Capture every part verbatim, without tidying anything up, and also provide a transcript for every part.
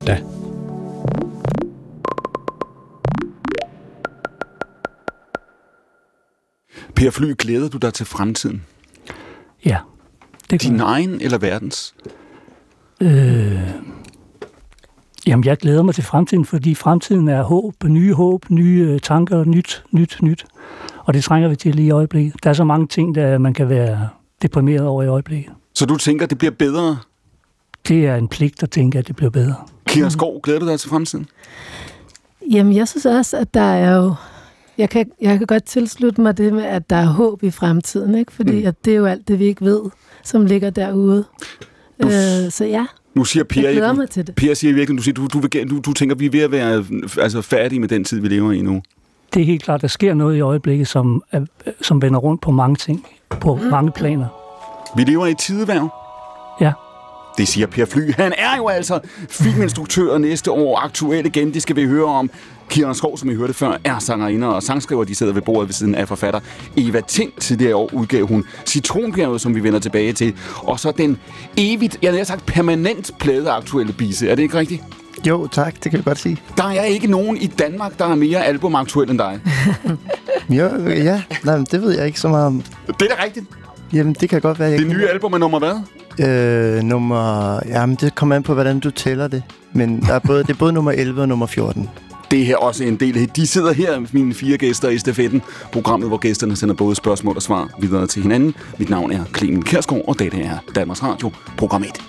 Da. Per Fly, glæder du dig til fremtiden? Ja. Det Din egen eller verdens? Øh, jamen, jeg glæder mig til fremtiden, fordi fremtiden er håb, nye håb, nye tanker, nyt, nyt, nyt. Og det trænger vi til lige i øjeblikket. Der er så mange ting, der man kan være deprimeret over i øjeblikket. Så du tænker, det bliver bedre? Det er en pligt at tænke, at det bliver bedre. Kira Skov, glæder du dig til fremtiden? Jamen, jeg synes også, at der er jo... Jeg kan, jeg kan godt tilslutte mig det med, at der er håb i fremtiden, ikke? Fordi mm. at det er jo alt det, vi ikke ved, som ligger derude. Du, øh, så ja, nu siger Per, jeg glæder mig til det. Per siger virkelig, du, siger, du, du, vil, du, du tænker, vi er ved at være altså, færdige med den tid, vi lever i nu. Det er helt klart, der sker noget i øjeblikket, som, som vender rundt på mange ting, på mm. mange planer. Vi lever i et tideværv. Ja. Det siger Per Fly. Han er jo altså filminstruktør næste år, aktuel igen. Det skal vi høre om. Kira Skov, som I hørte før, er sangerinde og sangskriver. De sidder ved bordet ved siden af forfatter Eva Tind. Tidligere år udgav hun Citronbjerget, som vi vender tilbage til. Og så den evigt, jeg har sagt permanent pladeaktuelle Bisse. Er det ikke rigtigt? Jo, tak. Det kan jeg godt sige. Der er ikke nogen i Danmark, der er mere albumaktuel end dig. jo, ja, nej, men det ved jeg ikke så meget om. Det er da rigtigt. Jamen, det kan godt være, jeg Det nye album er nummer hvad? Øh, nummer... Jamen, det kommer an på, hvordan du tæller det. Men der er både, det er både nummer elleve og nummer fjorten. Det er her også en del af. De sidder her, mine fire gæster i Stafetten. Programmet, hvor gæsterne sender både spørgsmål og svar videre til hinanden. Mit navn er Clemen Kjærsgaard, og dette er Danmarks Radio, program et.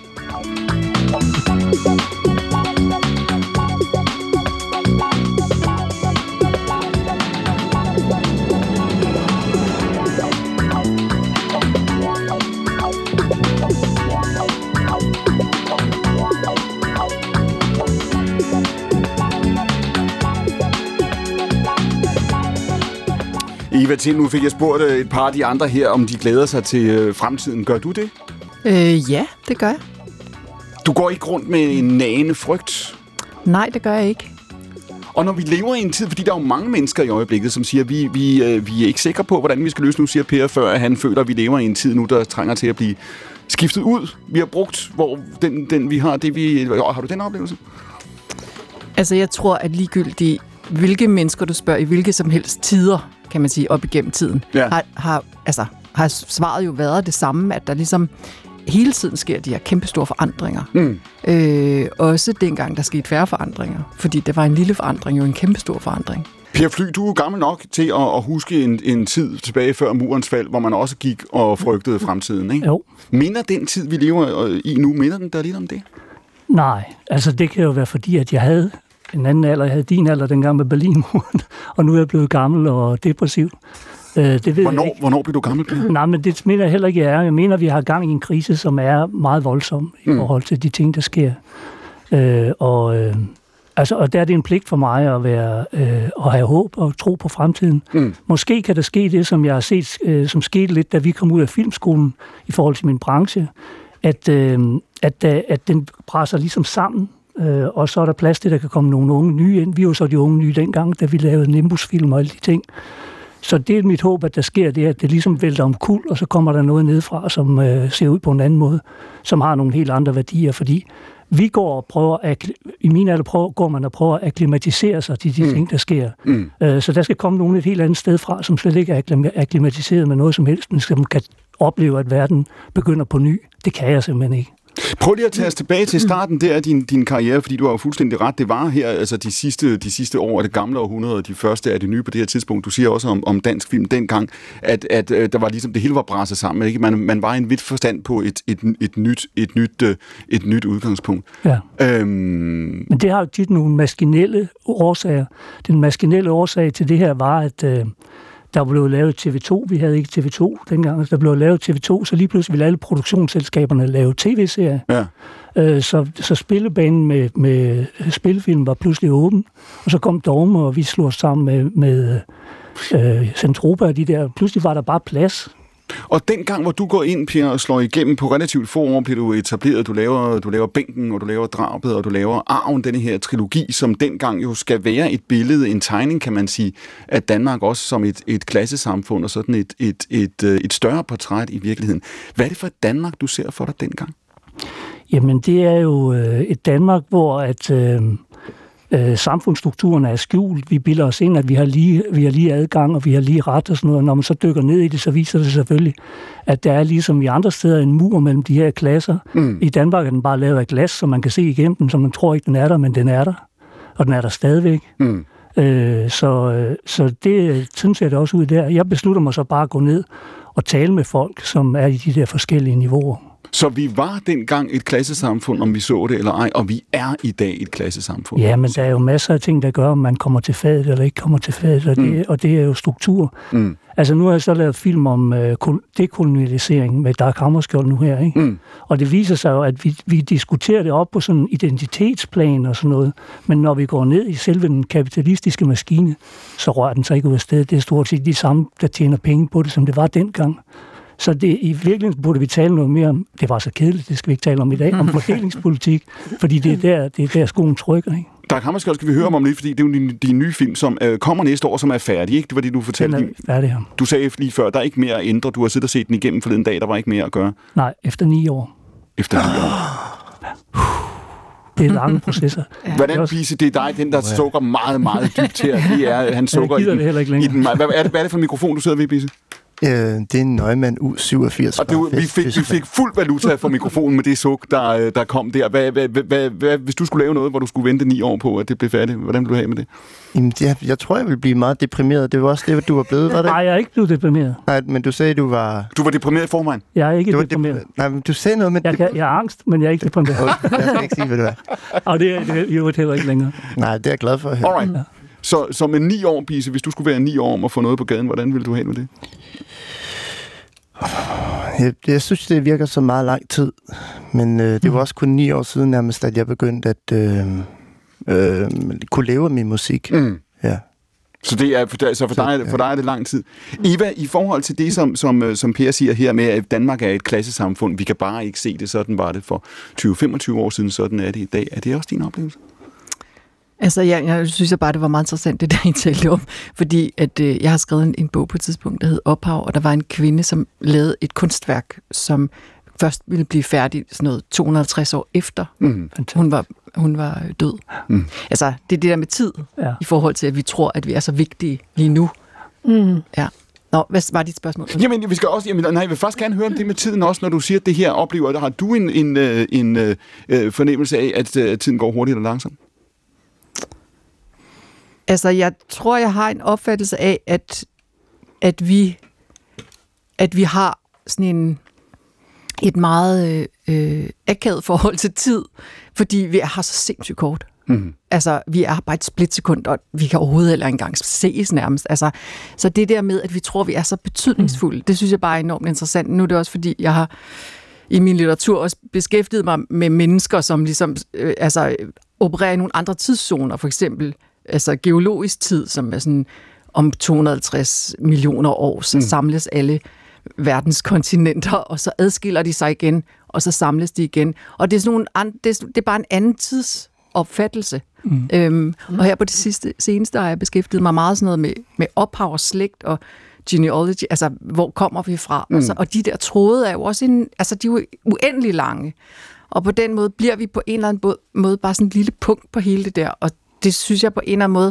Eva Tind, nu fik jeg spurgt et par af de andre her, om de glæder sig til øh, fremtiden. Gør du det? Øh, ja, det gør jeg. Du går ikke rundt med en nagende frygt? Nej, det gør jeg ikke. Og når vi lever i en tid, fordi der er jo mange mennesker i øjeblikket, som siger, at vi, vi, øh, vi er ikke sikre på, hvordan vi skal løse. Nu siger Per før, at han føler, at vi lever i en tid nu, der trænger til at blive skiftet ud. Vi har brugt, hvor den, den vi har, det vi... Har du den oplevelse? Altså, jeg tror, at ligegyldigt, hvilke mennesker du spørger i hvilke som helst tider, kan man sige, op igennem tiden, ja. har, har, altså, har svaret jo været det samme, at der ligesom hele tiden sker de her kæmpestore forandringer. Mm. Øh, også dengang, der skete færre forandringer. Fordi det var en lille forandring, jo en kæmpestor forandring. Per Fly, du er gammel nok til at, at huske en, en tid tilbage før murens fald, hvor man også gik og frygtede fremtiden, ikke? Jo. Minder den tid, vi lever i nu, minder den der lidt om det? Nej, altså det kan jo være fordi, at jeg havde en anden alder. Jeg havde din alder dengang med Berlinmuren, og nu er jeg blevet gammel og depressiv. Øh, det ved hvornår, jeg ikke. hvornår blev du gammel? Nej, men det mener jeg heller ikke, jeg er. Jeg mener, vi har gang i en krise, som er meget voldsom i mm. forhold til de ting, der sker. Øh, og, øh, altså, og der er det en pligt for mig at, være, øh, at have håb og tro på fremtiden. Mm. Måske kan der ske det, som jeg har set, øh, som skete lidt, da vi kom ud af filmskolen i forhold til min branche, at, øh, at, at den presser ligesom sammen. Øh, og så er der plads til, at der kan komme nogle unge nye ind. Vi var så de unge nye dengang, da vi lavede Nimbus-film og alle de ting. Så det er mit håb, at der sker det, at det ligesom vælter om kul, og så kommer der noget nedefra, som øh, ser ud på en anden måde, som har nogle helt andre værdier, fordi vi går og prøver, at, i min alder prøver, går man og prøver at akklimatisere sig til de mm. ting, der sker. Mm. Øh, så der skal komme nogen et helt andet sted fra, som slet ikke er akklimatiseret med noget som helst, men som kan opleve, at verden begynder på ny. Det kan jeg simpelthen ikke. Prøv lige at tage os tilbage til starten der af din, din karriere, fordi du har jo fuldstændig ret. Det var her, altså de sidste, de sidste år af det gamle århundrede, de første er det nye på det her tidspunkt. Du siger også om, om dansk film dengang, at, at, at der var ligesom, det hele var braset sammen. Ikke? Man, man var i en vidt forstand på et, et, et, nyt, et, nyt, et nyt udgangspunkt. Ja. Øhm... Men det har jo tit nogle maskinelle årsager. Den maskinelle årsag til det her var, at øh, der blev lavet T V to. Vi havde ikke T V to dengang. Der blev lavet T V to, så lige pludselig ville alle produktionsselskaberne lave tv-serier. Ja. Øh, så, så spillebanen med, med spillefilm var pludselig åben. Og så kom Dogme, og vi slog os sammen med, med øh, Centropa og de der. Pludselig var der bare plads. Og dengang, hvor du går ind, Per, og slår igennem på relativt få år, bliver du etableret. Du laver, du laver Bænken, og du laver Drabet, og du laver Arven, denne her trilogi, som dengang jo skal være et billede, en tegning, kan man sige, af Danmark også som et, et klassesamfund, og sådan et, et, et, et større portræt i virkeligheden. Hvad er det for et Danmark, du ser for dig dengang? Jamen, det er jo øh, et Danmark, hvor at øh, øh, samfundsstrukturen er skjult. Vi bilder os ind, at vi har, lige, vi har lige adgang, og vi har lige ret og sådan noget. Når man så dykker ned i det, så viser det selvfølgelig, at der er ligesom i andre steder en mur mellem de her klasser. Mm. I Danmark er den bare lavet af glas, så man kan se igennem den, så man tror ikke, den er der, men den er der. Og den er der stadigvæk. Mm. Øh, så, så det synes jeg da også ud der. Jeg beslutter mig så bare at gå ned og tale med folk, som er i de der forskellige niveauer. Så vi var dengang et klassesamfund, om vi så det eller ej, og vi er i dag et klassesamfund. Ja, men der er jo masser af ting, der gør, om man kommer til fadet eller ikke kommer til fadet, og, mm. det, og det er jo struktur. Mm. Altså nu har jeg så lavet film om øh, dekolonialisering med Dag Hammarskjöld nu her, ikke? Mm. Og det viser sig jo, at vi, vi diskuterer det op på sådan en identitetsplan og sådan noget, men når vi går ned i selve den kapitalistiske maskine, så rører den sig ikke ud af stedet. Det er stort set de samme, der tjener penge på det, som det var dengang. Så det, i virkeligheden burde vi tale noget mere om, det var så kedeligt, det skal vi ikke tale om i dag, om fordelingspolitik, fordi det er der, det er der skoen trykker, ikke? Dag Hammarskjöld skal vi høre om om lidt, fordi det er jo din, din nye film, som øh, kommer næste år, som er færdig, ikke? Det var det, du fortalte. Den er færdig, ja. Du sagde lige før, der er ikke mere at ændre. Du har siddet og set den igennem forleden dag, der var ikke mere at gøre. Nej, efter ni år. Efter ni år. Det er lange processer. Ja. Hvordan, Bise, det er dig, den der sukker meget, meget dybt her. Det er, han sukker i den, det heller ikke i den. Hvad er det, hvad er det for en mikrofon, du sidder ved, Bise? Øh, det er en Neumann U syvogfirs. Og det, vi, fik, vi fik fuld valuta for mikrofonen med det suk, der, der kom der. Hvad, hvad, hvad, hvad, hvis du skulle lave noget, hvor du skulle vente ni år på, at det blev færdigt, hvordan ville du have med det? Jamen, jeg, jeg tror, jeg ville blive meget deprimeret. Det var også det, du var blevet, var det? Nej, jeg er ikke blevet deprimeret. Nej, men du sagde, du var... Du var deprimeret i forvejen? Jeg er ikke deprimeret. De... Nej, men du sagde noget med... Jeg, kan, jeg er angst, men jeg er ikke deprimeret. Jeg skal ikke sige, hvad du er. Og det er, det er jo heller ikke længere. Nej, det er jeg glad for at høre. Alright. Ja. Så, så med ni år, Bise, hvis du skulle være ni år om at få noget på gaden, hvordan ville du have med det? Jeg, jeg synes, det virker så meget lang tid, men øh, det var også kun ni år siden nærmest, at jeg begyndte at øh, øh, kunne leve af min musik. Mm. Ja. Så, det er, for, så for, dig, for dig er det lang tid. Eva, i forhold til det, som, som, som Per siger her med, at Danmark er et klassesamfund, vi kan bare ikke se det, sådan var det for tyve til femogtyve år siden, sådan er det i dag. Er det også din oplevelse? Altså, jeg, jeg synes jeg bare, det var meget interessant, det der I talte om, fordi at, øh, jeg har skrevet en, en bog på et tidspunkt, der hed Ophav, og der var en kvinde, som lavede et kunstværk, som først ville blive færdig sådan noget to hundrede og halvtreds år efter, mm. hun, var, hun var død. Mm. Altså, det er det der med tid, ja. I forhold til, at vi tror, at vi er så vigtige lige nu. Mm. Ja. Nå, hvad var dit spørgsmål? Jamen, vi skal også, jamen, nej, jeg vil først gerne høre om det med tiden også, når du siger, at det her oplever, har du en, en, en, en øh, fornemmelse af, at øh, tiden går hurtigt eller langsomt? Altså, jeg tror, jeg har en opfattelse af, at, at, vi, at vi har sådan en, et meget øh, akavet forhold til tid, fordi vi har så sindssygt kort. Mm-hmm. Altså, vi er bare et splitsekund, og vi kan overhovedet heller ikke engang ses nærmest. Altså, så det der med, at vi tror, vi er så betydningsfulde, mm. det synes jeg bare er enormt interessant. Nu er det også, fordi jeg har i min litteratur også beskæftiget mig med mennesker, som ligesom øh, altså, opererer i nogle andre tidszoner, for eksempel altså geologisk tid, som er sådan om to hundrede og halvtreds millioner år, så mm. samles alle verdens kontinenter, og så adskiller de sig igen, og så samles de igen. Og det er, sådan nogle and- det er, det er bare en anden tidsopfattelse. Mm. Øhm, og her på det sidste, seneste har jeg beskæftiget mig meget sådan noget med, med ophav og slægt og genealogy, altså hvor kommer vi fra? Mm. Og, så, og de der tråde er jo også en, altså de er jo uendelig lange. Og på den måde bliver vi på en eller anden måde bare sådan et lille punkt på hele det der, og det synes jeg på en eller anden måde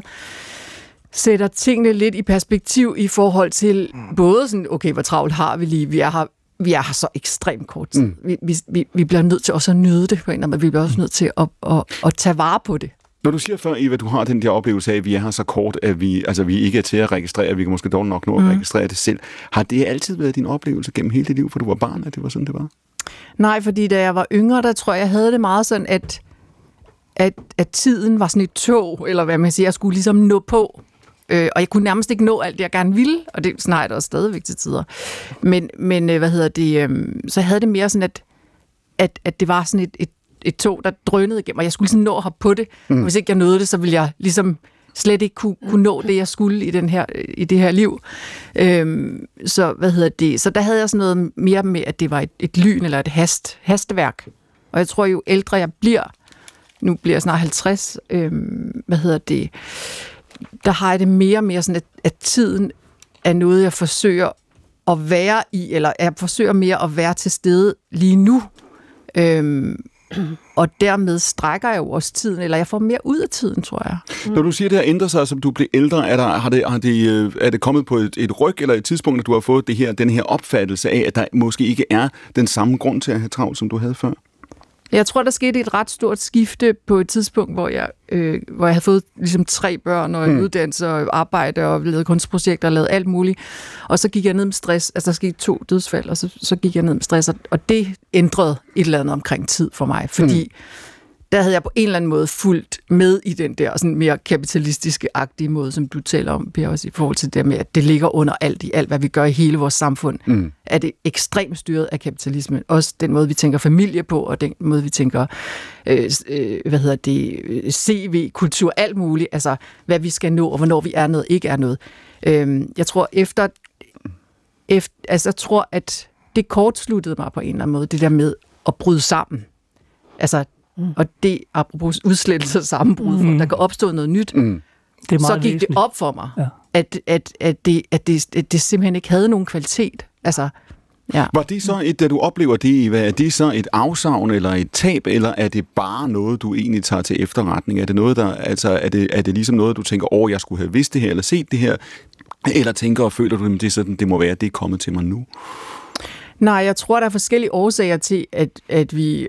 sætter tingene lidt i perspektiv i forhold til både sådan, okay, hvor travlt har vi lige, vi er her, vi er her så ekstremt kort tid. Mm. Vi, vi, vi bliver nødt til også at nyde det på en eller anden måde, vi bliver også nødt til at, at, at tage vare på det. Når du siger før, Eva, du har den der oplevelse af, at vi er her så kort, at vi, altså, vi ikke er til at registrere, vi kan måske dårligt nok nå at mm. registrere det selv. Har det altid været din oplevelse gennem hele dit liv, for du var barn, at det var sådan, det var? Nej, fordi da jeg var yngre, der tror jeg, jeg havde det meget sådan, at At, at tiden var sådan et tog, eller hvad man siger, jeg skulle ligesom nå på. Øh, og jeg kunne nærmest ikke nå alt det, jeg gerne ville, og det snakker jeg også stadigvæk til tider. Men, men hvad hedder det, øh, så jeg havde det mere sådan, at, at, at det var sådan et, et, et tog, der drønede igennem, og jeg skulle ligesom nå at hoppe på det. Mm. Og hvis ikke jeg nåede det, så ville jeg ligesom slet ikke kunne, kunne nå det, jeg skulle i, den her, i det her liv. Øh, så, hvad hedder det, så der havde jeg sådan noget mere med, at det var et, et lyn, eller et hast, hastværk. Og jeg tror, jo ældre jeg bliver, nu bliver jeg snart halvtreds, øh, hvad hedder det, der har jeg det mere og mere sådan, at, at tiden er noget, jeg forsøger at være i, eller jeg forsøger mere at være til stede lige nu. Øh, og dermed strækker jeg jo også tiden, eller jeg får mere ud af tiden, tror jeg. Mm. Når du siger, at det har ændret sig, som du bliver ældre, er, der, har det, har det, er det kommet på et, et ryg, eller et tidspunkt, at du har fået det her, den her opfattelse af, at der måske ikke er den samme grund til at have travlt, som du havde før? Jeg tror, der skete et ret stort skifte på et tidspunkt, hvor jeg, øh, hvor jeg havde fået ligesom tre børn og en mm. uddannelse og arbejde og lavet kunstprojekter og lavet alt muligt. Og så gik jeg ned med stress. Altså, der skete to dødsfald, og så, så gik jeg ned med stress. Og det ændrede et eller andet omkring tid for mig, fordi mm. der havde jeg på en eller anden måde fulgt med i den der sådan mere kapitalistiske-agtige måde, som du taler om, Per, også i forhold til det med, at det ligger under alt i alt, hvad vi gør i hele vores samfund. Mm. Er det ekstremt styret af kapitalismen. Også den måde, vi tænker familie på, og den måde, vi tænker, øh, øh, hvad hedder det, C V-kultur, alt muligt. Altså, hvad vi skal nå, og hvornår vi er noget, ikke er noget. Øh, jeg tror, efter, efter... Altså, jeg tror, at det kortsluttede mig på en eller anden måde, det der med at bryde sammen. Altså, Mm. og det, apropos udslettelse og sammenbrud, mm. der kan opstå noget nyt, mm. det så gik væsentligt. Det op for mig, ja. at, at, at, det, at, det, at det simpelthen ikke havde nogen kvalitet. Altså, ja. Var det så, et, da du oplever det, er det så et afsavn eller et tab, eller er det bare noget, du egentlig tager til efterretning? Er det noget, der, altså, er det, er det ligesom noget, du tænker, åh, jeg skulle have vidst det her, eller set det her, eller tænker og føler du, at det, er sådan, det må være, det er kommet til mig nu? Nej, jeg tror, der er forskellige årsager til, at, at vi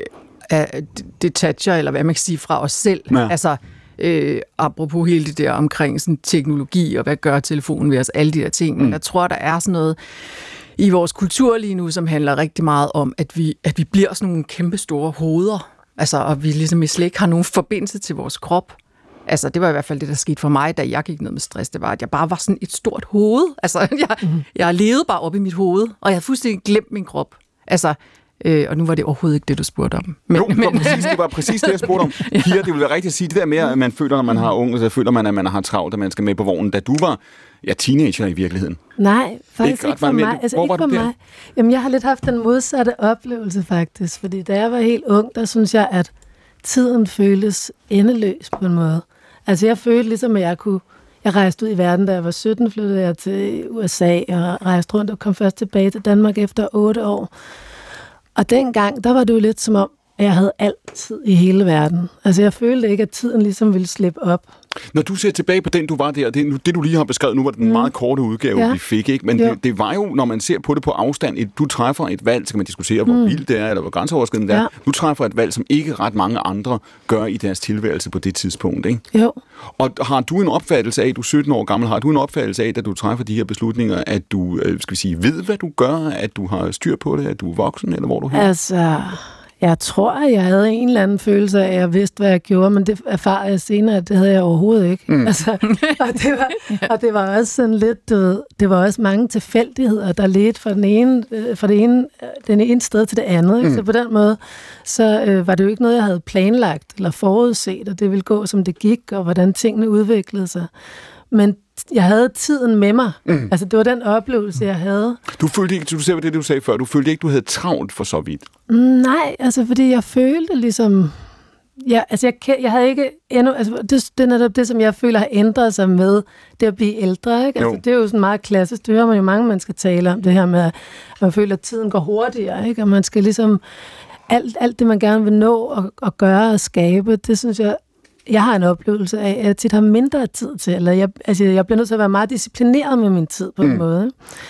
detacher, eller hvad man kan sige, fra os selv. Ja. Altså, øh, apropos hele det der omkring sådan, teknologi, og hvad gør telefonen ved os, alle de der ting. Mm. Men jeg tror, der er sådan noget i vores kultur lige nu, som handler rigtig meget om, at vi, at vi bliver sådan nogle kæmpe store hoveder. Altså, og vi ligesom slet ikke har nogen forbindelse til vores krop. Altså, det var i hvert fald det, der skete for mig, da jeg gik ned med stress. Det var, at jeg bare var sådan et stort hoved. Altså, jeg, mm. jeg levede bare op i mit hoved, og jeg havde fuldstændig glemt min krop. Altså, Øh, og nu var det overhovedet ikke det, du spurgte om. Men, jo, det var, men... præcis, det var præcis det, jeg spurgte om. Ja. Pia, det ville være rigtigt at sige det der med, at man føler, når man har unge, så føler man, at man har travlt, at man skal med på vognen. Da du var ja, teenager i virkeligheden. Nej, faktisk ikke, ikke for mig. Altså, Hvor ikke var for du der? mig. Jamen, jeg har lidt haft den modsatte oplevelse, faktisk. Fordi da jeg var helt ung, der synes jeg, at tiden føltes endeløs på en måde. Altså, jeg følte ligesom, at jeg kunne... Jeg rejste ud i verden, da jeg var sytten, flyttede jeg til U S A og rejste rundt og kom først tilbage til Danmark efter otte år. Og dengang, der var det jo lidt som om, at jeg havde altid i hele verden. Altså, jeg følte ikke, at tiden ligesom ville slippe op. Når du ser tilbage på den, du var der, det, det du lige har beskrevet, nu var det den mm. meget korte udgave, ja. vi fik, ikke? Men det, det var jo, når man ser på det på afstand, et, du træffer et valg, så kan man diskutere, hvor mm. vildt det er, eller hvor grænseoverskridende det er. Ja. Du træffer et valg, som ikke ret mange andre gør i deres tilværelse på det tidspunkt, ikke? Jo. Og har du en opfattelse af, du er sytten år gammel, har du en opfattelse af, at du træffer de her beslutninger, at du, skal vi sige, ved, hvad du gør, at du har styr på det, at du er voksen, eller hvor du er? Altså... Jeg tror, at jeg havde en eller anden følelse af, at jeg vidste, hvad jeg gjorde, men det erfarer jeg senere, at det havde jeg overhovedet ikke. Mm. Altså, og, det var, og det var også sådan lidt, du ved, det var også mange tilfældigheder, der ledte fra den ene, fra det ene, den ene sted til det andet. Ikke? Mm. Så på den måde, så øh, var det jo ikke noget, jeg havde planlagt eller forudset, og det ville gå, som det gik, og hvordan tingene udviklede sig. Men jeg havde tiden med mig. Mm. Altså, det var den oplevelse, jeg havde. Du følte ikke, du ser det, du sagde før, du følte ikke, du havde travlt for så vidt? Mm, nej, altså, fordi jeg følte ligesom... Ja, altså, jeg, jeg havde ikke endnu... Altså, det, det er netop det, som jeg føler har ændret sig med det at blive ældre, ikke? Altså, det er jo sådan meget klassisk. Det hører man jo mange mennesker tale om, det her med, at man føler, at tiden går hurtigere, ikke? Og man skal ligesom... Alt, alt det, man gerne vil nå og, og gøre og skabe, det synes jeg... Jeg har en oplevelse af, at jeg tit har mindre tid til, eller jeg, altså jeg bliver nødt til at være meget disciplineret med min tid på en mm. måde.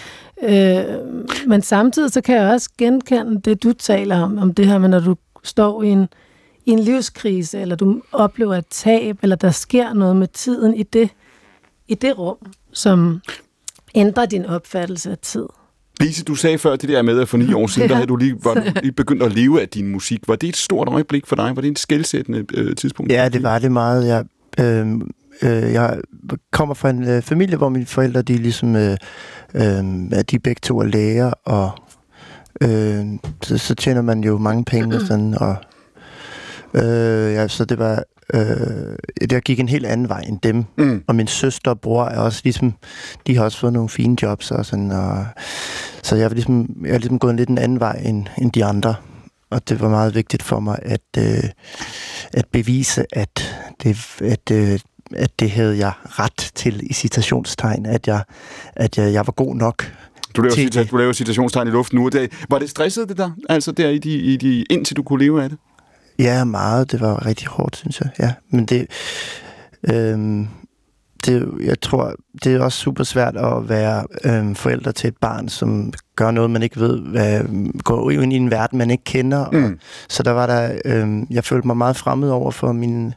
Øh, men samtidig så kan jeg også genkende det, du taler om, om det her med, når du står i en, i en livskrise, eller du oplever et tab, eller der sker noget med tiden i det, i det rum, som ændrer din opfattelse af tid. Lise, du sagde før det der med, at for ni år siden, ja. der havde du lige, var, lige begyndt at leve af din musik. Var det et stort øjeblik for dig? Var det et skelsættende øh, tidspunkt? Ja, det var det meget. Jeg, øh, øh, jeg kommer fra en øh, familie, hvor mine forældre, de ligesom, øh, øh, de begge to er læger, og øh, så, så tjener man jo mange penge og sådan, og øh, ja, så det var... Øh, jeg gik en helt anden vej end dem. Mm. Og min søster og bror er også ligesom, de har også fået nogle fine jobs og sådan, og så jeg var ligesom, jeg er ligesom gået en lidt en anden vej end, end de andre. Og det var meget vigtigt for mig at øh, at bevise, at det, at, øh, at det havde jeg ret til i citationstegn, at jeg at jeg, jeg var god nok. Du laver, cita- du laver citationstegn i luften nu. Det, var det stresset det der? Altså der i de, i de indtil du kunne leve af det? Ja, meget. Det var rigtig hårdt, synes jeg. Ja, men det... Øhm, det jeg tror, det er også super svært at være øhm, forældre til et barn, som gør noget, man ikke ved, hvad, går ind i en verden, man ikke kender. Mm. Og, så der var der... Øhm, jeg følte mig meget fremmed over for mine...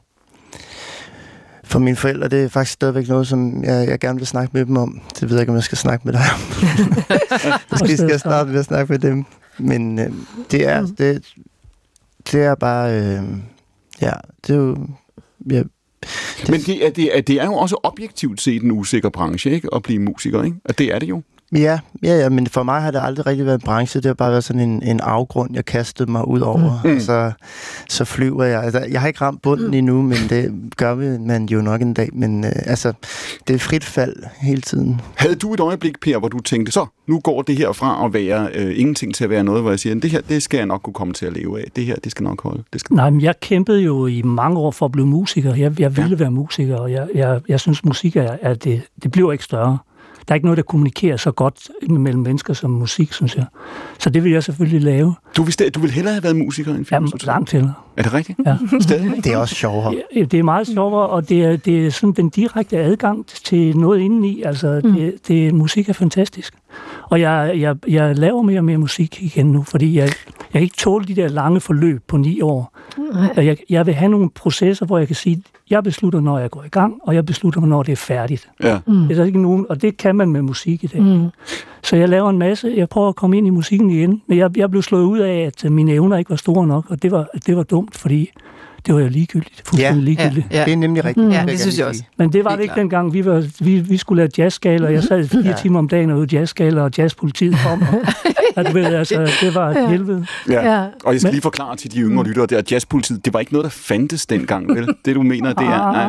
For mine forældre, det er faktisk stadigvæk noget, som jeg, jeg gerne vil snakke med dem om. Det ved jeg ikke, om jeg skal snakke med dig om. Måske skal jeg starte med at snakke med dem. Men øh, det er det, det er bare... Øh, ja, det er jo... Ja, det, Men det er, det, er, det er jo også objektivt set en usikker branche, ikke? At blive musiker, ikke? Og det er det jo. Ja, ja, ja, men for mig har det aldrig rigtig været en branche. Det har bare været sådan en, en afgrund, jeg kastede mig ud over. Mm. Og så, så flyver jeg. Altså, jeg har ikke ramt bunden mm. endnu, men det gør vi, man jo nok en dag. Men øh, altså, det er frit fald hele tiden. Havde du et øjeblik, Per, hvor du tænkte, så, nu går det her fra at være øh, ingenting til at være noget, hvor jeg siger, det her, det skal jeg nok kunne komme til at leve af. Det her, det skal nok holde. Det skal... Nej, men jeg kæmpede jo i mange år for at blive musiker. Jeg, jeg ville ja. være musiker, og jeg, jeg, jeg synes, musik er, at det, det bliver ikke større. Der er ikke noget, der kommunikerer så godt mellem mennesker som musik, synes jeg. Så det vil jeg selvfølgelig lave. Du vil, du vil hellere have været musiker end film? Ja, langt til. Er det rigtigt? Ja. Stadig? Det er også sjovere. Ja, det er meget sjovere, og det er, det er sådan den direkte adgang til noget indeni. Altså, mm. det, det, musik er fantastisk. Og jeg, jeg, jeg laver mere og mere musik igen nu, fordi jeg, jeg kan ikke tåle de der lange forløb på ni år. Mm. Jeg, jeg vil have nogle processer, hvor jeg kan sige, jeg beslutter, når jeg går i gang, og jeg beslutter, når det er færdigt. Ja. Mm. Det er ikke nogen, og det kan man med musik i dag. Mm. Så jeg laver en masse, jeg prøver at komme ind i musikken igen, men jeg, jeg blev slået ud af, at mine evner ikke var store nok, og det var, det var dumt, fordi det var jo ligegyldigt, fuldstændig ja, ligegyldigt. Ja, ja. Det er nemlig rigtigt. Mm. Ja, det synes jeg også. Men det var det ikke klart. Dengang. Vi, var, vi, vi skulle lave jazzskaler, og jeg sad fire ja. timer om dagen og øvede jazzskaler, og jazzpolitiet kom. Og, du ved, altså, det var et helvede. Ja. Ja. Og jeg skal lige forklare til de yngre mm. lyttere, at jazzpolitiet, det var ikke noget, der fandtes dengang, vel? Det du mener, det er... Nej.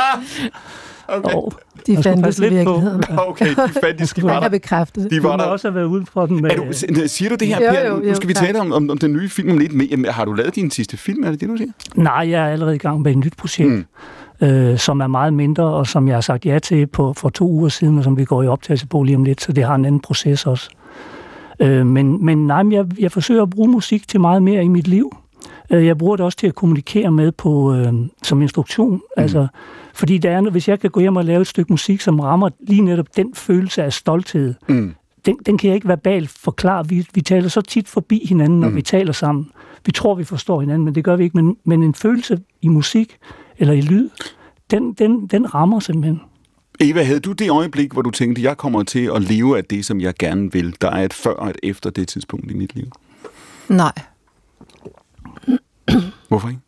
Okay. Oh, de fandtes i virkeligheden. Okay, de fandtes. De var der. Bekræftet. De var der. Du må også have været ude for den med... Er du, siger du det her, Per? Jo, jo, jo, nu skal vi tale om, om, om den nye film om lidt mere. Har du lavet din sidste film, er det det, du siger? Nej, jeg er allerede i gang med et nyt projekt, mm. øh, som er meget mindre, og som jeg har sagt ja til på, for to uger siden, og som vi går i optagelse på lige om lidt, så det har en anden proces også. Øh, men, men nej, jeg, jeg forsøger at bruge musik til meget mere i mit liv. Jeg bruger det også til at kommunikere med på øh, som instruktion. Mm. Altså, fordi der er, hvis jeg kan gå hjem og lave et stykke musik, som rammer lige netop den følelse af stolthed, mm. den, den kan jeg ikke verbalt forklare. Vi, vi taler så tit forbi hinanden, når mm. vi taler sammen. Vi tror, vi forstår hinanden, men det gør vi ikke. Men, men en følelse i musik eller i lyd, den, den, den rammer simpelthen. Eva, havde du det øjeblik, hvor du tænkte, jeg kommer til at leve af det, som jeg gerne vil? Der er et før og et efter det tidspunkt i mit liv. Nej. Hvorfor ikke?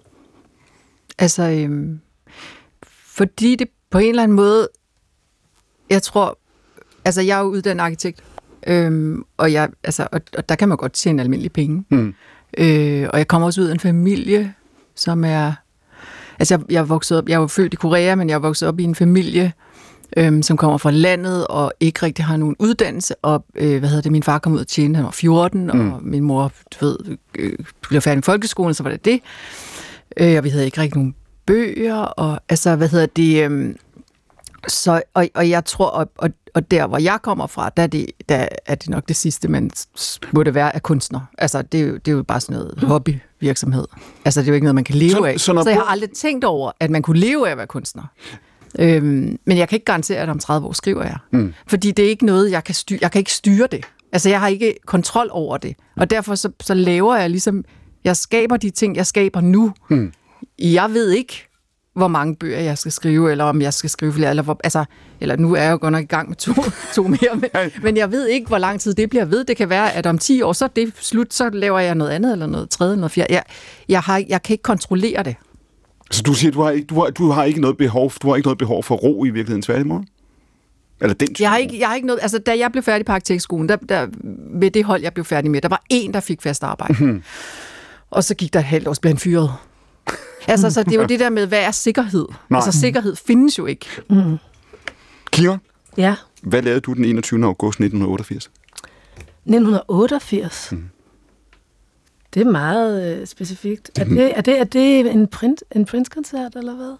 Altså, øhm, fordi det på en eller anden måde, jeg tror, altså jeg er jo uddannet arkitekt, øhm, og, jeg, altså, og, og der kan man godt tjene almindelige penge. Mm. Øh, og jeg kommer også ud af en familie, som er, altså jeg, jeg er vokset op, jeg er jo født i Korea, men jeg er vokset op i en familie, øhm, som kommer fra landet, og ikke rigtig har nogen uddannelse, og øh, hvad hedder det, min far kom ud og tjene, han var fjorten, mm. og min mor, du ved, øh, blev færdig i folkeskolen, så var det det. Øh, og vi havde ikke rigtig nogen bøger, og altså, hvad hedder det, øh, så, og, og jeg tror, og, og, og der, hvor jeg kommer fra, der er det, der er det nok det sidste, man burde være af kunstner. Altså, det er jo, det er jo bare sådan noget hobbyvirksomhed. Altså, det er jo ikke noget, man kan leve så, af. Så, så jeg har aldrig tænkt over, at man kunne leve af at være kunstner. Øhm, men jeg kan ikke garantere, at om tredive år skriver jeg. Mm. Fordi det er ikke noget, jeg kan styre. Jeg kan ikke styre det. Altså, jeg har ikke kontrol over det. Og derfor så, så laver jeg ligesom, jeg skaber de ting, jeg skaber nu. Mm. Jeg ved ikke, hvor mange bøger jeg skal skrive, eller om jeg skal skrive flere, eller, hvor, altså, eller nu er jeg jo godt nok i gang med to, to mere, men, men jeg ved ikke, hvor lang tid det bliver ved. Det kan være, at om ti år, så er det slut, så laver jeg noget andet, eller noget tredje, noget fjerde. Jeg, jeg, har, jeg kan ikke kontrollere det. Så du siger, du har ikke, du har, du har ikke noget behov, du har ikke noget behov for ro i virkeligheden, tværtimod? Eller den jeg har ikke, jeg har ikke noget, altså da jeg blev færdig på arkitektskolen, der, der, med det hold, jeg blev færdig med, der var en, der fik fast arbejde. Mm-hmm. Og så gik der et halvt år, så blev han fyret. Altså, så det er jo det der med, hvad er sikkerhed? Nej. Altså, sikkerhed findes jo ikke. Mm. Kira? Ja? Hvad lavede du den enogtyvende august nitten otteogfirs? nitten otteogfirs? Mm. Det er meget øh, specifikt. Er det, er det, er det en, print, en Prince-koncert, eller hvad?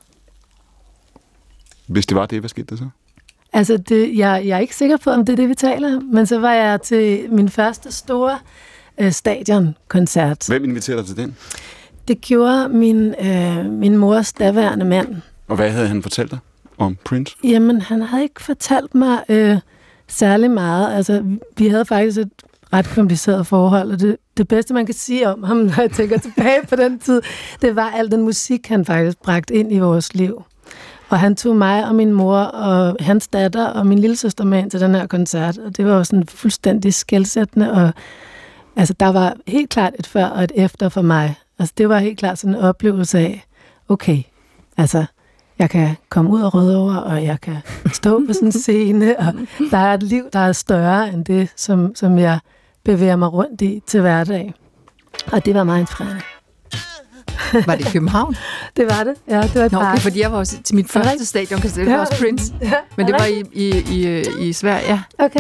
Hvis det var det, hvad skete der så? Altså, det, jeg, jeg er ikke sikker på, om det er det, vi taler om, men så var jeg til min første store øh, stadionkoncert. Hvem inviterer dig til den? det gjorde min, øh, min mors daværende mand. Og hvad havde han fortalt dig om Prince? Jamen, han havde ikke fortalt mig øh, særlig meget. Altså, vi havde faktisk et ret kompliceret forhold, og det, det bedste, man kan sige om ham, når jeg tænker tilbage på den tid, det var al den musik, han faktisk bragte ind i vores liv. Og han tog mig og min mor og hans datter og min lillesøster med ind til den her koncert, og det var jo sådan fuldstændig skelsættende, og altså, der var helt klart et før og et efter for mig. Altså, det var helt klart sådan en oplevelse af, okay, altså, jeg kan komme ud af Rødovre, og jeg kan stå på sådan en scene, og der er et liv, der er større end det, som, som jeg bevæger mig rundt i til hverdag. Og det var meget inspirerende. Var det i København? Det var det, ja. Det var et Nå, okay, fordi jeg var også til mit første stadion, kan det var også Prince. Ja, men det var i, i, i, i Sverige, ja. Okay.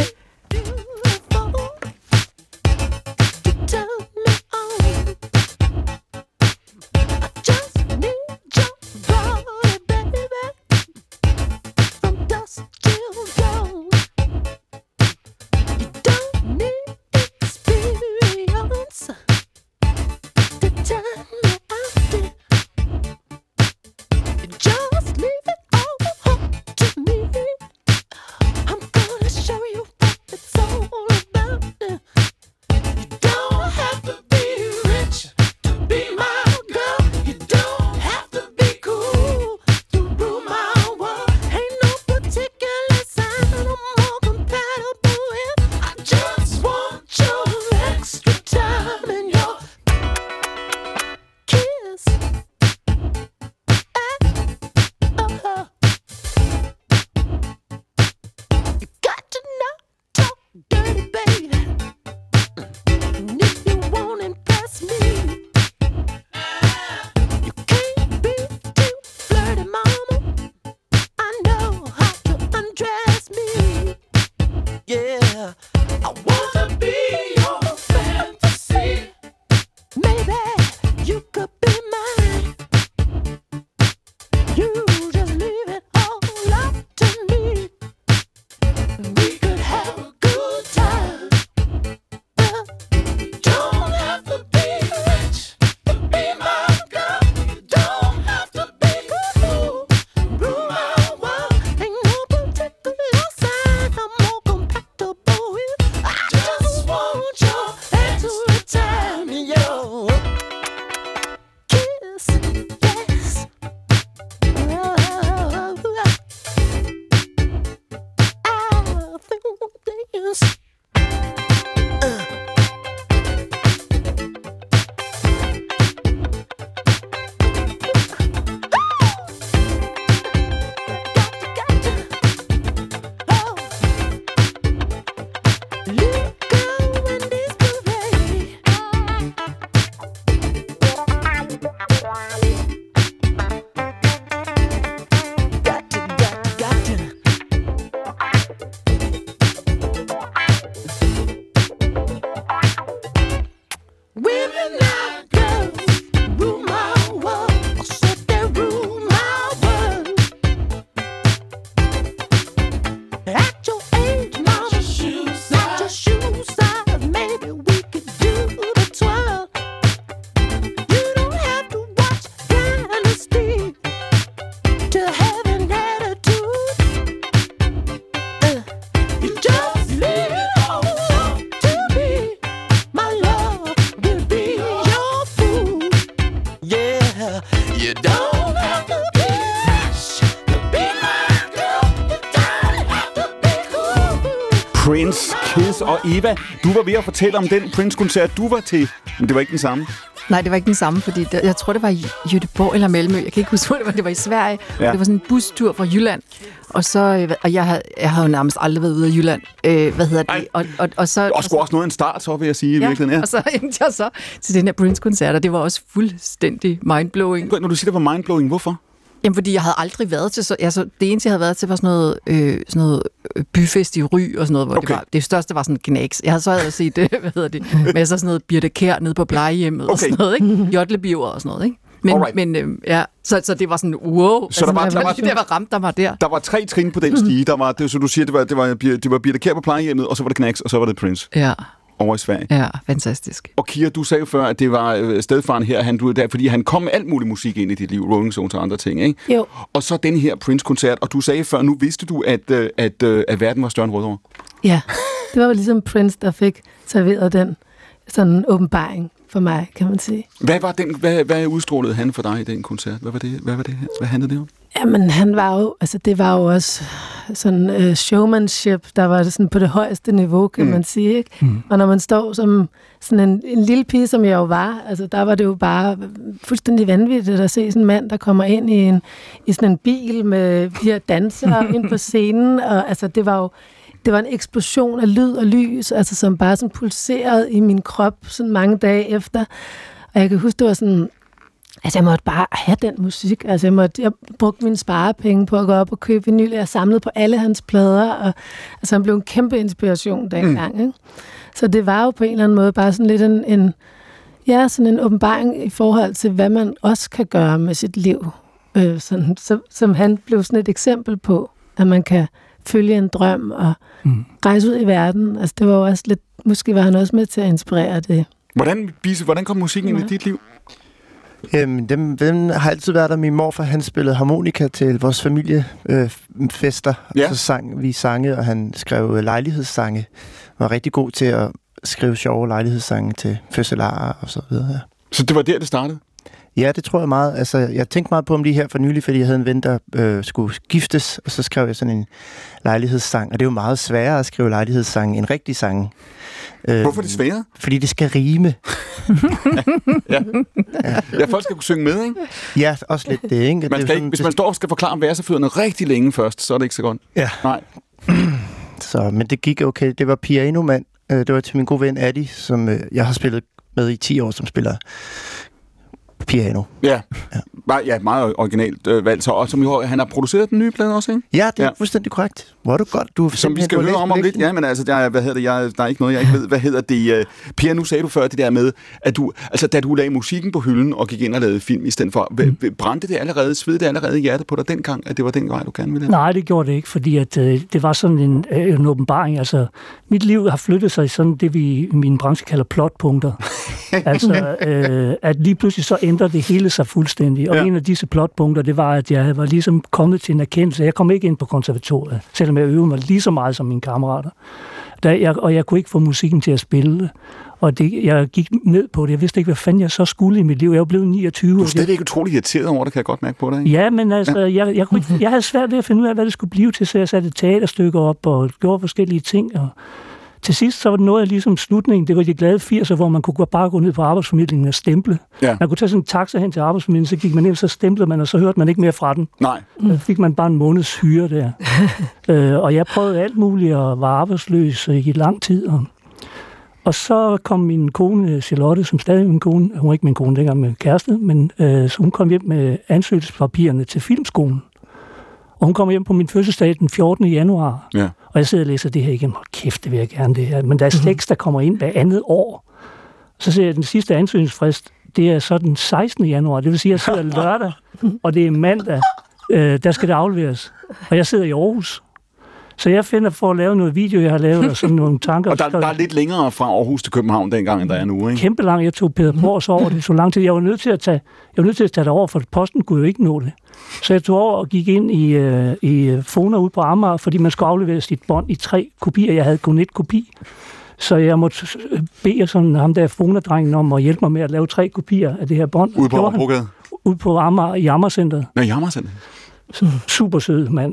Prince, Kiss og Eva. Du var ved at fortælle om den Prince-koncert, du var til, men det var ikke den samme. Nej, det var ikke den samme, fordi det, jeg tror, det var i Göteborg eller Malmø. Jeg kan ikke huske, hvor det var. Det var i Sverige. Ja. Det var sådan en bustur fra Jylland. Og så, og jeg havde, jeg havde jo nærmest aldrig været ude af Jylland. Øh, hvad hedder det? Og, og, og så, og sgu også noget af en start, så vil jeg sige. Ja, virkelig, ja. Og så endte jeg så til den her Prince-koncert, og det var også fuldstændig mindblowing. Når du siger, det var mindblowing, hvorfor? Jamen, fordi jeg havde aldrig været til så... Altså, det eneste, jeg havde været til, var sådan noget, øh, sådan noget byfest i Ry og sådan noget, hvor okay. det var... Det største var sådan knæks. Jeg havde så havde set det, hvad hedder det, med så sådan noget Birte Kjær nede på plejehjemmet okay. og sådan noget, ikke? Jotlebiver og sådan noget, ikke? Men, men øh, ja, så, så det var sådan, wow. Så altså, der var, der var, der var ramt, der var der. Der var tre trin på den stige. Der var, det, så du siger, det var, det var, det var Birte Kjær på plejehjemmet, og så var det knæks, og så var det Prince. Ja. over i Sverige. Ja, fantastisk. Og Kira, du sagde jo før, at det var stedfaren her, han, du, der, fordi han kom med alt mulig musik ind i dit liv, Rolling Stones og andre ting, ikke? Jo. Og så den her Prince-koncert, og du sagde før, nu vidste du, at, at, at, at verden var større end Rødovre. Ja, det var jo ligesom Prince, der fik serveret den sådan åbenbaring for mig, kan man sige. Hvad var den, hvad, hvad udstrålede han for dig i den koncert? Hvad var det, hvad var det, hvad handlede det om? Jamen, han var jo, altså det var jo også sådan uh, showmanship, der var det sådan på det højeste niveau, kan mm. man sige, ikke? Mm. Og når man står som sådan en, en lille pige, som jeg jo var, altså der var det jo bare fuldstændig vanvittigt at se sådan en mand, der kommer ind i, en, i sådan en bil med de her dansere ind på scenen, og altså det var jo det var en eksplosion af lyd og lys, altså som bare sådan pulserede i min krop sådan mange dage efter. Og jeg kan huske, det var sådan, altså jeg måtte bare have den musik. Altså jeg, måtte, jeg brugte mine sparepenge på at gå op og købe vinyl. Jeg samlede på alle hans plader, og altså han blev en kæmpe inspiration dengang. Mm. Ikke? Så det var jo på en eller anden måde bare sådan lidt en, en, ja, sådan en åbenbaring i forhold til, hvad man også kan gøre med sit liv. Øh, sådan, så, som han blev sådan et eksempel på, at man kan følge en drøm og mm. rejse ud i verden. Altså det var jo også lidt, måske var han også med til at inspirere det. Hvordan, Bise, hvordan kom musikken ind ja. i dit liv? Jamen, dem, dem har altid været der. Min morfar, han spillede harmonika til vores familiefester. Øh, ja. Og så sang vi sange, og han skrev lejlighedssange. Var rigtig god til at skrive sjove lejlighedssange til fødselarer og så videre. Ja. Så det var der, det startede? Ja, det tror jeg meget. Altså, jeg tænkte meget på om det her for nylig, fordi jeg havde en ven, der øh, skulle giftes, og så skrev jeg sådan en lejlighedssang. Og det er jo meget sværere at skrive lejlighedssang end rigtig sang. Øh, Hvorfor er det sværere? Fordi det skal rime. ja. Ja. ja, folk skal kunne synge med, ikke? Ja, også lidt det, ikke? Man det skal sådan, ikke hvis man står og skal forklare versefødderne rigtig længe først, så er det ikke så godt. Ja. Nej. Så, men det gik okay. Det var pianomand. Det var til min gode ven Adi, som jeg har spillet med i ti år, som spiller piano. Ja, ja. ja meget originalt øh, valg. Så, og som jo, han har produceret den nye plade også, ikke? Ja, det er ja. fuldstændig korrekt. Hvor er du godt. Du som vi skal høre om om lidt. Ja, men altså, der, hvad hedder det, jeg, der er ikke noget, jeg ikke ved. Hvad hedder det? Uh, Pia, nu sagde du før det der med, at du, altså, da du lagde musikken på hylden og gik ind og lavede film i stedet for, mm. brændte det allerede, sved det allerede i hjertet på dig dengang, at det var den vej, du gerne ville have? Nej, det gjorde det ikke, fordi at, øh, det var sådan en, øh, en åbenbaring. Altså, mit liv har flyttet sig i sådan det, vi i min branche kalder plotpunkter. altså, øh, at lige pludselig så ændrer det hele sig fuldstændig. Og ja. en af disse plotpunkter, det var, at jeg var ligesom kommet til en erkendelse. Jeg kom ikke ind på konservatoriet, selvom jeg øvede mig lige så meget som mine kammerater. Da jeg, og jeg kunne ikke få musikken til at spille det. Og det, jeg gik ned på det. Jeg vidste ikke, hvad fanden jeg så skulle i mit liv. Jeg var blevet niogtyve. Du er stadig ikke utrolig irriteret over det, kan jeg godt mærke på dig, ikke? Ja, men altså, ja. Jeg, jeg, kunne ikke, jeg havde svært ved at finde ud af, hvad det skulle blive til, så jeg satte et teaterstykke op og gjorde forskellige ting. Og til sidst så var det noget af ligesom slutningen. Det var de glade firser, hvor man kunne bare gå ned på arbejdsformidlingen og stemple. Ja. Man kunne tage sådan en taxa hen til arbejdsformidlingen, så gik man ind, så stemplede man, og så hørte man ikke mere fra den. Nej. Så fik man bare en måneds hyre der. øh, og jeg prøvede alt muligt og var arbejdsløs i lang tid. Og, og så kom min kone Charlotte, som stadig er min kone, hun var ikke min kone dengang med kæreste, men øh, så hun kom hjem med ansøgelsespapirerne til filmskolen. Og hun kommer hjem på min fødselsdag den fjortende januar. Ja. Og jeg sidder og læser det her igen. Hold kæft, det vil jeg gerne det her. Men der er slægt, der kommer ind hver andet år. Så ser jeg, at den sidste ansøgningsfrist, det er så den sekstende januar. Det vil sige, at jeg sidder lørdag, og det er mandag. Øh, der skal det afleveres. Og jeg sidder i Aarhus. Så jeg finder for at lave noget video, jeg har lavet, og sådan nogle tanker. Og der, der er lidt længere fra Aarhus til København dengang, end der er nu, ikke? Kæmpe lang. Jeg tog Peder Pors over det så lang tid. Jeg var nødt til at tage, jeg var nødt til at tage det over, for posten kunne jo ikke nå det. Så jeg tog over og gik ind i, øh, i Fona ude på Amager, fordi man skulle aflevere sit bånd i tre kopier. Jeg havde kun et kopi. Så jeg måtte bede sådan ham der Fona-drengen om at hjælpe mig med at lave tre kopier af det her bånd. Ude på Amagerbrogade? Ude på Amager i Amagercenteret. Nå, i Amagercenteret? Super sød mand.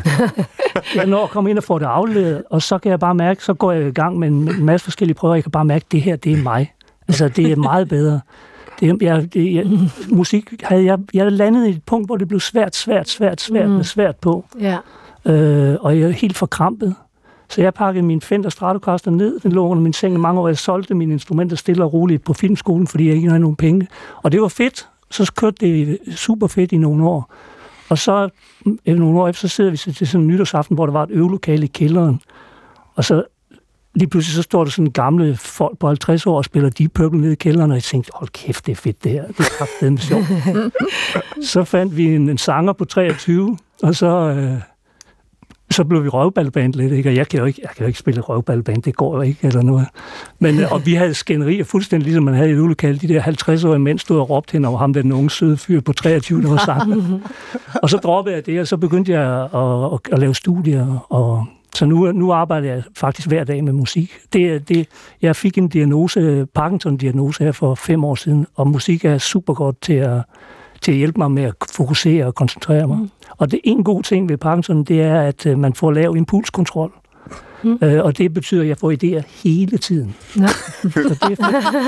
Jeg når at komme ind og få det afleveret, og så kan jeg bare mærke, så går jeg i gang med en masse forskellige prøver, jeg kan bare mærke, at det her, det er mig. Altså, det er meget bedre. Det, jeg, det, jeg, musik havde jeg, jeg landede i et punkt, hvor det blev svært, svært, svært, svært, mm. med svært på. Ja. Øh, og jeg er helt forkrampet. Så jeg pakkede min Fender Stratocaster ned, den lå under min seng i mange år, jeg solgte mine instrumenter stille og roligt på filmskolen, fordi jeg ikke havde nogen penge. Og det var fedt. Så kørte det super fedt i nogle år. Og så nogle år efter, så sidder vi til sådan en nytårsaften, hvor der var et øvelokale i kælderen. Og så lige pludselig så står der sådan gamle folk på halvtreds år og spiller Deep Purple nede i kælderen, og jeg tænkte, hold kæft, det er fedt det her. Det er kraftedeme sjovt. Så fandt vi en, en sanger på treogtyve, og så øh, så blev vi røvballband lidt, ikke? Og jeg kan jo ikke, jeg kan jo ikke spille røvballband, det går jo ikke, eller noget. Men, og vi havde skænderier fuldstændig ligesom man havde i ulokale. De der halvtreds-årige mænd stod og råbte hen over ham, den unge søde fyr på treogtyve, der var sammen. Og så droppede jeg det, og så begyndte jeg at, at, at lave studier. Og, så nu, nu arbejder jeg faktisk hver dag med musik. Det, det, jeg fik en diagnose, Parkinson-diagnose her for fem år siden, og musik er super godt til at, til at hjælpe mig med at fokusere og koncentrere mig. Mm. Og det en god ting ved Parkinson, det er, at øh, man får lav impulskontrol. Mm. Øh, og det betyder, at jeg får idéer hele tiden. Ja. Så det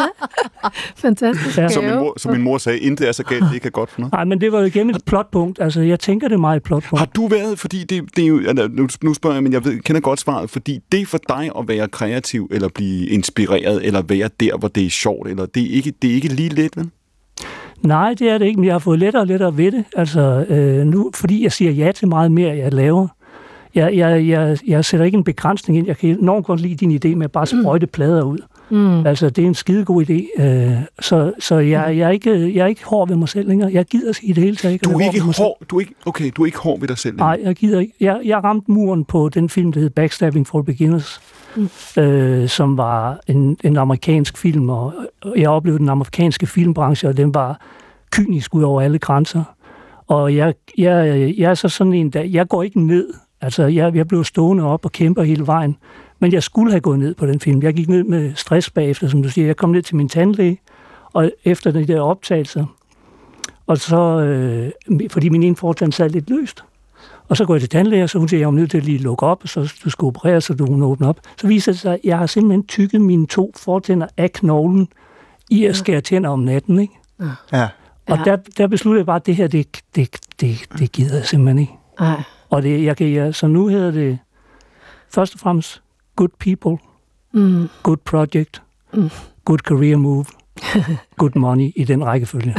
er fantastisk. Ja. Som, min mor, som min mor sagde, intet er så galt, det ikke er godt for noget. Nej, men det var jo igen et plotpunkt. Altså, jeg tænker det meget et plotpunkt. Har du været, fordi det, det er jo, nu, nu spørger jeg, men jeg ved, kender godt svaret, fordi det for dig at være kreativ, eller blive inspireret, eller være der, hvor det er sjovt, eller det er ikke, det er ikke lige lidt, vel? Nej, det er det ikke, men jeg har fået lettere og lettere ved det. Altså, øh, nu, fordi jeg siger ja til meget mere, jeg laver. Jeg, jeg, jeg, jeg sætter ikke en begrænsning ind. Jeg kan enormt godt lide din idé med at bare sprøjte plader ud. Mm. Altså, det er en skidegod idé. Øh, så så jeg, jeg, er ikke, jeg er ikke hård ved mig selv længere. Jeg gider i det hele taget ikke. Du er ikke hård, du er ikke, okay, du er ikke hård ved dig selv længere? Nej, jeg gider ikke. Jeg, jeg ramte muren på den film, der hed Backstabbing for Beginners, mm. øh, som var en, en amerikansk film, og jeg oplevede den amerikanske filmbranche, og den var kynisk ud over alle grænser. Og jeg, jeg, jeg er så sådan en, der jeg går ikke ned. Altså, jeg, jeg blev stående op og kæmper hele vejen. Men jeg skulle have gået ned på den film. Jeg gik ned med stress bagefter, som du siger. Jeg kom ned til min tandlæge, og efter de der optagelser, og så, øh, fordi min ene fortand sad lidt løst. Og så går jeg til tandlæge, så hun siger, jeg er nødt til at lige lukke op, og så du skal operere, så du hun åbner op. Så viser det sig, at jeg har simpelthen tykket mine to fortænder af knoglen i at skære tænder om natten, ikke? Ja. Og der, der besluttede jeg bare, at det her, det, det, det, det gider jeg simpelthen ikke. Ej. Og det, jeg kan, ja, så nu hedder det først og fremmest Good People, mm. Good Project, mm. Good Career Move, Good Money i den rækkefølge.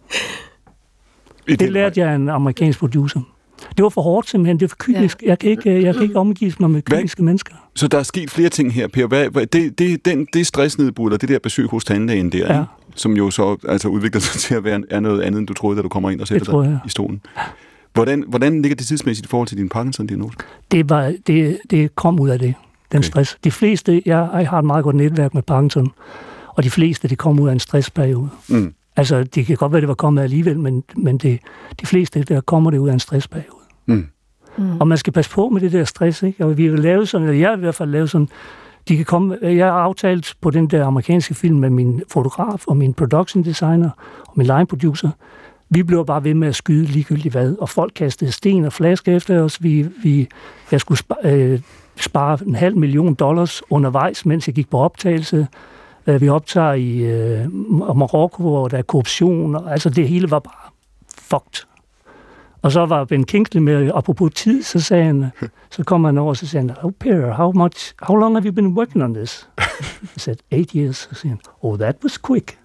Det lærte jeg af en amerikansk producer. Det var for hårdt simpelthen, det er for kynisk. Ja. Jeg kan ikke, jeg kan ikke omgives mig med kyniske mennesker. Så der er sket flere ting her, Per. Hvad, hvad, det, det, den, det stressnedbrud, og det der besøg hos tandlægen der, ja. Som jo så altså, udvikler sig til at være er noget andet, end du troede, da du kommer ind og sætter dig i stolen. Hvordan, hvordan ligger det tidsmæssigt i forhold til din Parkinson-diagnose? Det, var, det, det kom ud af det, den okay. stress. De fleste, jeg, jeg har et meget godt netværk med Parkinson, og de fleste, det kom ud af en stressperiode. Mm. Altså, det kan godt være, det var kommet alligevel, men, men det, de fleste, der kommer det ud af en stressperiode. Mm. Mm. Og man skal passe på med det der stress, ikke? Og vi har lavet sådan, eller jeg har i hvert fald lavet sådan, de kan komme, jeg har aftalt på den der amerikanske film med min fotograf og min production designer og min line producer. Vi blev bare ved med at skyde ligegyldigt hvad, og folk kastede sten og flasker efter os. Vi, vi, jeg skulle spare, øh, spare en halv million dollars undervejs, mens jeg gik på optagelse. Øh, vi optager i øh, Marokko, hvor der er korruption, og altså det hele var bare fucked. Og så var Ben Kingsley med, apropos tid, så sagde han, så kom han over, og så sagde han, oh, Per, how much, how long have you been working on this? I said, eight years. Så sagde han, oh, that was quick.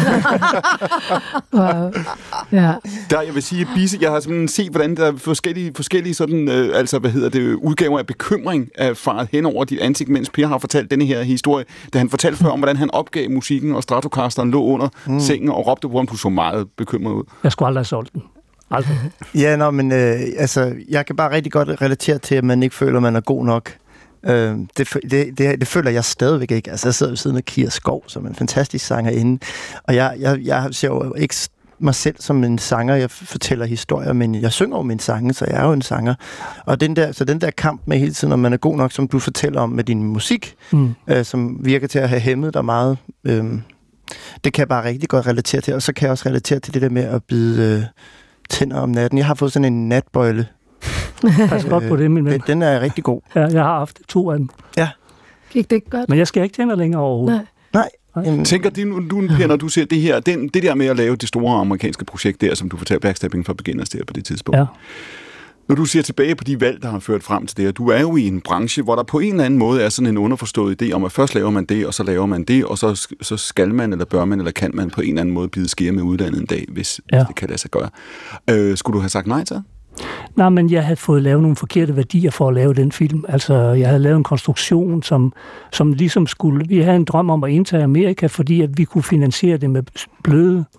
Wow. Ja. Der, jeg vil sige, Bisse, jeg har simpelthen set, hvordan der er forskellige, forskellige sådan, øh, altså, hvad hedder det, udgaver af bekymring af faret hen over dit ansigt, mens Per har fortalt denne her historie, da han fortalte før om, hvordan han opgav musikken, og Stratocasteren lå under mm. sengen og råbte på ham, du så meget bekymret ud. Jeg skulle aldrig have solgt den. Aldrig. Ja, nå, men øh, altså, jeg kan bare rigtig godt relatere til, at man ikke føler, at man er god nok. Øh, det, det, det, det føler jeg stadigvæk ikke. Altså, jeg sidder ved siden af Kira Skov, som er en fantastisk sangerinde, og jeg, jeg, jeg ser jo ikke mig selv som en sanger, jeg fortæller historier, men jeg synger jo mine sange, så jeg er jo en sanger. Og den der, så den der kamp med hele tiden, om man er god nok, som du fortæller om med din musik, mm. øh, som virker til at have hæmmet dig meget, øh, det kan jeg bare rigtig godt relatere til. Og så kan jeg også relatere til det der med at bide øh, tænder om natten. Jeg har fået sådan en natbøjle. Pas godt på det, min ven. Den er rigtig god. Ja, jeg har haft to af dem. Ja. Gik det ikke godt? Men jeg skal ikke tænder længere overhovedet. Nej. Nej. Jeg tænker du, du, Per, når du ser det her, den, det der med at lave det store amerikanske projekt der, som du fortalte Backstabbing for Beginners der på det tidspunkt. Ja. Når du ser tilbage på de valg, der har ført frem til det her, du er jo i en branche, hvor der på en eller anden måde er sådan en underforstået idé om, at først laver man det, og så laver man det, og så, så skal man, eller bør man, eller kan man på en eller anden måde blive skære med uddannet en dag, hvis, ja. hvis det kan lade sig gøre. Øh, skulle du have sagt nej til? Nej, men jeg havde fået lavet nogle forkerte værdier for at lave den film. Altså, jeg havde lavet en konstruktion, som, som ligesom skulle... Vi havde en drøm om at indtage Amerika, fordi at vi kunne finansiere det med bløde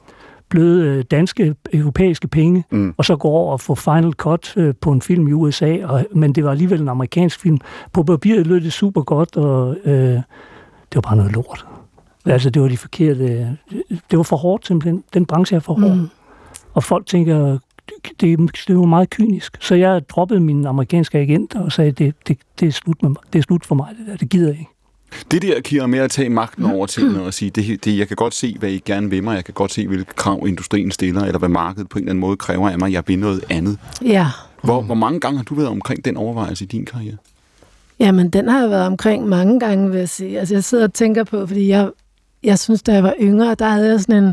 bløde danske, europæiske penge, mm. og så gå over og få final cut øh, på en film i U S A, og, men det var alligevel en amerikansk film. På papiret lød det super godt, og øh, det var bare noget lort. Altså, det var de forkerte... Det var for hårdt, simpelthen. Den branche er for hård. Mm. Og folk tænker, det, det var meget kynisk. Så jeg droppede min amerikanske agent og sagde, det, det, det, er slut med, det er slut for mig, det der. Det gider jeg ikke. Det der, Kira, med at tage magten over tingene og sige, det, det, jeg kan godt se, hvad I gerne vil mig, jeg kan godt se, hvilke krav industrien stiller, eller hvad markedet på en eller anden måde kræver af mig, jeg vil noget andet. Ja. Hvor, hvor mange gange har du været omkring den overvejelse i din karriere? Jamen, den har jeg været omkring mange gange, vil jeg sige. Altså, jeg sidder og tænker på, fordi jeg, jeg synes, da jeg var yngre, der havde jeg sådan en,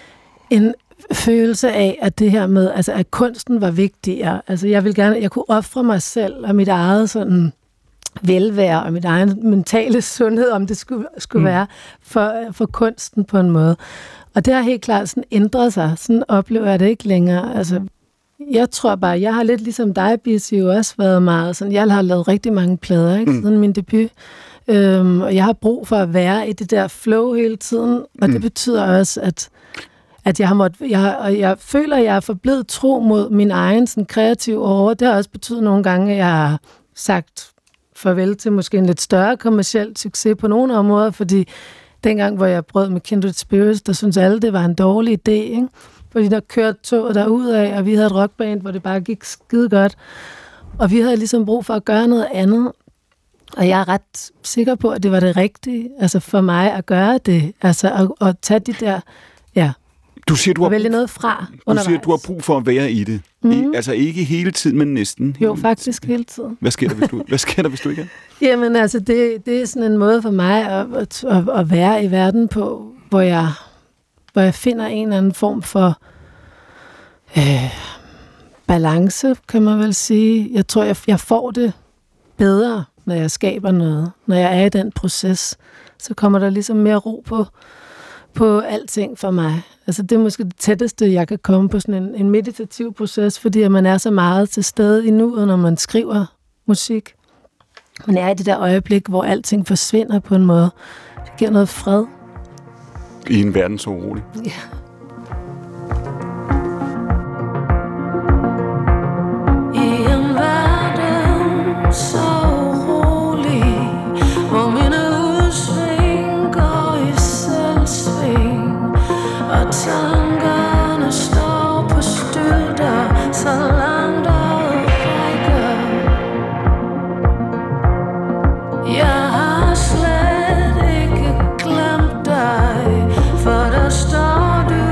en følelse af, at det her med, altså, at kunsten var vigtigere. Altså, jeg ville gerne, jeg kunne ofre mig selv og mit eget sådan velvære og mit egen mentale sundhed, om det skulle, skulle mm. være, for, for kunsten på en måde. Og det har helt klart sådan ændret sig. Sådan oplever jeg det ikke længere. Altså, jeg tror bare, jeg har lidt ligesom dig, Bissi, jo også været meget sådan, jeg har lavet rigtig mange plader, ikke, mm. siden min debut. Øhm, og jeg har brug for at være i det der flow hele tiden, og mm. det betyder også, at at jeg har måttet, jeg, og jeg føler, at jeg er forblevet tro mod min egen sådan, kreative over. Det har også betydet nogle gange, at jeg har sagt farvel til måske en lidt større kommerciel succes på nogle områder, fordi dengang, hvor jeg brød med Kindred Spirits, der synes alle, det var en dårlig idé, ikke? Fordi der kørte toget derudad, og vi havde et rockband, hvor det bare gik skide godt. Og vi havde ligesom brug for at gøre noget andet. Og jeg er ret sikker på, at det var det rigtige, altså for mig at gøre det. Altså at, at tage de der, ja, du siger, du har vælge noget fra undervejs. Du siger, du har brug for at være i det. Mm. I, altså ikke hele tiden, men næsten. Jo, faktisk hele tiden. Hvad sker der, hvis du, hvad sker der, hvis du ikke er? Jamen altså, det, det er sådan en måde for mig at, at, at, at være i verden på, hvor jeg, hvor jeg finder en eller anden form for øh, balance, kan man vel sige. Jeg tror, jeg, jeg får det bedre, når jeg skaber noget. Når jeg er i den proces, så kommer der ligesom mere ro på, på alting for mig. Altså det er måske det tætteste, jeg kan komme på sådan en, en meditativ proces, fordi man er så meget til stede i nuet, når man skriver musik. Man er i det der øjeblik, hvor alting forsvinder på en måde. Det giver noget fred. I en verden så urolig. Ja. I en verden så urolig, hvor mine udsving går i selvsving, og tankerne står på stylter, så langt og rækker. Jeg har slet ikke glemt dig, for der står du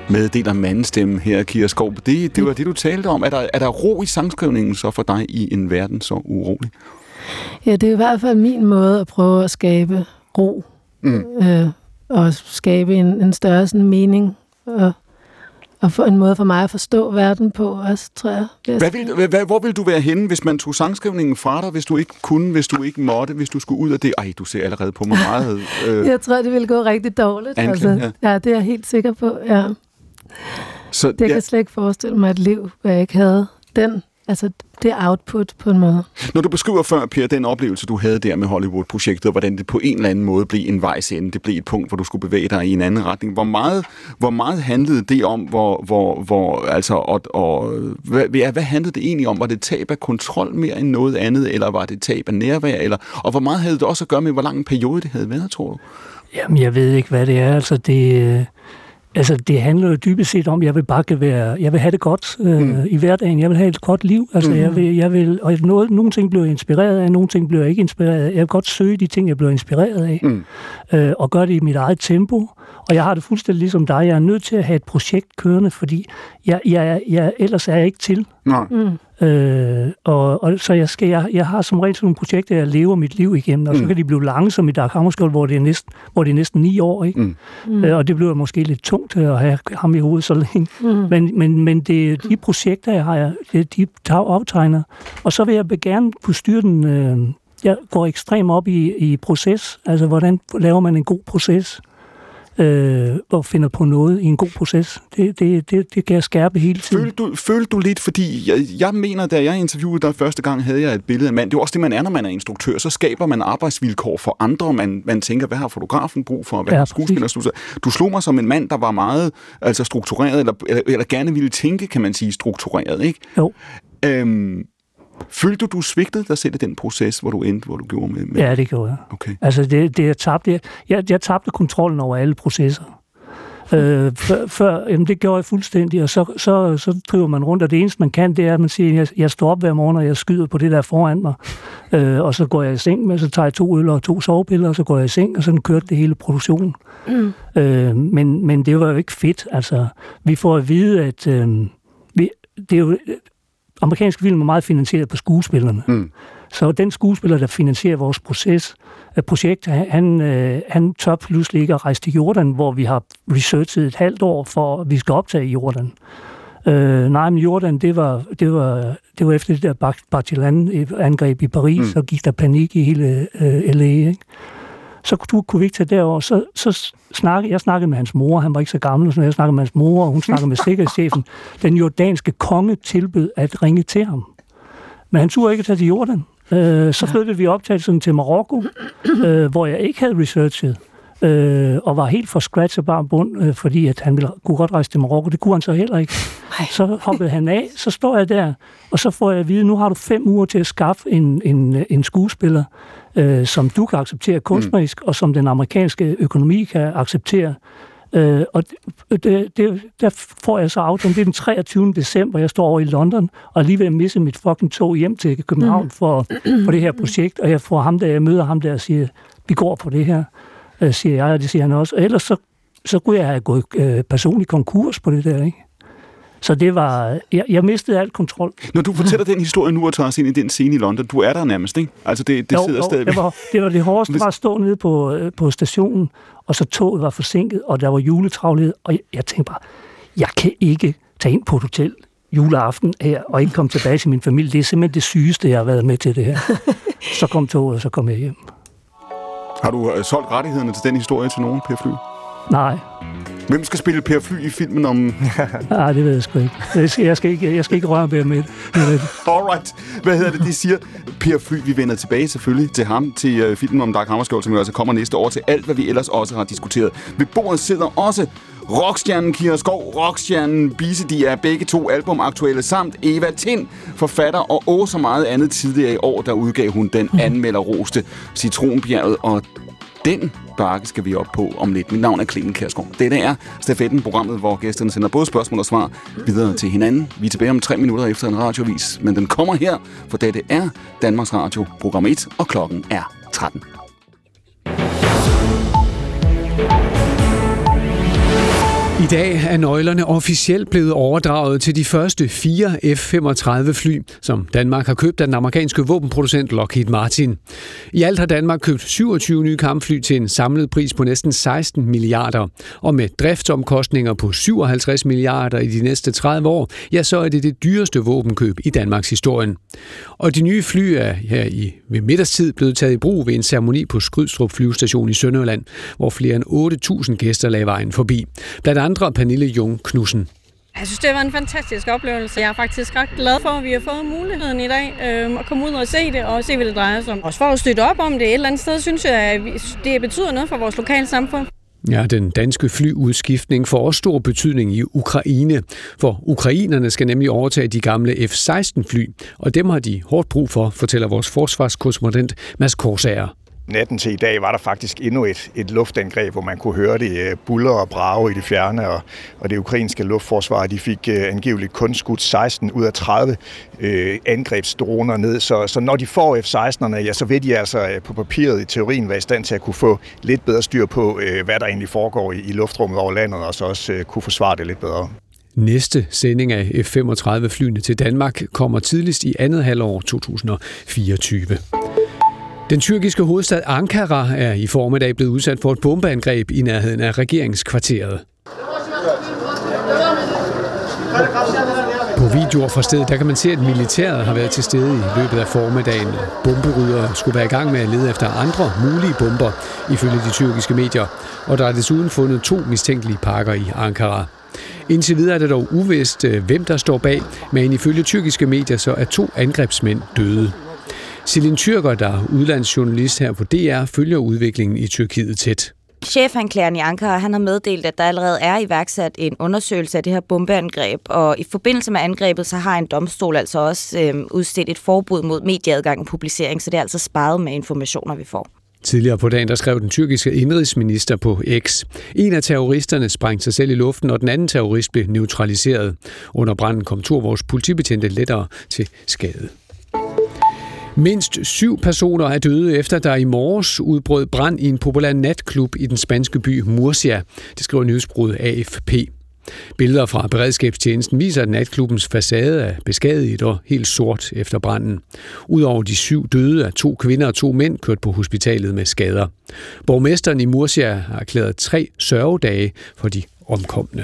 meddeler mandestemme her, Kira Skov. Det, det var det, du talte om. Er der, er der ro i sangskrivningen så for dig i en verden så urolig? Ja, det er i hvert fald min måde at prøve at skabe ro. Mm. Øh, og skabe en, en større sådan, mening. Og, og få en måde for mig at forstå verden på også, tror jeg. Hvad vil, hvad, hvor vil du være henne, hvis man tog sangskrivningen fra dig, hvis du ikke kunne, hvis du ikke måtte, hvis du skulle ud af det? Ej, du ser allerede på mig meget... Øh, jeg tror, det ville gå rigtig dårligt. Anklang, altså. Ja. ja, det er jeg helt sikker på, ja. Så, det ja. kan slet ikke forestille mig et liv, hvor jeg ikke havde den, altså det output på en måde. Når du beskriver før, Per, den oplevelse, du havde der med Hollywood-projektet, og hvordan det på en eller anden måde blev en vejs ende, det blev et punkt, hvor du skulle bevæge dig i en anden retning. Hvor meget, hvor meget handlede det om, hvor, hvor, hvor altså, og, og hvad, ja, hvad handlede det egentlig om? Var det tab af kontrol mere end noget andet, eller var det tab af nærvær, eller, og hvor meget havde det også at gøre med, hvor lang en periode det havde været, tror du? Jamen, jeg ved ikke, hvad det er. Altså, det... Altså, det handler jo dybest set om, at jeg vil bare være, jeg vil have det godt øh, mm. i hverdagen. Jeg vil have et godt liv. Altså, mm. jeg vil, jeg vil, og noget, nogle ting bliver jeg inspireret af, nogle ting bliver jeg ikke inspireret af. Jeg vil godt søge de ting, jeg bliver inspireret af, mm. øh, og gøre det i mit eget tempo. Og jeg har det fuldstændig ligesom dig. Jeg er nødt til at have et projekt kørende, fordi jeg, jeg, jeg, ellers er jeg ikke til. Nej. Mm. Øh, og, og så jeg, skal, jeg, jeg har som regel sådan nogle projekter, jeg lever mit liv igennem, og mm. så kan de blive lange, som i Dag Hammarskjöld, hvor det er næsten, hvor det er næsten ni år, ikke? Mm. Mm. Øh, og det bliver måske lidt tungt at have ham i hovedet så længe. Mm. Men, men, men det, de projekter, jeg har, det, de tager optegner, og så vil jeg gerne kunne styre den. Øh, jeg går ekstremt op i, i proces, altså hvordan laver man en god proces? Øh, og finder på noget i en god proces. Det, det, det, det kan jeg skærpe hele tiden. Følte du, følte du lidt, fordi jeg, jeg mener, da jeg interviewede dig første gang, havde jeg et billede af mand. Det er også det, man er, når man er instruktør. Så skaber man arbejdsvilkår for andre. Man, man tænker, hvad har fotografen brug for? Hvad ja, har skuespiller? Du slog mig som en mand, der var meget altså, struktureret, eller, eller, eller gerne ville tænke, kan man sige, struktureret. Ikke? Jo. Øhm, Følte du, du svigtede dig selv i den proces, hvor du endte, hvor du gjorde med? med? Ja, det gjorde jeg. Okay. Altså, det, det jeg tabte, jeg, jeg tabte kontrollen over alle processer. Øh, før, før, jamen, det gjorde jeg fuldstændig, og så, så, så driver man rundt, og det eneste, man kan, det er, at man siger, jeg, jeg står op hver morgen, og jeg skyder på det der foran mig, øh, og så går jeg i seng med, så tager jeg to øl og to sovepiller, og så går jeg i seng, og sådan kørte det hele produktionen. Mm. Øh, men, men det var jo ikke fedt. Altså, vi får at vide, at øh, vi, det er jo... Amerikanske film er meget finansieret på skuespillerne. Mm. Så den skuespiller, der finansierer vores proces, uh, projekt, han, uh, han tør pludselig ikke at rejse til Jordan, hvor vi har researchet et halvt år for, at vi skal optage i Jordan. Uh, nej, men Jordan, det var, det var, det var efter det der Barthelane-angreb i Paris, mm. så gik der panik i hele uh, L A, ikke? Så kunne, kunne vi ikke tage derover. Så, så snakkede, jeg snakkede med hans mor, han var ikke så gammel, så jeg snakkede med hans mor, og hun snakkede med sikkerhedschefen. Den jordanske konge tilbød at ringe til ham. Men han turde ikke tage til Jordan. Øh, så flyttede vi optagelsen til Marokko, øh, hvor jeg ikke havde researchet, øh, og var helt for scratch og bare bund, øh, fordi at han ville, kunne godt rejse til Marokko. Det kunne han så heller ikke. Så hoppede han af, så står jeg der, og så får jeg at vide, nu har du fem uger til at skaffe en, en, en skuespiller, øh, som du kan acceptere kunstnerisk, mm. og som den amerikanske økonomi kan acceptere. Øh, og det, det, der får jeg så aftalen. Det er den treogtyvende december, jeg står over i London, og lige ved at misse mit fucking tog hjem til København mm. for, for det her projekt, og jeg får ham der, jeg møder ham der og siger, vi går på det her, øh, siger jeg, og det siger han også. Og ellers så, så kunne jeg have gået øh, personlig konkurs på det der, ikke? Så det var... Jeg, jeg mistede alt kontrol. Når du fortæller den historie nu og tager os ind i den scene i London, du er der nærmest, ikke? Altså, det, det jo, sidder jo, stadigvæk. Det var, det var det hårdeste, Hvis... var at stå nede på, på stationen, og så toget var forsinket, og der var juletravlighed, og jeg, jeg tænkte bare, jeg kan ikke tage ind på et hotel juleaften her, og ikke komme tilbage til min familie. Det er simpelthen det sygeste, jeg har været med til det her. Så kom toget, og så kom jeg hjem. Har du uh, solgt rettighederne til den historie til nogen, Per Fly? Nej. Hvem skal spille Per Fly i filmen om... Nej, det ved jeg sgu ikke. Jeg skal, jeg skal ikke, jeg skal ikke røre mere med det. Alright. Hvad hedder det, de siger? Per Fly, vi vender tilbage selvfølgelig til ham, til uh, filmen om Dag Hammarskjöld, som jo altså kommer næste år, til alt, hvad vi ellers også har diskuteret. Ved bordet sidder også rockstjernen Kira Skov, rockstjernen Bisse, de er begge to albumaktuelle, samt Eva Tind, forfatter, og også så meget andet tidligere i år, der udgav hun den anmelderroste Citronbjerget, og den bakke skal vi op på om lidt. Mit navn er Clemen Kjærsgaard. Dette er Stafetten, programmet, hvor gæsterne sender både spørgsmål og svar videre til hinanden. Vi er tilbage om tre minutter efter en radiovis, men den kommer her, for dette er Danmarks Radio, program et, og klokken er tretten. I dag er nøglerne officielt blevet overdraget til de første fire F femogtredive fly, som Danmark har købt af den amerikanske våbenproducent Lockheed Martin. I alt har Danmark købt syvogtyve nye kampfly til en samlet pris på næsten seksten milliarder. Og med driftsomkostninger på syvoghalvtreds milliarder i de næste tredive år, ja, så er det det dyreste våbenkøb i Danmarks historien. Og de nye fly er her i ved middagstid blevet taget i brug ved en ceremoni på Skrydstrup flyvestation i Sønderjylland, hvor flere end otte tusind gæster lagde vejen forbi. Blandt andre Pernille Jung Knudsen. Jeg synes, det var en fantastisk oplevelse. Jeg er faktisk ret glad for, at vi har fået muligheden i dag øh, at komme ud og se det og se, hvad det drejer sig om. Også for at støtte op om det et eller andet sted, synes jeg, at det betyder noget for vores lokale samfund. Ja, den danske flyudskiftning får også stor betydning i Ukraine, for ukrainerne skal nemlig overtage de gamle F seksten fly, og dem har de hårdt brug for, fortæller vores forsvarskorrespondent Mads Korsager. Natten til i dag var der faktisk endnu et, et luftangreb, hvor man kunne høre det buller og brage i det fjerne, og, og det ukrainske luftforsvar, de fik uh, angiveligt kun skudt seksten ud af tredive uh, angrebsdroner ned. Så, så når de får F seksten'erne, ja, så vil de altså uh, på papiret i teorien være i stand til at kunne få lidt bedre styr på, uh, hvad der egentlig foregår i, i luftrummet over landet, og så også uh, kunne forsvare det lidt bedre. Næste sending af F femogtredive flyene til Danmark kommer tidligst i andet halvår to tusind og fireogtyve. Den tyrkiske hovedstad Ankara er i formiddag blevet udsat for et bombeangreb i nærheden af regeringskvarteret. På videoer fra stedet, der kan man se, at militæret har været til stede i løbet af formiddagen. Bomberyddere skulle være i gang med at lede efter andre mulige bomber, ifølge de tyrkiske medier. Og der er desuden fundet to mistænkelige pakker i Ankara. Indtil videre er det dog uvist, hvem der står bag, men ifølge tyrkiske medier så er to angrebsmænd døde. Selin Tyrker, der er udlandsjournalist her på D R, følger udviklingen i Tyrkiet tæt. Chefanklageren i Ankara, han har meddelt, at der allerede er iværksat en undersøgelse af det her bombeangreb, og i forbindelse med angrebet, så har en domstol altså også øh, udstedt et forbud mod medieadgang og publicering, så det er altså sparet med informationer, vi får. Tidligere på dagen, der skrev den tyrkiske indrigsminister på X. En af terroristerne sprængte sig selv i luften, og den anden terrorist blev neutraliseret. Under branden kom to af vores politibetjente lettere til skade. Mindst syv personer er døde, efter der i morges udbrød brand i en populær natklub i den spanske by Murcia. Det skriver nyhedsbureauet A F P. Billeder fra beredskabstjenesten viser, at natklubbens facade er beskadiget og helt sort efter branden. Udover de syv døde er to kvinder og to mænd kørt på hospitalet med skader. Borgmesteren i Murcia har erklæret tre sørgedage for de omkomne.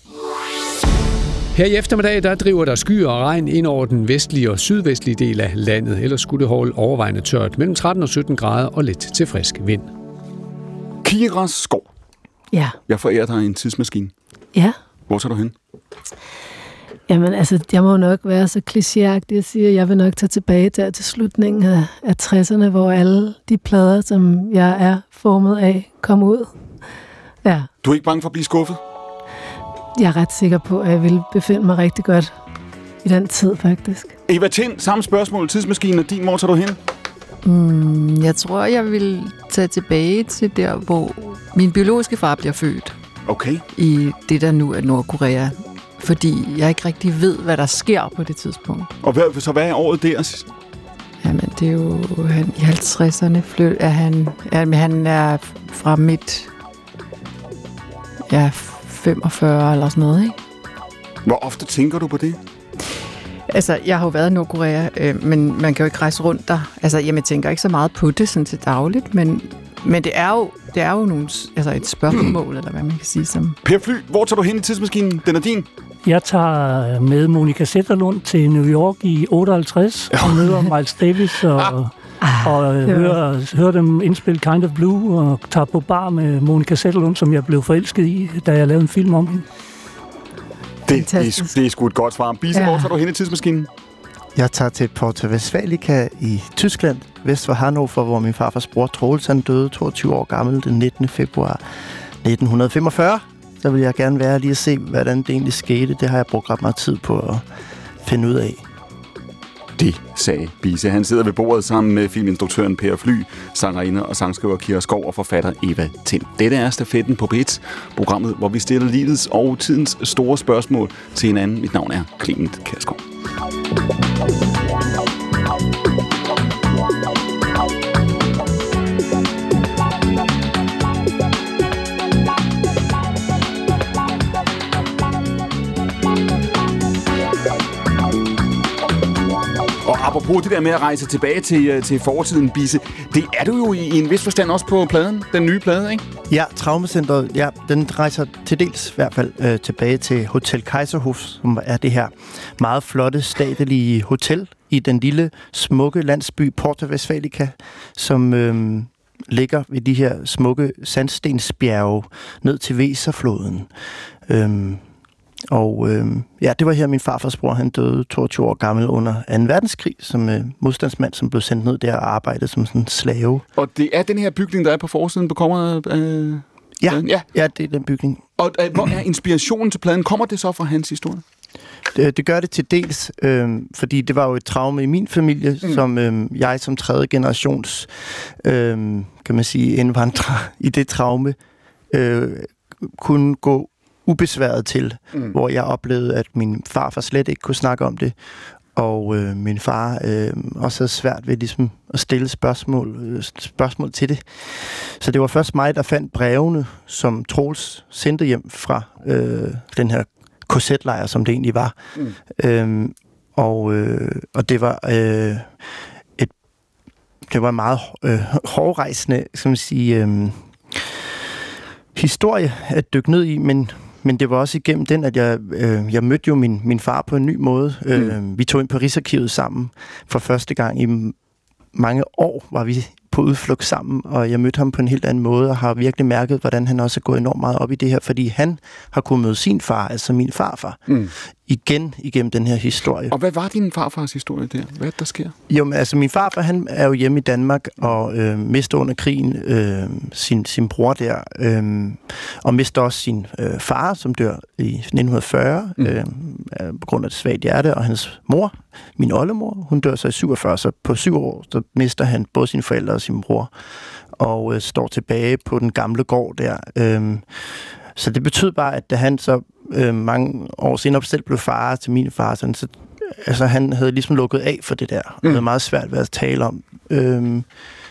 Her i eftermiddag, der driver der skyer og regn ind over den vestlige og sydvestlige del af landet. Ellers skulle det holde overvejende tørt mellem tretten og sytten grader og lidt til frisk vind. Kira Skov. Ja. Jeg forærer dig en tidsmaskine. Ja. Hvor tager du hen? Jamen, altså, jeg må nok være så klichéagtig, jeg siger, at jeg vil nok tage tilbage der til slutningen af, af tresserne, hvor alle de plader, som jeg er formet af, kom ud. Ja. Du er ikke bange for at blive skuffet? Jeg er ret sikker på, at jeg vil befinde mig rigtig godt i den tid, faktisk. Eva Tind, samme spørgsmål. Tidsmaskinen og din, hvor tager du hen? Mm, jeg tror, jeg vil tage tilbage til der, hvor min biologiske far bliver født. Okay. I det, der nu er Nordkorea. Fordi jeg ikke rigtig ved, hvad der sker på det tidspunkt. Og hvad, så hvad er året der? Jamen, det er jo han, i halvtredserne flyt, er han, ja, han er fra midt... Ja, femogfyrre eller sådan noget, ikke? Hvor ofte tænker du på det? Altså, jeg har jo været i Nordkorea, øh, men man kan jo ikke rejse rundt der. Altså, jamen, jeg tænker ikke så meget på det sådan til dagligt, men, men det er jo, det er jo nogle, altså et spørgsmål, eller hvad man kan sige. Som... Per Fly, hvor tager du hen i tidsmaskinen? Den er din. Jeg tager med Monica Zetterlund til New York i otteoghalvtreds og møder Miles Davis og... Ah, og hører, hører dem indspille Kind of Blue og tager på bar med Monica Zetterlund, som jeg blev forelsket i, da jeg lavede en film om hende. Det, det, det er sgu et godt svar. Bise, ja. Hvor tager du hen i tidsmaskinen? Jeg tager til Porto Westfalica i Tyskland, vest for Hannover, hvor min farfars bror Troels han døde toogtyve år gammel den nittende februar nitten femogfyrre. Så vil jeg gerne være lige at se, hvordan det egentlig skete. Det har jeg brugt ret meget tid på at finde ud af. Det sagde Bise. Han sidder ved bordet sammen med filminstruktøren Per Fly, sangerinde og sangskriver Kira Skov og forfatter Eva Tind. Dette er Stafetten på P et, programmet, hvor vi stiller livets og tidens store spørgsmål til hinanden. Mit navn er Clement Kjærsgaard. apropos det der med at rejse tilbage til, til fortiden, Bisse, det er du jo i, i en vis forstand også på pladen, den nye plade, ikke? Ja, Traumacentret, ja, den rejser til dels i hvert fald øh, tilbage til Hotel Kaiserhof, som er det her meget flotte, statelige hotel i den lille, smukke landsby Porta Westfalica, som øh, ligger ved de her smukke sandstensbjerge ned til Weserfloden. Øh, Og øh, ja, det var her min farfars bror, han døde toogtyve år gammel under anden verdenskrig, som øh, modstandsmand, som blev sendt ned der og arbejdede som sådan en slave. Og det er den her bygning, der er på forsiden på coveret? Øh, ja, ja, ja, det er den bygning. Og øh, hvor er inspirationen til pladen? Kommer det så fra hans historie? Det, det gør det til dels, øh, fordi det var jo et traume i min familie, mm. som øh, jeg som tredje generations, øh, kan man sige, indvandrer i det traume, øh, kunne gå ubesværet til, mm. hvor jeg oplevede, at min farfar slet ikke kunne snakke om det, og øh, min far øh, også havde svært ved ligesom at stille spørgsmål, øh, spørgsmål til det. Så det var først mig, der fandt brevene, som Troels sendte hjem fra øh, den her K Z-lejr, som det egentlig var. Mm. Øhm, og, øh, og det var øh, et det var en meget øh, hårdrejsende, skal man sige, øh, historie at dykke ned i, men Men det var også igennem den, at jeg, øh, jeg mødte jo min, min far på en ny måde. Mm. Øh, vi tog ind på Rigsarkivet sammen for første gang i mange år, var vi på udflugt sammen, og jeg mødte ham på en helt anden måde, og har virkelig mærket, hvordan han også er gået enormt meget op i det her, fordi han har kunnet møde sin far, altså min farfar, mm. igen igennem den her historie. Og hvad var din farfars historie der? Hvad der sker? Jo, men altså min farfar, han er jo hjemme i Danmark, og øh, mister under krigen øh, sin, sin bror der, øh, og mister også sin øh, far, som dør i nitten fyrre, mm. øh, på grund af et svagt hjerte, og hans mor, min oldemor, hun dør så i syvogfyrre, så på syv år, så mister han både sine forældre og sin bror, og øh, står tilbage på den gamle gård der. Øh, så det betød bare, at da han så øh, mange år senere selv blev far til min far, sådan, så altså, han havde ligesom lukket af for det der. Mm. Det var meget svært ved at tale om øh,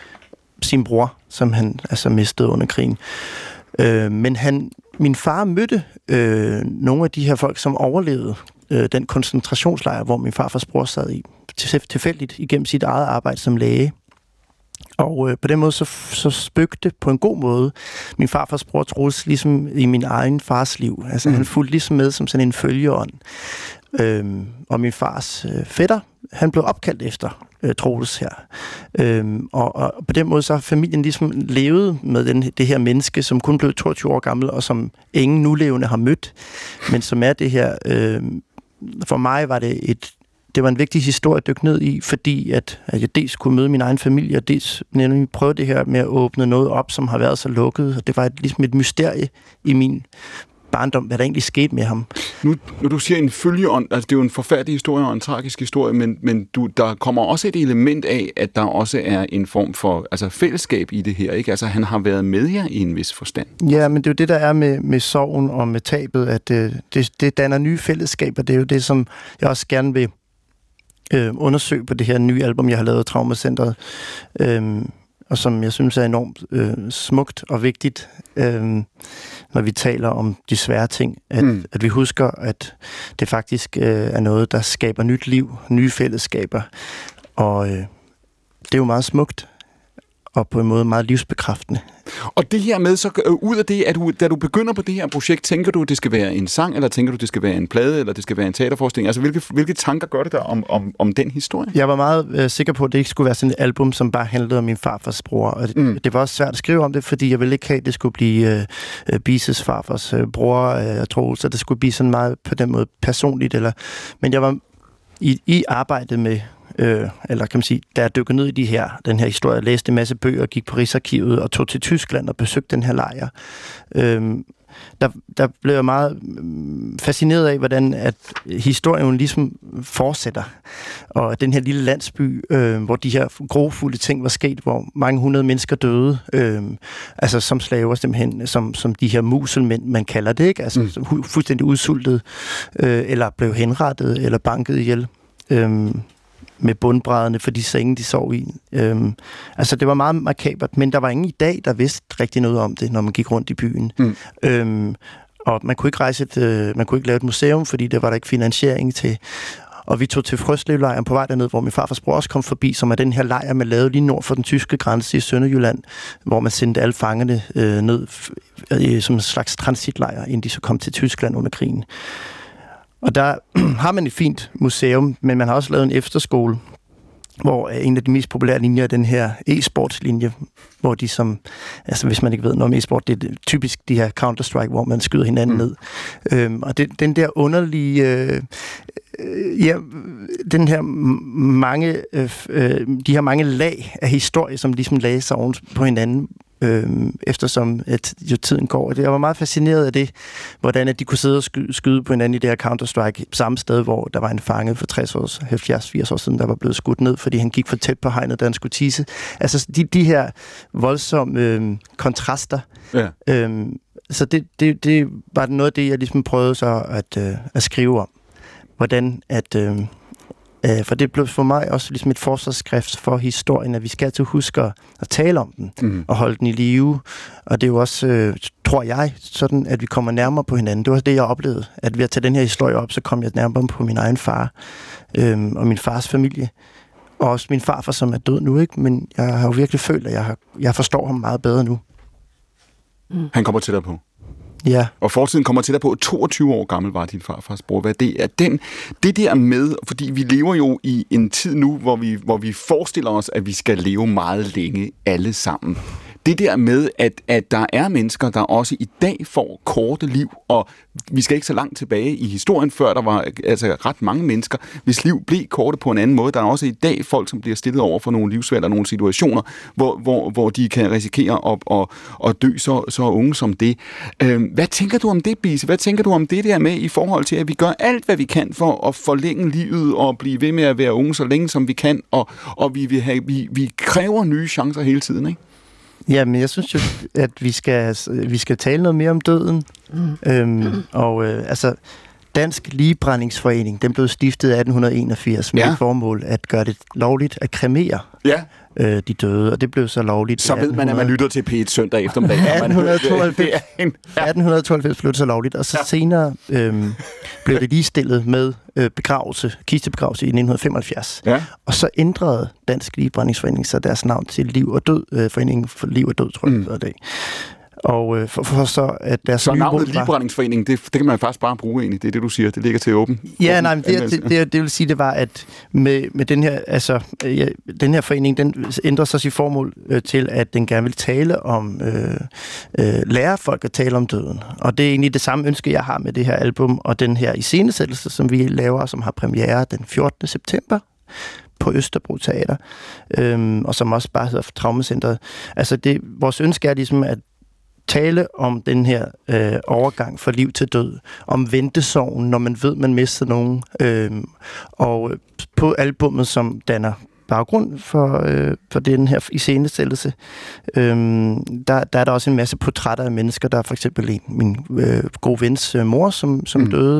sin bror, som han altså mistede under krigen. Øh, men han, min far mødte øh, nogle af de her folk, som overlevede øh, den koncentrationslejr, hvor min farfars bror sad i, tilfældigt igennem sit eget arbejde som læge. Og øh, på den måde så, så spøgte på en god måde min farfars bror Troels ligesom i min egen fars liv. Altså mm. han fulgte ligesom med som sådan en følgeånd. Øhm, og min fars øh, fætter, han blev opkaldt efter øh, Troels her. Øhm, og, og på den måde så har familien ligesom levet med den, det her menneske, som kun blev toogtyve år gammel, og som ingen nulevende har mødt. Men som er det her... Øh, for mig var det et Det var en vigtig historie at dykke ned i, fordi at, at jeg dels kunne møde min egen familie, og dels nemlig prøve det her med at åbne noget op, som har været så lukket. Og det var et, ligesom et mysterie i min barndom, hvad der egentlig skete med ham. Nu, når du siger en følgeånd, altså det er jo en forfærdelig historie og en tragisk historie, men, men du, der kommer også et element af, at der også er en form for altså fællesskab i det her, ikke? Altså han har været med jer i en vis forstand. Ja, men det er jo det, der er med, med sorgen og med tabet, at det, det, det danner nye fællesskaber. Det er jo det, som jeg også gerne vil Øh, undersøg på det her nye album, jeg har lavet, Traumacentret, øh, og som jeg synes er enormt øh, smukt og vigtigt, øh, når vi taler om de svære ting, at, mm. at vi husker, at det faktisk øh, er noget, der skaber nyt liv, nye fællesskaber, og øh, det er jo meget smukt, og på en måde meget livsbekræftende. Og det her med, så øh, ud af det, at du, da du begynder på det her projekt, tænker du, det skal være en sang, eller tænker du, det skal være en plade, eller det skal være en teaterforestilling? Altså, hvilke, hvilke tanker gør det der om, om, om den historie? Jeg var meget øh, sikker på, at det ikke skulle være sådan et album, som bare handlede om min farfars bror. Og det, mm. det var også svært at skrive om det, fordi jeg ville ikke have, at det skulle blive øh, Bises farfars øh, bror, øh, jeg tror, så det skulle blive sådan meget på den måde personligt. Eller, men jeg var i, i arbejdet med Øh, eller kan man sige, da jeg dykkede ned i de her, den her historie, jeg læste en masse bøger, gik på Rigsarkivet og tog til Tyskland og besøgte den her lejr. Øh, der, der blev jeg meget fascineret af, hvordan at historien ligesom fortsætter. Og den her lille landsby, øh, hvor de her grofulde ting var sket, hvor mange hundrede mennesker døde, øh, altså som slaver simpelthen, som, som de her muselmænd, man kalder det, ikke? Altså mm. som fuldstændig udsultet, øh, eller blev henrettet, eller banket ihjel. Øh, med bundbrædderne for de senge, de sov i. Øhm, altså, det var meget makabert, men der var ingen i dag, der vidste rigtig noget om det, når man gik rundt i byen. Mm. Øhm, og man kunne ikke rejse et, øh, man kunne ikke lave et museum, fordi der var der ikke finansiering til. Og vi tog til Frøslevlejren på vej derned, hvor min farfars bror også kom forbi, som er den her lejr, man lavede lige nord for den tyske grænse i Sønderjylland, hvor man sendte alle fangerne øh, ned øh, som en slags transitlejr, inden de så kom til Tyskland under krigen. Og der har man et fint museum, men man har også lavet en efterskole, hvor en af de mest populære linjer er den her e-sportslinje, hvor de som, altså hvis man ikke ved noget om e-sport, det er typisk de her Counter-Strike, hvor man skyder hinanden mm. ned. Øhm, og det, den der underlige, øh, øh, ja, den her mange, øh, de her mange lag af historie, som ligesom lagde sig oven på hinanden, Øhm, eftersom at jo tiden går. Jeg var meget fascineret af det, hvordan at de kunne sidde og skyde, skyde på hinanden i det her Counter-Strike samme sted, hvor der var en fange for tres år, halvfjerds firs år siden, der var blevet skudt ned, fordi han gik for tæt på hegnet, da han skulle tisse. Altså de, de her voldsomme øhm, kontraster. Ja. Øhm, så det, det, det var noget af det, jeg ligesom prøvede så at, øh, at skrive om. Hvordan at øh, For det blev for mig også ligesom et forsvarsskrift for historien, at vi skal altid huske at tale om den, mm. og holde den i live. Og det er jo også, øh, tror jeg, sådan, at vi kommer nærmere på hinanden. Det var det, jeg oplevede. At ved at tage den her historie op, så kom jeg nærmere på min egen far, øh, og min fars familie. Og også min farfar, som er død nu, ikke? Men jeg har jo virkelig følt, at jeg, har, jeg forstår ham meget bedre nu. Mm. Han kommer tættere på. Ja. Og fortiden kommer til dig på, toogtyve år gammel var din farfars bror. Hvad det er den, det der med, fordi vi lever jo i en tid nu, hvor vi, hvor vi forestiller os, at vi skal leve meget længe alle sammen. Det der med, at, at der er mennesker, der også i dag får korte liv, og vi skal ikke så langt tilbage i historien, før der var altså ret mange mennesker, hvis liv blev korte på en anden måde. Der er også i dag folk, som bliver stillet over for nogle livsvalg og nogle situationer, hvor, hvor, hvor de kan risikere at, at, at dø så, så unge som det. Hvad tænker du om det, Bise? Hvad tænker du om det der med i forhold til, at vi gør alt, hvad vi kan for at forlænge livet og blive ved med at være unge så længe, som vi kan, og, og vi, vil have, vi, vi kræver nye chancer hele tiden, ikke? Ja, men jeg synes jo, at vi skal, vi skal tale noget mere om døden. Mm. Øhm, og øh, altså, Dansk Ligebrændingsforening, den blev stiftet i atten enogfirs med ja. et formål at gøre det lovligt at kremere ja. øh, de døde, og det blev så lovligt. Så ved man, at man lytter til P et søndag eftermiddag. atten tooghalvfems blev det så lovligt, og så ja. senere øh, blev det ligestillet med øh, begravelse, kistebegravelse i nitten femoghalvfjerds. Ja. Og så ændrede Dansk Ligebrændingsforening så deres navn til Liv og Død, øh, Foreningen for Liv og Død, tror jeg, mm. det dag. Og øh, for, for så at deres så navnet Ligebrændingsforeningen, det, det kan man faktisk bare bruge egentlig. Det er det, du siger. Det ligger til åben. Ja, åben nej, men det, det, det, det vil sige, det var, at med, med den her, altså, ja, den her forening, den ændrer så sit formål øh, til, at den gerne vil tale om, øh, øh, lære folk at tale om døden. Og det er egentlig det samme ønske, jeg har med det her album, og den her iscenesættelse, som vi laver, som har premiere den fjortende september på Østerbro Teater, øhm, og som også bare hedder Traumacentret. Altså, det, vores ønske er ligesom, at tale om den her øh, overgang fra liv til død, om ventesorgen, når man ved, man mister nogen. Øh, og på albummet, som danner baggrund for, øh, for den her iscenesættelse, øh, der, der er der også en masse portrætter af mennesker. Der er for eksempel en, min øh, gode vens øh, mor, som, som mm. døde,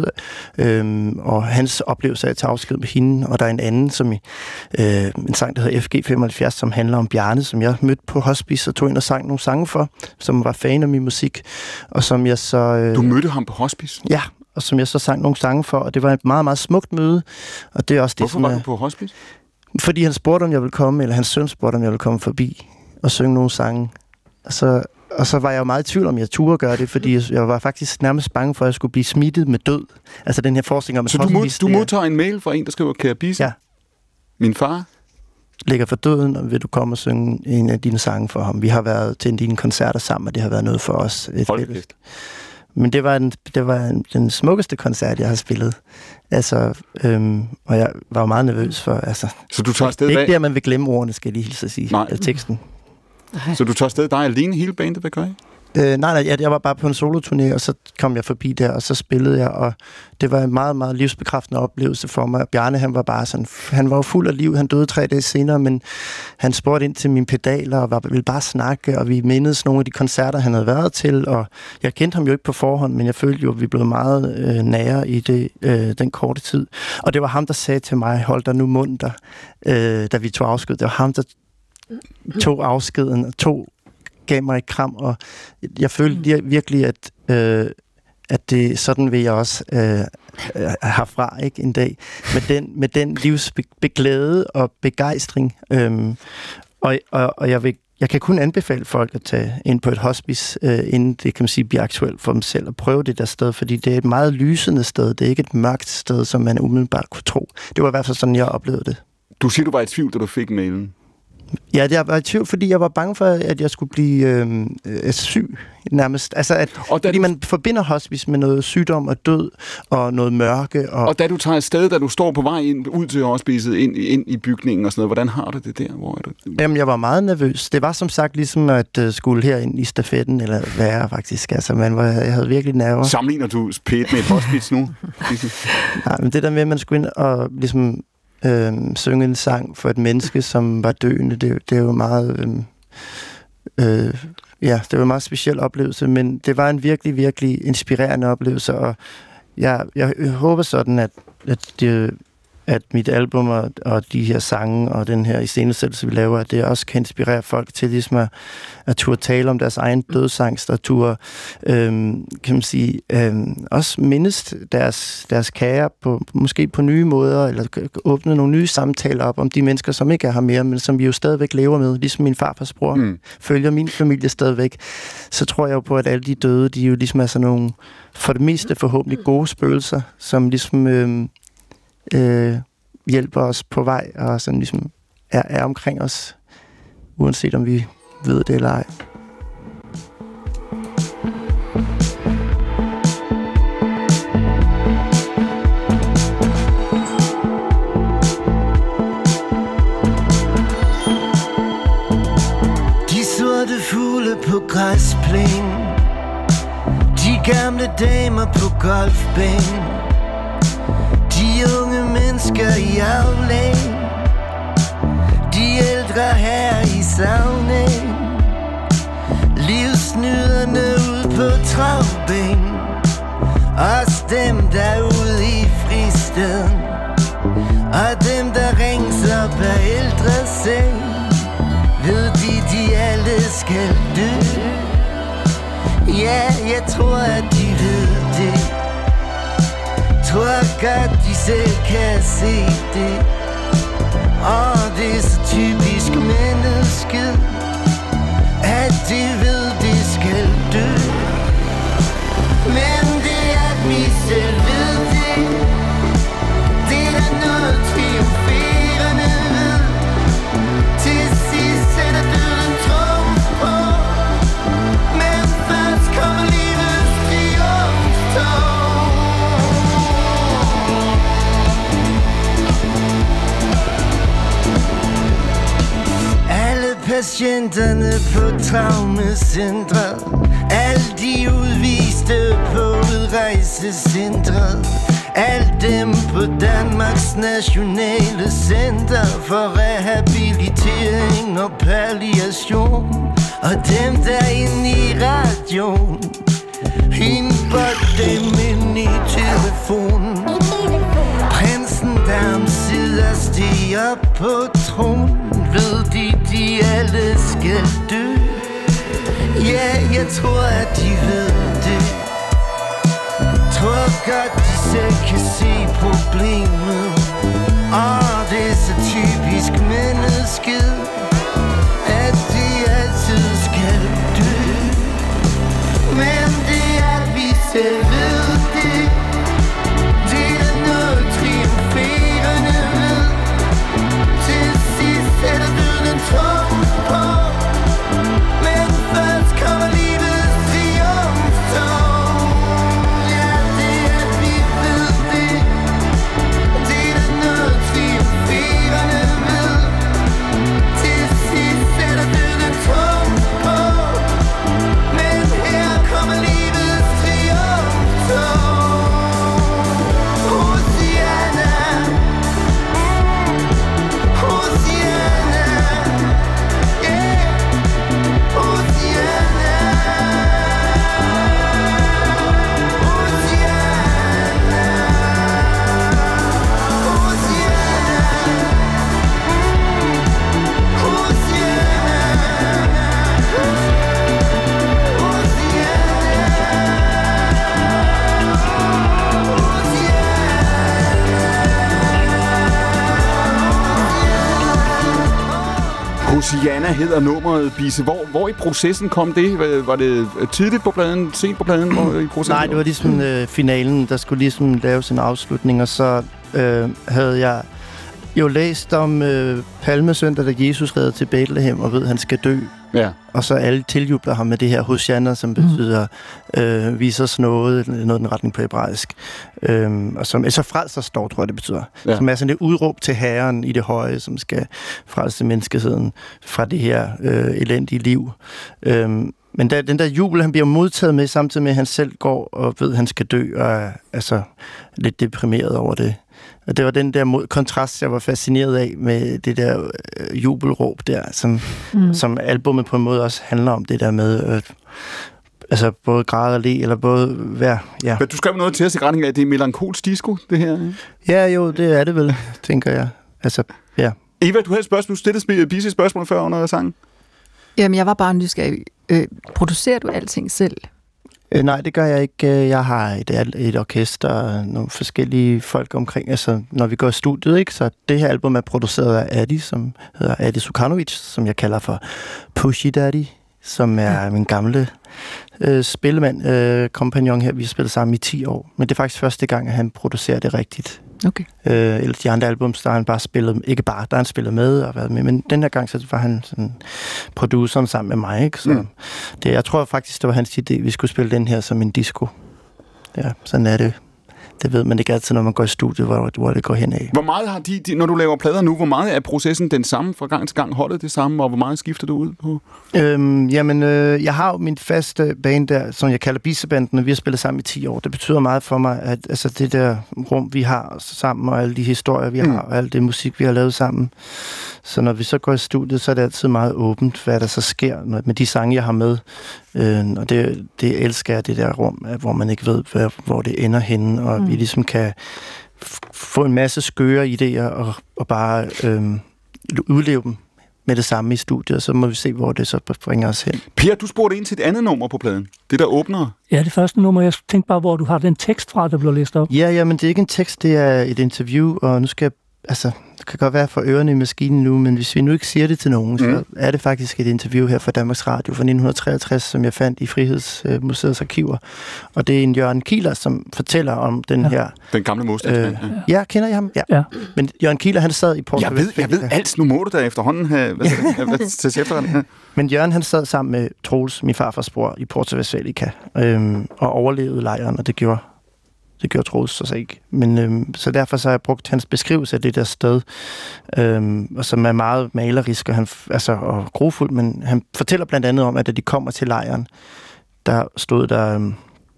øh, og hans oplevelse af at tage afsked med hende, og der er en anden, som øh, en sang, der hedder F G femoghalvfjerds, som handler om Bjarne, som jeg mødte på hospice og tog ind og sang nogle sange for, som var fan af min musik, og som jeg så... Øh, du mødte ham på hospice? Ja, og som jeg så sang nogle sange for, og det var et meget, meget smukt møde, og det er også det, Hvorfor som var er, du på hospice? Fordi han spurgte, om jeg ville komme, eller hans søn spurgte, om jeg ville komme forbi og synge nogle sange. Og så, og så var jeg jo meget i tvivl, om jeg turde gøre det, fordi jeg var faktisk nærmest bange for, at jeg skulle blive smittet med død. Altså den her forestilling om... Så du, mod, du modtager en mail fra en, der skriver, kære Bisse? Ja. Min far? Ligger for døden, og vil du komme og synge en af dine sange for ham? Vi har været til dine koncerter sammen, og det har været noget for os. Hold Men det var, en, det var en, den smukkeste koncert, jeg har spillet. Altså, øhm, og jeg var meget nervøs for... Altså, så du tager afsted det er ikke der, man vil glemme ordene, skal jeg lige hilse at sige. Nej. Eller teksten. Så du tager afsted dig alene hele bandet, hvad gør I? Øh, nej, nej, jeg, jeg var bare på en soloturné, og så kom jeg forbi der, og så spillede jeg, og det var en meget, meget livsbekræftende oplevelse for mig. Bjarne, han var bare sådan, han var jo fuld af liv, han døde tre dage senere, men han spurgte ind til mine pedaler, og var, ville bare snakke, og vi mindedes nogle af de koncerter, han havde været til, og jeg kendte ham jo ikke på forhånd, men jeg følte jo, at vi blev meget øh, nære i det, øh, den korte tid. Og det var ham, der sagde til mig, hold dig nu munter, øh, da vi tog afsked. Det var ham, der tog afskeden og tog gav mig et kram, og jeg følte virkelig, at, øh, at det, sådan vil jeg også øh, herfra, ikke, en dag. Med den, med den livsbeglæde og begejstring. Øhm, og, og, og jeg vil Jeg kan kun anbefale folk at tage ind på et hospice, øh, inden det, kan man sige, bliver aktuelt for dem selv, og prøve det der sted, fordi det er et meget lysende sted. Det er ikke et mørkt sted, som man umiddelbart kunne tro. Det var i hvert fald sådan, jeg oplevede det. Du siger, du var i tvivl, da du fik mailen. Ja, jeg var i tvivl, fordi jeg var bange for, at jeg skulle blive øh, øh, syg nærmest. Altså, at, og fordi du... man forbinder hospice med noget sygdom og død og noget mørke. Og, og da du tager et sted, da du står på vej ind, ud til hospicet, ind, ind i bygningen og sådan noget, hvordan har du det der? Hvor er du? Jamen, jeg var meget nervøs. Det var som sagt ligesom at uh, skulle herind i stafetten, eller være faktisk. Altså, man var, jeg havde virkelig nerver. Sammenligner du pænt med et hospice nu? Nej, men det der med, at man skulle ind og ligesom Øh, synge en sang for et menneske, som var døende, det, det er jo meget øh, øh, ja, det var en meget speciel oplevelse, men det var en virkelig, virkelig inspirerende oplevelse, og jeg, jeg håber sådan, at, at, det, at mit album og, og de her sange og den her iscenesættelse, vi laver, at det også kan inspirere folk til ligesom at, at turde tale om deres egen dødsangst, og turde, øhm, kan man sige, øhm, også mindes deres, deres kære på, måske på nye måder, eller åbne nogle nye samtaler op om de mennesker, som ikke er her mere, men som vi jo stadigvæk lever med, ligesom min farfars bror mm. følger min familie stadigvæk. Så tror jeg jo på, at alle de døde, de jo ligesom er sådan nogle, for det meste forhåbentlig gode spøgelser, som ligesom øhm, Øh, hjælper os på vej og sådan ligesom er, er omkring os, uanset om vi ved det eller ej. De sorte fugle på græsplænen, de gamle damer på golfbanen, de unge mennesker i aflæn, de ældre her i saunaen, livsnyderne ude på travbanen, også dem der ude i fristaden, og dem der rings op af ældreseng, ved de de alle skal dø. Ja, jeg tror at de ved det. Tror godt de selv kan se det. Og det er så typisk mennesket, at de ved det skal dø. Men det er at vi selv ved det. Det er noget triumferende ved. Til sidst sætter døden trumf på. Men først kommer livets triumftog. Patienterne på traumecentret, alle de udviste på udrejsecentret, alle dem på Danmarks Nationale Center for Rehabilitering og Palliation, og dem der inde i radioen, indbåd dem ind i telefonen. Prinsen der omsider stiger op på tronen, ved de, de alle skal dø. Ja, jeg tror, at de ved det. Tror godt, de selv kan se problemet. Og det er så typisk mennesket, at de altid skal dø. Men det er, at vi selv ved det. Det er noget triumferende ved. Til sidst sætter døden tom på. Men først kommer livets triumftog. Ja, det er, at vi ved det. Det er noget triumferende ved. Til sidst sætter døden Louisiana hedder nummeret, Bisse. Hvor, hvor i processen kom det? Var det tidligt på pladen, sent på pladen? Hvor i processen? Nej, det var ligesom øh, finalen. Der skulle ligesom laves en afslutning, og så øh, havde jeg jo læst om øh, Palmesøndag, da Jesus redder til Bethlehem og ved, at han skal dø. Ja. Og så alle tiljubler ham med det her Hosanna, som betyder øh, viser os noget, noget den retning på hebraisk. Øhm, og som så frelser står, tror jeg, det betyder. Ja. Som er sådan et udråb til Herren i det høje, som skal frelse menneskeheden fra det her øh, elendige liv. Øhm, men der, den der jubel, han bliver modtaget med, samtidig med, at han selv går og ved, at han skal dø, og er altså lidt deprimeret over det. Og det var den der mod- kontrast, jeg var fascineret af med det der øh, jubelråb der, som, mm. som albumet på en måde også handler om, det der med øh, altså både græde og le, eller både være, ja. Men du skrev noget til os i retning af, at det er melankolsk disco, det her? Ja, jo, det er det vel, tænker jeg. Altså, ja. Eva, du havde et spørgsmål, du stillede Bisse spørgsmål før under sangen. Jamen, jeg var bare nysgerrig. Øh, producerer du alting selv? Øh, nej, det gør jeg ikke. Jeg har et, et orkester og nogle forskellige folk omkring. Altså, når vi går i studiet, ikke? Så det her album er produceret af Adi, som hedder Adi Sukanovic, som jeg kalder for Pushy Daddy, som er ja. min gamle øh, spillemand, øh, kompagnon her. Vi har spillet sammen i ti år. Men det er faktisk første gang, at han producerer det rigtigt. Okay. Øh, eller de andre albums, der har han bare spillet, ikke bare, der har han spillet med og været med, men den her gang, så var han sådan produceren sammen med mig, ikke? Så mm. det, jeg tror faktisk, det var hans idé, vi skulle spille den her som en disco. Ja, sådan er det. Det ved man ikke altid, når man går i studiet, hvor, hvor det går hen af. Hvor meget har de, de, når du laver plader nu, hvor meget er processen den samme fra gang til gang? Holdet det samme, og hvor meget skifter du ud på? Øhm, jamen, øh, jeg har jo min faste band der, som jeg kalder Bissebanden, og vi har spillet sammen i ti år. Det betyder meget for mig, at altså, det der rum, vi har sammen, og alle de historier, vi mm. har, og alt det musik, vi har lavet sammen. Så når vi så går i studiet, så er det altid meget åbent, hvad der så sker med de sange, jeg har med. Øh, og det, det elsker jeg, det der rum, hvor man ikke ved, hvad, hvor det ender henne, og mm. vi ligesom kan f- få en masse skøre idéer, og, og bare øh, udleve dem med det samme i studiet, og så må vi se, hvor det så bringer os hen. Per, du spurgte ind til et andet nummer på pladen. Det der åbner. Ja, det første nummer. Jeg tænkte bare, hvor du har den tekst fra, der blev læst op. Ja, ja, men det er ikke en tekst, det er et interview, og nu skal jeg, altså, det kan godt være for ørerne i maskinen nu, men hvis vi nu ikke siger det til nogen, mm. så er det faktisk et interview her fra Danmarks Radio fra nitten treogtres, som jeg fandt i Frihedsmuseets arkiver. Og det er en Jørgen Kieler, som fortæller om den ja. her... Den gamle modstandsmand. Øh, ja. ja, kender jeg ham? Ja. ja. Men Jørgen Kieler, han sad i Port Jeg ved, jeg ved alt. Nu må du da efterhånden have... Hvad, hvad, til efterhånden. Men Jørgen, han sad sammen med Troels, min farfars bror, i Porto Westfalica, øhm, og overlevede lejren, og det gjorde... Det gjorde Troels så ikke. Men, øhm, så derfor så har jeg brugt hans beskrivelse af det der sted, øhm, og som er meget malerisk og, han, altså, og grofuld, men han fortæller blandt andet om, at da de kommer til lejren, der stod der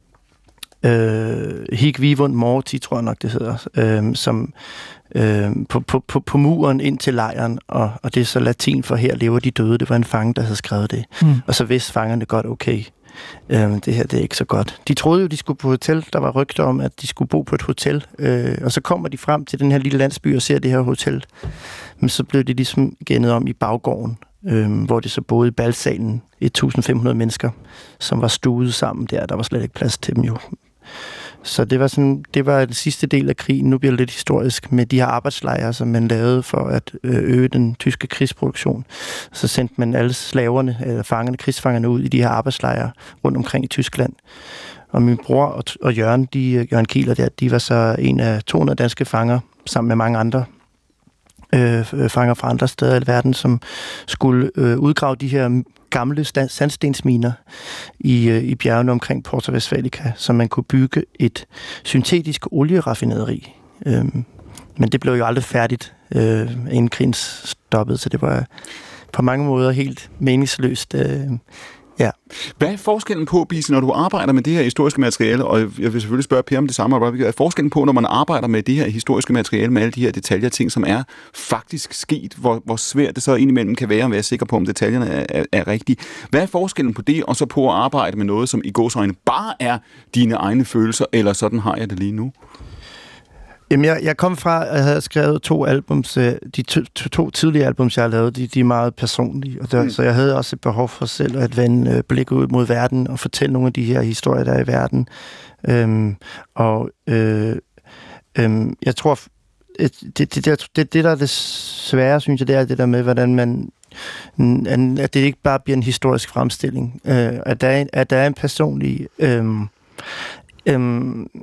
øh, Hik Vivund Morti, tror jeg nok det hedder, øh, som øh, på, på, på, på muren ind til lejren, og, og det er så latin for her lever de døde. Det var en fange, der havde skrevet det. Mm. Og så vidste fangerne godt, okay, Øhm, det her, det er ikke så godt. De troede jo, de skulle på hotel. Der var rygter om, at de skulle bo på et hotel. Øh, og så kommer de frem til den her lille landsby og ser det her hotel. Men så blev de ligesom gennet om i baggården, øh, hvor de så boede i balsalen. et tusind fem hundrede mennesker, som var stuet sammen der. Der var slet ikke plads til dem jo. Så det var sådan, det var den sidste del af krigen. Nu bliver det lidt historisk med de her arbejdslejre, som man lavede for at øge den tyske krigsproduktion. Så sendte man alle slaverne, eller fangerne, krigsfangerne ud i de her arbejdslejre rundt omkring i Tyskland. Og min bror og, og Jørgen, de, Jørgen Kieler der, de var så en af to hundrede danske fanger, sammen med mange andre øh, fanger fra andre steder i verden, som skulle øh, udgrave de her gamle sandstensminer i, i bjergene omkring Porto Westfalica, så man kunne bygge et syntetisk olieraffinaderi. Øhm, men det blev jo aldrig færdigt, øh, inden krigen stoppede, så det var på mange måder helt meningsløst. Øh, ja. Hvad er forskellen på, Bisse, når du arbejder med det her historiske materiale, og jeg vil selvfølgelig spørge Per om det samme, hvad er forskellen på, når man arbejder med det her historiske materiale, med alle de her detaljer, ting, som er faktisk sket, hvor, hvor svært det så indimellem kan være at være sikker på, om detaljerne er, er, er rigtige. Hvad er forskellen på det, og så på at arbejde med noget, som i gåseøjne bare er dine egne følelser, eller sådan har jeg det lige nu? Jamen, jeg, jeg kom fra, at jeg havde skrevet to albums, de to, to, to tidlige albums, jeg har lavet, de, de er meget personlige, og der, mm. så jeg havde også et behov for selv at vende blikket ud mod verden og fortælle nogle af de her historier, der er i verden. Øhm, og øh, øhm, jeg tror, det, det, det, det, det der er det svære, synes jeg, det er det der med, hvordan man at det ikke bare bliver en historisk fremstilling. Øh, at, der er en, at der er en personlig øh, øh,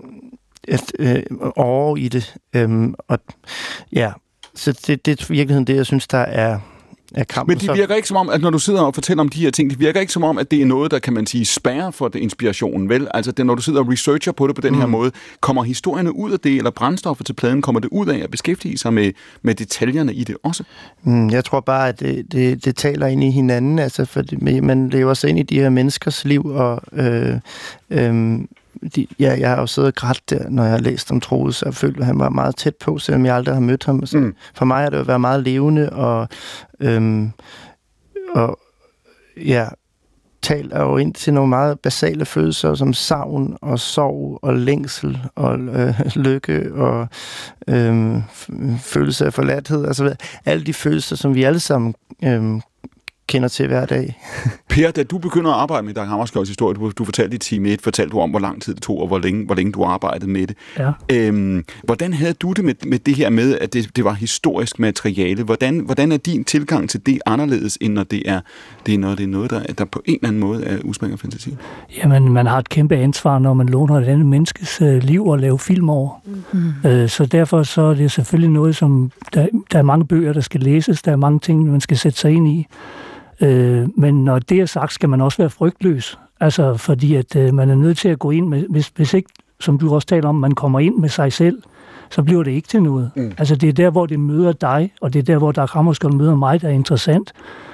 et, øh, over i det. Øh, og, ja, så det, det er i virkeligheden det, jeg synes, der er Men det virker ikke som om, at når du sidder og fortæller om de her ting, det virker ikke som om, at det er noget, der kan man sige spærrer for det inspirationen, vel? Altså det, når du sidder og researcher på det på den mm. her måde, kommer historierne ud af det, eller brændstoffet til pladen, kommer det ud af at beskæftige sig med, med detaljerne i det også? Mm, jeg tror bare, at det, det, det taler ind i hinanden, altså for det, man lever sig ind i de her menneskers liv, og øh, øh, de, ja, jeg har jo siddet og grædt der, når jeg har læst om Troels, og følt, at han var meget tæt på, selvom jeg aldrig har mødt ham. Så mm. For mig har det jo været meget levende, og, øhm, og ja, taler jo ind til nogle meget basale følelser, som savn og sorg og længsel og øh, lykke og øh, følelse af forladthed. Altså alle de følelser, som vi alle sammen øh, kender til hver dag. Per, da du begynder at arbejde med Dag Hammarskjolds historie, du, du fortalte i time et, fortalte du om, hvor lang tid det tog, og hvor længe, hvor længe du arbejdede med det. Ja. Øhm, hvordan havde du det med, med det her med, at det, det var historisk materiale? Hvordan, hvordan er din tilgang til det anderledes, end når det er, det er, noget, det er noget, der, der på en eller anden måde er udspringer fantasi? Jamen, man har et kæmpe ansvar, når man låner et andet menneskes øh, liv og laver film over. Mm-hmm. Øh, så derfor så er det selvfølgelig noget, som... Der, der er mange bøger, der skal læses, der er mange ting, man skal sætte sig ind i. Øh, men når det er sagt, skal man også være frygtløs. Altså, fordi at øh, man er nødt til at gå ind med, hvis, hvis ikke, som du også taler om, man kommer ind med sig selv, så bliver det ikke til noget. Mm. Altså, det er der, hvor det møder dig, og det er der, hvor Dag Hammarskjold møder mig, der er interessant.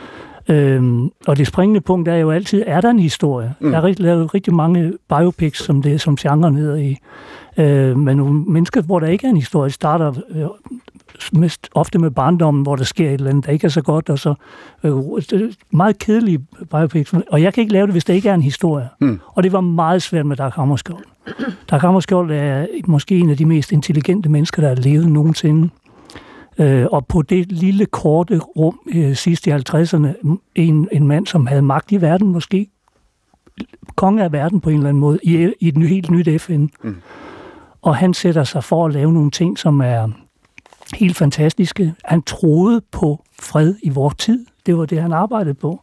Øhm, og det springende punkt er jo altid, er der en historie? Mm. Der er rigtig, lavet rigtig mange biopics, som det som genren hedder i. Øh, men nogle mennesker, hvor der ikke er en historie, starter øh, mest ofte med barndommen, hvor der sker et eller andet, der ikke er så godt, og så øh, meget kedelige biopics. Og jeg kan ikke lave det, hvis der ikke er en historie. Mm. Og det var meget svært med Dag Hammarskjold. Dag Hammarskjold er måske en af de mest intelligente mennesker, der har levet nogensinde. Øh, og på det lille, korte rum øh, sidst i halvtredserne, en, en mand, som havde magt i verden, måske konge af verden på en eller anden måde, i, i et helt nyt F N. Mm. Og han sætter sig for at lave nogle ting, som er helt fantastiske. Han troede på fred i vores tid. Det var det, han arbejdede på.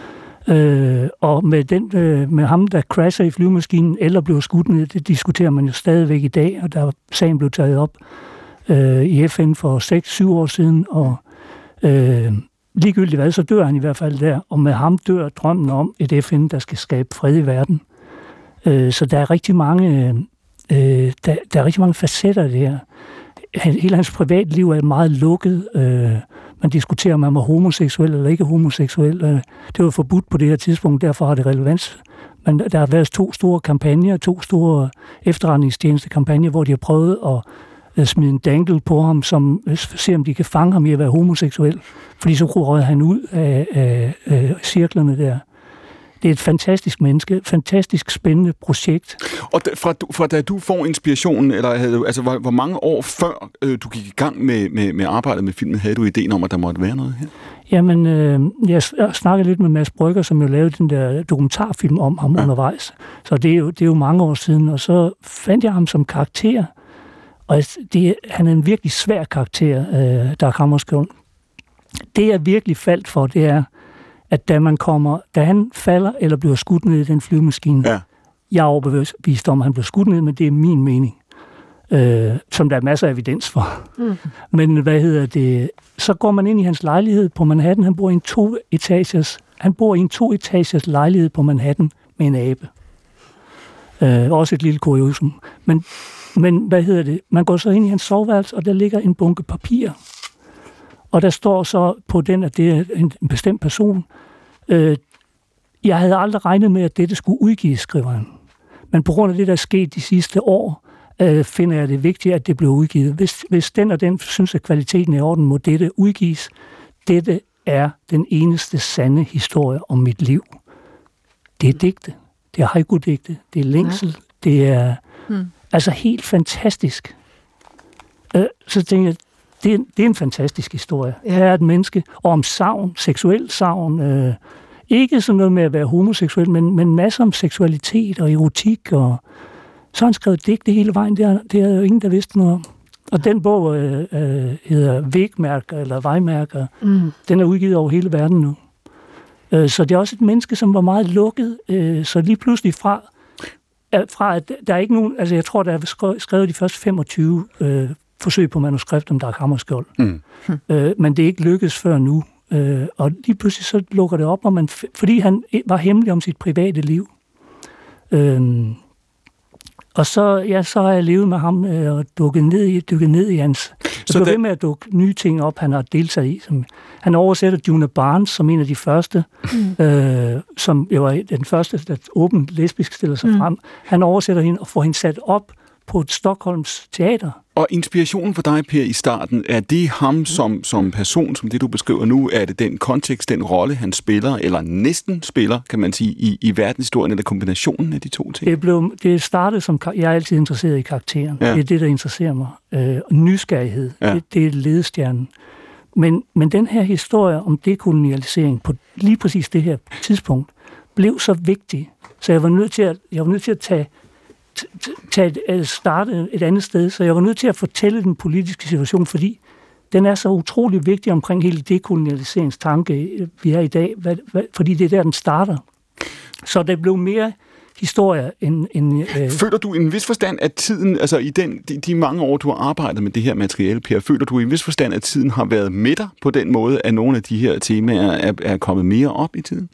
Øh, og med, den, øh, med ham, der crasher i flyvemaskinen, eller blev skudt ned, det diskuterer man jo stadigvæk i dag, og der sagen blev taget op øh, i F N for seks syv år siden, og øh, ligegyldigt hvad, så dør han i hvert fald der, og med ham dør drømmen om et F N, der skal skabe fred i verden. Øh, så der er rigtig mange, øh, der, der er rigtig mange facetter af det her. Hele hans privatliv er meget lukket. Øh, man diskuterer, om han var homoseksuel eller ikke homoseksuel. Øh, det var forbudt på det her tidspunkt, derfor har det relevans. Men der har været to store kampagner, to store efterretningstjenestekampagner, hvor de har prøvet at øh, smide en dangle på ham, som ser, om de kan fange ham i at være homoseksuel. Fordi så røg han ud af, af, af cirklerne der. Det er et fantastisk menneske, fantastisk spændende projekt. Og da, fra, fra da du får inspirationen, eller havde, altså hvor, hvor mange år før øh, du gik i gang med, med, med arbejdet med filmen, havde du ideen om, at der måtte være noget her? Jamen, øh, jeg snakkede lidt med Mads Brygger, som jo lavede den der dokumentarfilm om ham ja. undervejs. Så det er, jo, det er jo mange år siden, og så fandt jeg ham som karakter. Og det, han er en virkelig svær karakter, øh, Dag Hammarskjold. Det jeg virkelig faldt for, det er, at da man kommer, da han falder eller bliver skudt ned i den flyvemaskine, ja. jeg er overbevist om, at han bliver skudt ned, men det er min mening, øh, som der er masser af evidens for. Mm. Men hvad hedder det? Så går man ind i hans lejlighed på Manhattan. Han bor i en to etagers, han bor i en to etagers lejlighed på Manhattan med en abe. Øh, også et lille kuriosum. Men, men hvad hedder det? Man går så ind i hans soveværelse, og der ligger en bunke papir. Og der står så på den, at det er en, en bestemt person. Øh, jeg havde aldrig regnet med, at dette skulle udgives, skriver han. Men på grund af det, der er sket de sidste år, øh, finder jeg det vigtigt, at det bliver udgivet. Hvis, hvis den og den synes, at kvaliteten er i orden, må dette udgives. Dette er den eneste sande historie om mit liv. Det er digte. Det er haiku-digte. Det er længsel. Ja. Det er hmm. altså helt fantastisk. Øh, så tænker jeg, Det er, det er en fantastisk historie. Her er et menneske, og om savn, seksuel savn. Øh, ikke sådan noget med at være homoseksuel, men, men masser om seksualitet og erotik. Og så har han skrevet digte hele vejen. Det er, det er jo ingen, der vidste noget om. Og den bog øh, øh, hedder Vægmærker, eller Vejmærker. Mm. Den er udgivet over hele verden nu. Øh, så det er også et menneske, som var meget lukket. Øh, så lige pludselig fra, øh, fra at der er ikke nogen... Altså, jeg tror, der er skrevet de første femogtyve øh, forsøg på manuskript om Dag Hammarskjold. Mm. Øh, men det er ikke lykkedes før nu. Øh, og lige pludselig så lukker det op, og man, fordi han var hemmelig om sit private liv. Øh, Og så, ja, så har jeg levet med ham øh, og dukket ned i, dykket ned i hans... Jeg blev ved med at dukke nye ting op, han har deltaget i. Som, han oversætter Djuna Barnes som en af de første, mm. øh, som jo var den første, der åbent lesbisk stiller sig mm. frem. Han oversætter hende og får hende sat op på et Stockholms teater. Og inspirationen for dig, Per, i starten, er det ham som, som person, som det du beskriver nu? Er det den kontekst, den rolle, han spiller, eller næsten spiller, kan man sige, i, i verdenshistorien, eller kombinationen af de to ting? Det, blev, det startede som... Jeg er altid interesseret i karakteren. Ja. Det er det, der interesserer mig. Øh, nysgerrighed, ja. det, det er ledestjernen. Men, men den her historie om dekolonialisering på lige præcis det her tidspunkt, blev så vigtig, så jeg var nødt til at, jeg var nødt til at tage... Tage, starte et andet sted, så jeg var nødt til at fortælle den politiske situation, fordi den er så utrolig vigtig omkring hele dekolonialiseringstanke, vi er i dag, hvad, hvad, fordi det er der, den starter. Så det blev mere historie end... end øh... Føler du i en vis forstand, at tiden, altså i den, de, de mange år, du har arbejdet med det her materiale, Per, føler du i en vis forstand, at tiden har været med dig på den måde, at nogle af de her temaer er, er kommet mere op i tiden?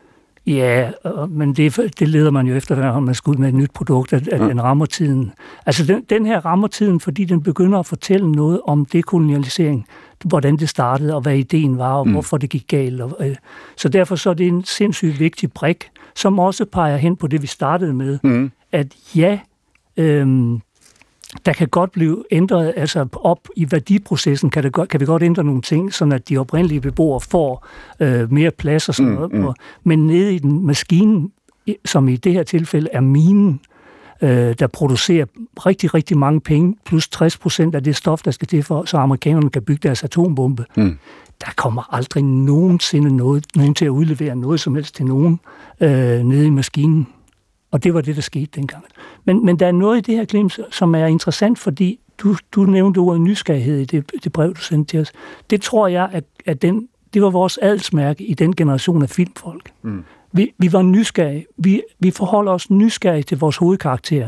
Ja, men det, det leder man jo efter, når man skal ud med et nyt produkt, at, at ja. den rammer tiden. Altså den, den her rammer tiden, fordi den begynder at fortælle noget om dekolonialisering, hvordan det startede, og hvad ideen var, og mm. hvorfor det gik galt. Og, øh, så derfor så er det en sindssygt vigtig brik, som også peger hen på det, vi startede med, mm. at ja, øh, der kan godt blive ændret, altså op i værdiprocessen kan, det godt, kan vi godt ændre nogle ting, sådan at de oprindelige beboere får øh, mere plads og sådan noget. Mm, mm. Men nede i den maskine, som i det her tilfælde er minen, øh, der producerer rigtig, rigtig mange penge, plus tres procent af det stof, der skal til for, så amerikanerne kan bygge deres atombombe. Mm. Der kommer aldrig nogensinde noget, nogen til at udlevere noget som helst til nogen øh, nede i maskinen. Og det var det, der skete dengang. Men, men der er noget i det her, Clem, som er interessant, fordi du, du nævnte ordet nysgerrighed i det, det brev, du sendte til os. Det tror jeg, at, at den, det var vores adelsmærke i den generation af filmfolk. Mm. Vi, vi var nysgerrige. Vi, vi forholder os nysgerrige til vores hovedkarakterer.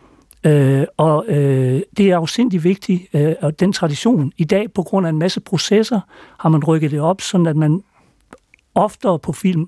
Øh, og øh, det er jo sindssygt vigtigt, øh, og den tradition. I dag, på grund af en masse processer, har man rykket det op, sådan at man oftere på film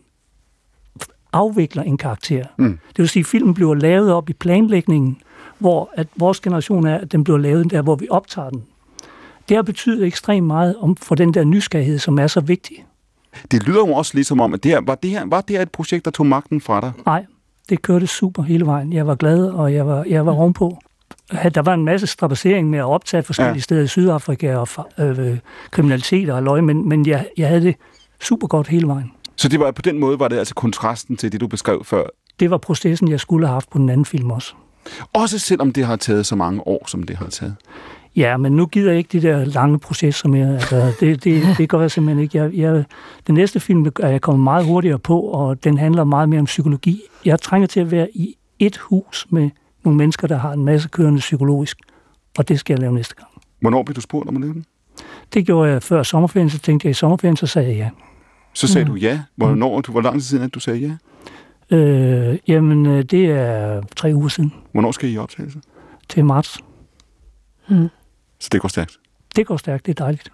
afvikler en karakter. Mm. Det vil sige, at filmen bliver lavet op i planlægningen, hvor at vores generation er, at den bliver lavet der, hvor vi optager den. Det har betydet ekstremt meget om for den der nysgerrighed, som er så vigtig. Det lyder jo også ligesom om, at det her, var, det her, var det her et projekt, der tog magten fra dig? Nej, det kørte super hele vejen. Jeg var glad, og jeg var, jeg var ovenpå. Der var en masse strapacering med at optage forskellige ja. steder i Sydafrika og øh, kriminalitet og løg, men, men jeg, jeg havde det super godt hele vejen. Så det var, på den måde var det altså kontrasten til det, du beskrev før? Det var processen, jeg skulle have haft på den anden film også. Også selvom det har taget så mange år, som det har taget? Ja, men nu gider jeg ikke de der lange processer mere. Altså, det, det, det gør jeg simpelthen ikke. Jeg, jeg, den næste film er jeg kommet meget hurtigere på, og den handler meget mere om psykologi. Jeg trænger til at være i et hus med nogle mennesker, der har en masse kørende psykologisk, og det skal jeg lave næste gang. Hvornår blev du spurgt om at lave den? Det gjorde jeg før sommerferien, så tænkte jeg i sommerferien, så sagde jeg ja. Så sagde mm. du ja? Hvornår, mm. hvor lang tid siden, at du sagde ja? Øh, jamen, det er tre uger siden. Hvornår skal I optagelse? Til marts. Mm. Så det går stærkt? Det går stærkt, det er dejligt.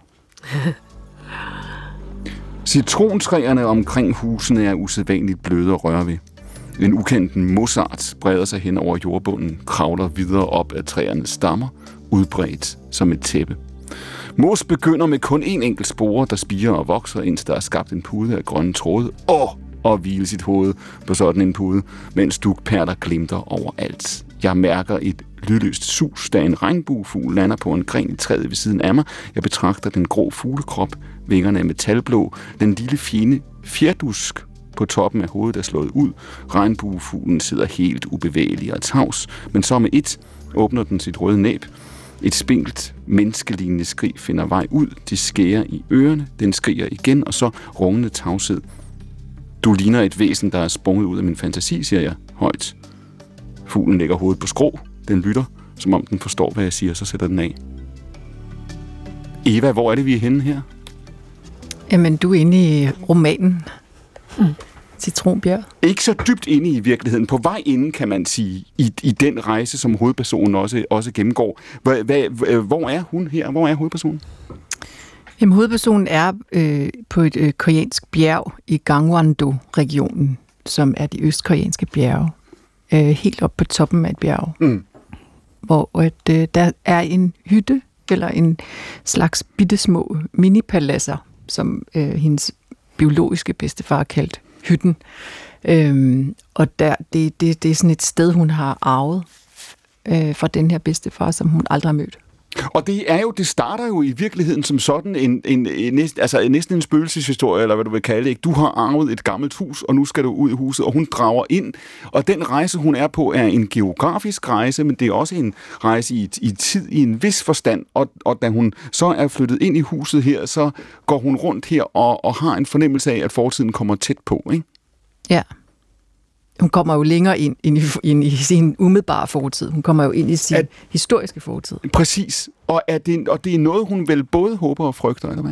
Citrontræerne omkring husene er usædvanligt bløde at røre ved. En ukendt mosart breder sig hen over jordbunden, kravler videre op af træernes stammer, udbredt som et tæppe. Mos begynder med kun én enkelt spore, der spirer og vokser, indtil der er skabt en pude af grønne tråde. Åh! Og hvile sit hoved på sådan en pude, mens dugperler glimter overalt. Jeg mærker et lydløst sus, da en regnbuefugl lander på en gren i træet ved siden af mig. Jeg betragter den grå fuglekrop, vingerne er metalblå, den lille fine fjerdusk på toppen af hovedet er slået ud. Regnbuefuglen sidder helt ubevægelig og tavs, men så med et åbner den sit røde næb. Et spinkelt, menneskelignende skrig finder vej ud. De skærer i ørerne, den skriger igen, og så rungende tavshed. Du ligner et væsen, der er sprunget ud af min fantasi, siger jeg højt. Fuglen lægger hovedet på skrå. Den lytter, som om den forstår, hvad jeg siger, så sætter den af. Eva, hvor er det, vi er henne her? Jamen, du er inde i romanen. Hmm. Citronbjerg. Ikke så dybt inde i virkeligheden. På vej inden, kan man sige, i, i den rejse, som hovedpersonen også, også gennemgår. Hvor, hvad, hvor er hun her? Hvor er hovedpersonen? Jamen, hovedpersonen er øh, på et øh, koreansk bjerg i Gangwon-do-regionen, som er de østkoreanske bjerge. Øh, helt op på toppen af et bjerg. Mm. Hvor at, øh, der er en hytte, eller en slags bittesmå mini-paladser, som øh, hendes biologiske bedstefar kaldt hytten. Øhm, og der, det, det, det er sådan et sted, hun har arvet øh, fra den her bedstefar, som hun aldrig har mødt. Og det er jo, det starter jo i virkeligheden som sådan en, en, en, næsten, altså næsten en spøgelseshistorie, eller hvad du vil kalde det. Ikke? Du har arvet et gammelt hus, og nu skal du ud i huset, og hun drager ind. Og den rejse, hun er på, er en geografisk rejse, men det er også en rejse i, i tid, i en vis forstand. Og, og da hun så er flyttet ind i huset her, så går hun rundt her og, og har en fornemmelse af, at fortiden kommer tæt på, ikke? Ja. Hun kommer jo længere ind, ind, i, ind i sin umiddelbare fortid. Hun kommer jo ind i sin at, historiske fortid. Præcis. Og er, det, og det er noget, hun vel både håber og frygter, eller hvad?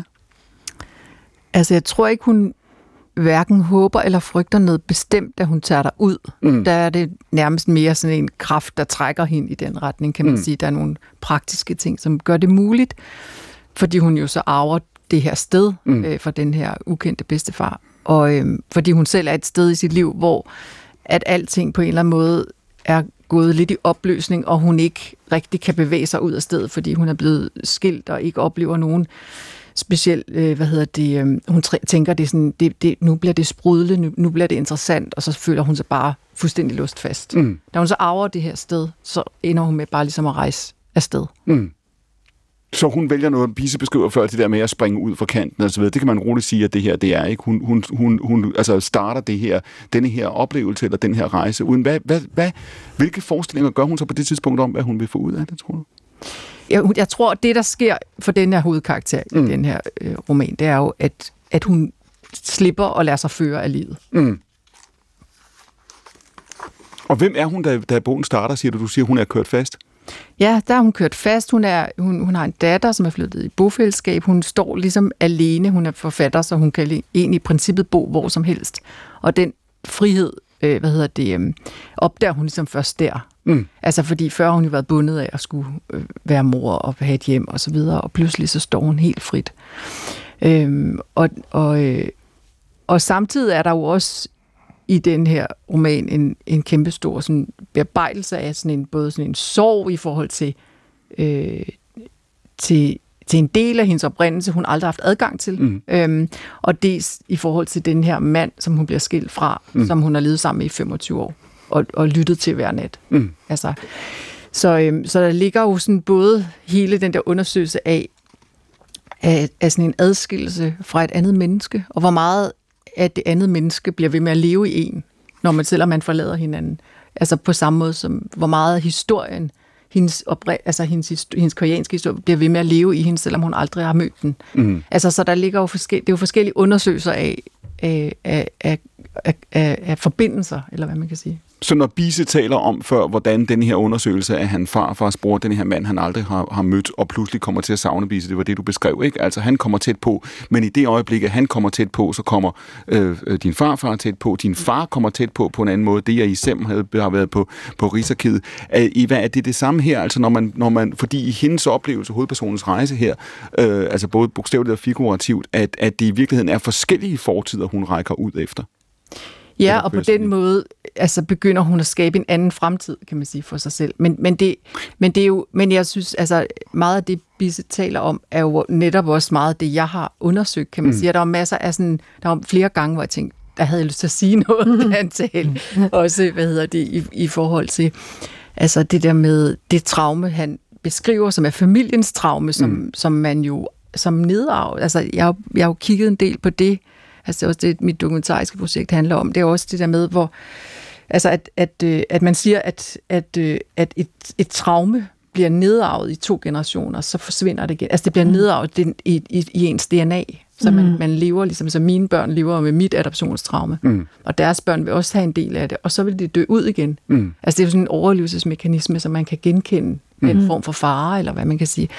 Altså, jeg tror ikke, hun hverken håber eller frygter noget bestemt, da hun tager der ud. Mm. Der er det nærmest mere sådan en kraft, der trækker hende i den retning, kan man mm. sige. Der er nogle praktiske ting, som gør det muligt, fordi hun jo så arver det her sted mm. øh, for den her ukendte bedstefar. Og øh, fordi hun selv er et sted i sit liv, hvor at alting på en eller anden måde er gået lidt i opløsning, og hun ikke rigtig kan bevæge sig ud af stedet, fordi hun er blevet skilt og ikke oplever nogen speciel, øh, hvad hedder det, øh, hun tænker, det er sådan, det, det, nu bliver det sprudle, nu, nu bliver det interessant, og så føler hun sig bare fuldstændig låst fast. Mm. Da hun så arver det her sted, så ender hun med bare ligesom at rejse afsted. Mm. Så hun vælger noget, Bise beskriver før, det der med at springe ud fra kanten og så videre. Det kan man roligt sige, at det her, det er ikke. Hun, hun, hun, hun altså starter det her, denne her oplevelse, eller den her rejse, uden hvad, hvad, hvad, hvilke forestillinger gør hun så på det tidspunkt om, hvad hun vil få ud af det, tror du? Jeg, jeg tror, at det, der sker for den her hovedkarakter mm. i den her øh, roman, det er jo, at, at hun slipper at lade sig føre af livet. Mm. Og hvem er hun, da, da bogen starter, siger du? Du siger, hun er kørt fast? Ja, der er hun kørt fast. Hun, er, hun, hun har en datter, som er flyttet i bofællesskab. Hun står ligesom alene. Hun er forfatter, så hun kan egentlig i princippet bo hvor som helst. Og den frihed, øh, hvad hedder det, øh, opdager hun ligesom først der. Mm. Altså fordi før har hun jo været bundet af at skulle øh, være mor og have et hjem og så videre, og pludselig så står hun helt frit. Øhm, og, og, øh, og samtidig er der jo også i den her roman en, en kæmpe stor sådan, bearbejdelse af sådan en, både sådan en sorg i forhold til, øh, til, til en del af hendes oprindelse, hun aldrig har haft adgang til. Mm. Øhm, og dels i forhold til den her mand, som hun bliver skilt fra, mm. som hun har levet sammen med i femogtyve år, og, og lyttet til hver nat. Mm. Altså, så, øhm, så der ligger jo sådan både hele den der undersøgelse af, af, af sådan en adskillelse fra et andet menneske, og hvor meget at det andet menneske bliver ved med at leve i en, når man selvom man forlader hinanden. Altså på samme måde som, hvor meget historien, hendes, opre, altså hendes, hendes koreanske historie, bliver ved med at leve i hende, selvom hun aldrig har mødt den. Mm. Altså så der ligger jo, forskel, det er jo forskellige undersøgelser af, af, af, af, af, af forbindelser, eller hvad man kan sige. Så når Bise taler om før, hvordan den her undersøgelse af han farfars bror, den her mand, han aldrig har, har mødt, og pludselig kommer til at savne Bise, det var det, du beskrev, ikke? Altså, han kommer tæt på, men i det øjeblik, at han kommer tæt på, så kommer øh, din farfar tæt på, din far kommer tæt på på en anden måde, det, jeg i Sem har været på, på Rigsarkivet. Eva, er det det samme her? Altså, når man, når man, fordi i hendes oplevelse, hovedpersonens rejse her, øh, altså både bogstaveligt og figurativt, at, at det i virkeligheden er forskellige fortider, hun rækker ud efter. Ja, og på den måde altså begynder hun at skabe en anden fremtid, kan man sige, for sig selv. Men, men, det, men, det er jo, men jeg synes, altså meget af det, Bise taler om, er jo netop også meget af det, jeg har undersøgt, kan man mm. sige. Der var masser af sådan, der var flere gange, hvor jeg tænkte, der havde jeg lyst til at sige noget, da han talte. Også, hvad hedder det, i, i forhold til, altså det der med det traume, han beskriver, som er familiens traume, som, mm. som man jo, som nedarv, altså jeg, jeg har jo kigget en del på det. Altså det er også det, mit dokumentariske projekt handler om. Det er også det der med, hvor altså at, at, at man siger, at, at, at et, et traume bliver nedarvet i to generationer, så forsvinder det igen. Altså det bliver nedarvet i, i, i ens D N A. Så man, mm. man lever ligesom, så mine børn lever med mit adoptionstraume. Mm. Og deres børn vil også have en del af det, og så vil de dø ud igen. Mm. Altså det er jo sådan en overlevelsesmekanisme, som man kan genkende med mm. en form for fare, eller hvad man kan sige.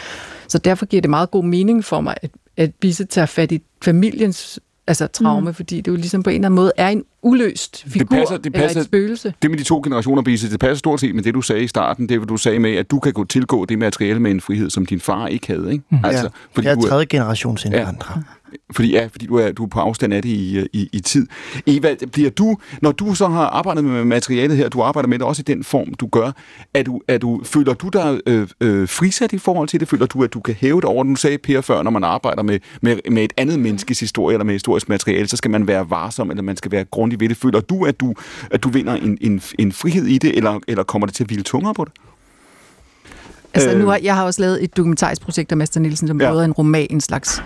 Så derfor giver det meget god mening for mig, at, at Bisse tager fat i familiens altså traume, mm. fordi det jo ligesom på en eller anden måde er en uløst figur, det passer, det passer, eller et spøgelse. Det med de to generationer, Bisse, det passer stort set med det, du sagde i starten, det du sagde med, at du kan gå tilgå det materiale med en frihed, som din far ikke havde, ikke? Mm. Altså, ja, fordi jeg er tredje generations indvandrer. Ja. Fordi, ja, fordi du er, du er på afstand af det i, i, i tid. Eva, bliver du, når du så har arbejdet med materialet her, du arbejder med det også i den form, du gør, er du, er du, føler du dig øh, øh, frisat i forhold til det? Føler du, at du kan hæve det over? Du sagde, Per, før, når man arbejder med, med, med et andet menneskes historie, eller med historisk materiale, så skal man være varsom, eller man skal være grundig ved det. Føler du, at du, at du vinder en, en, en frihed i det, eller, eller kommer det til at hvile tungere på det? Altså, nu har, jeg har også lavet et dokumentarisk projekt af Mester Nielsen, som ja. både er en roman, en slags...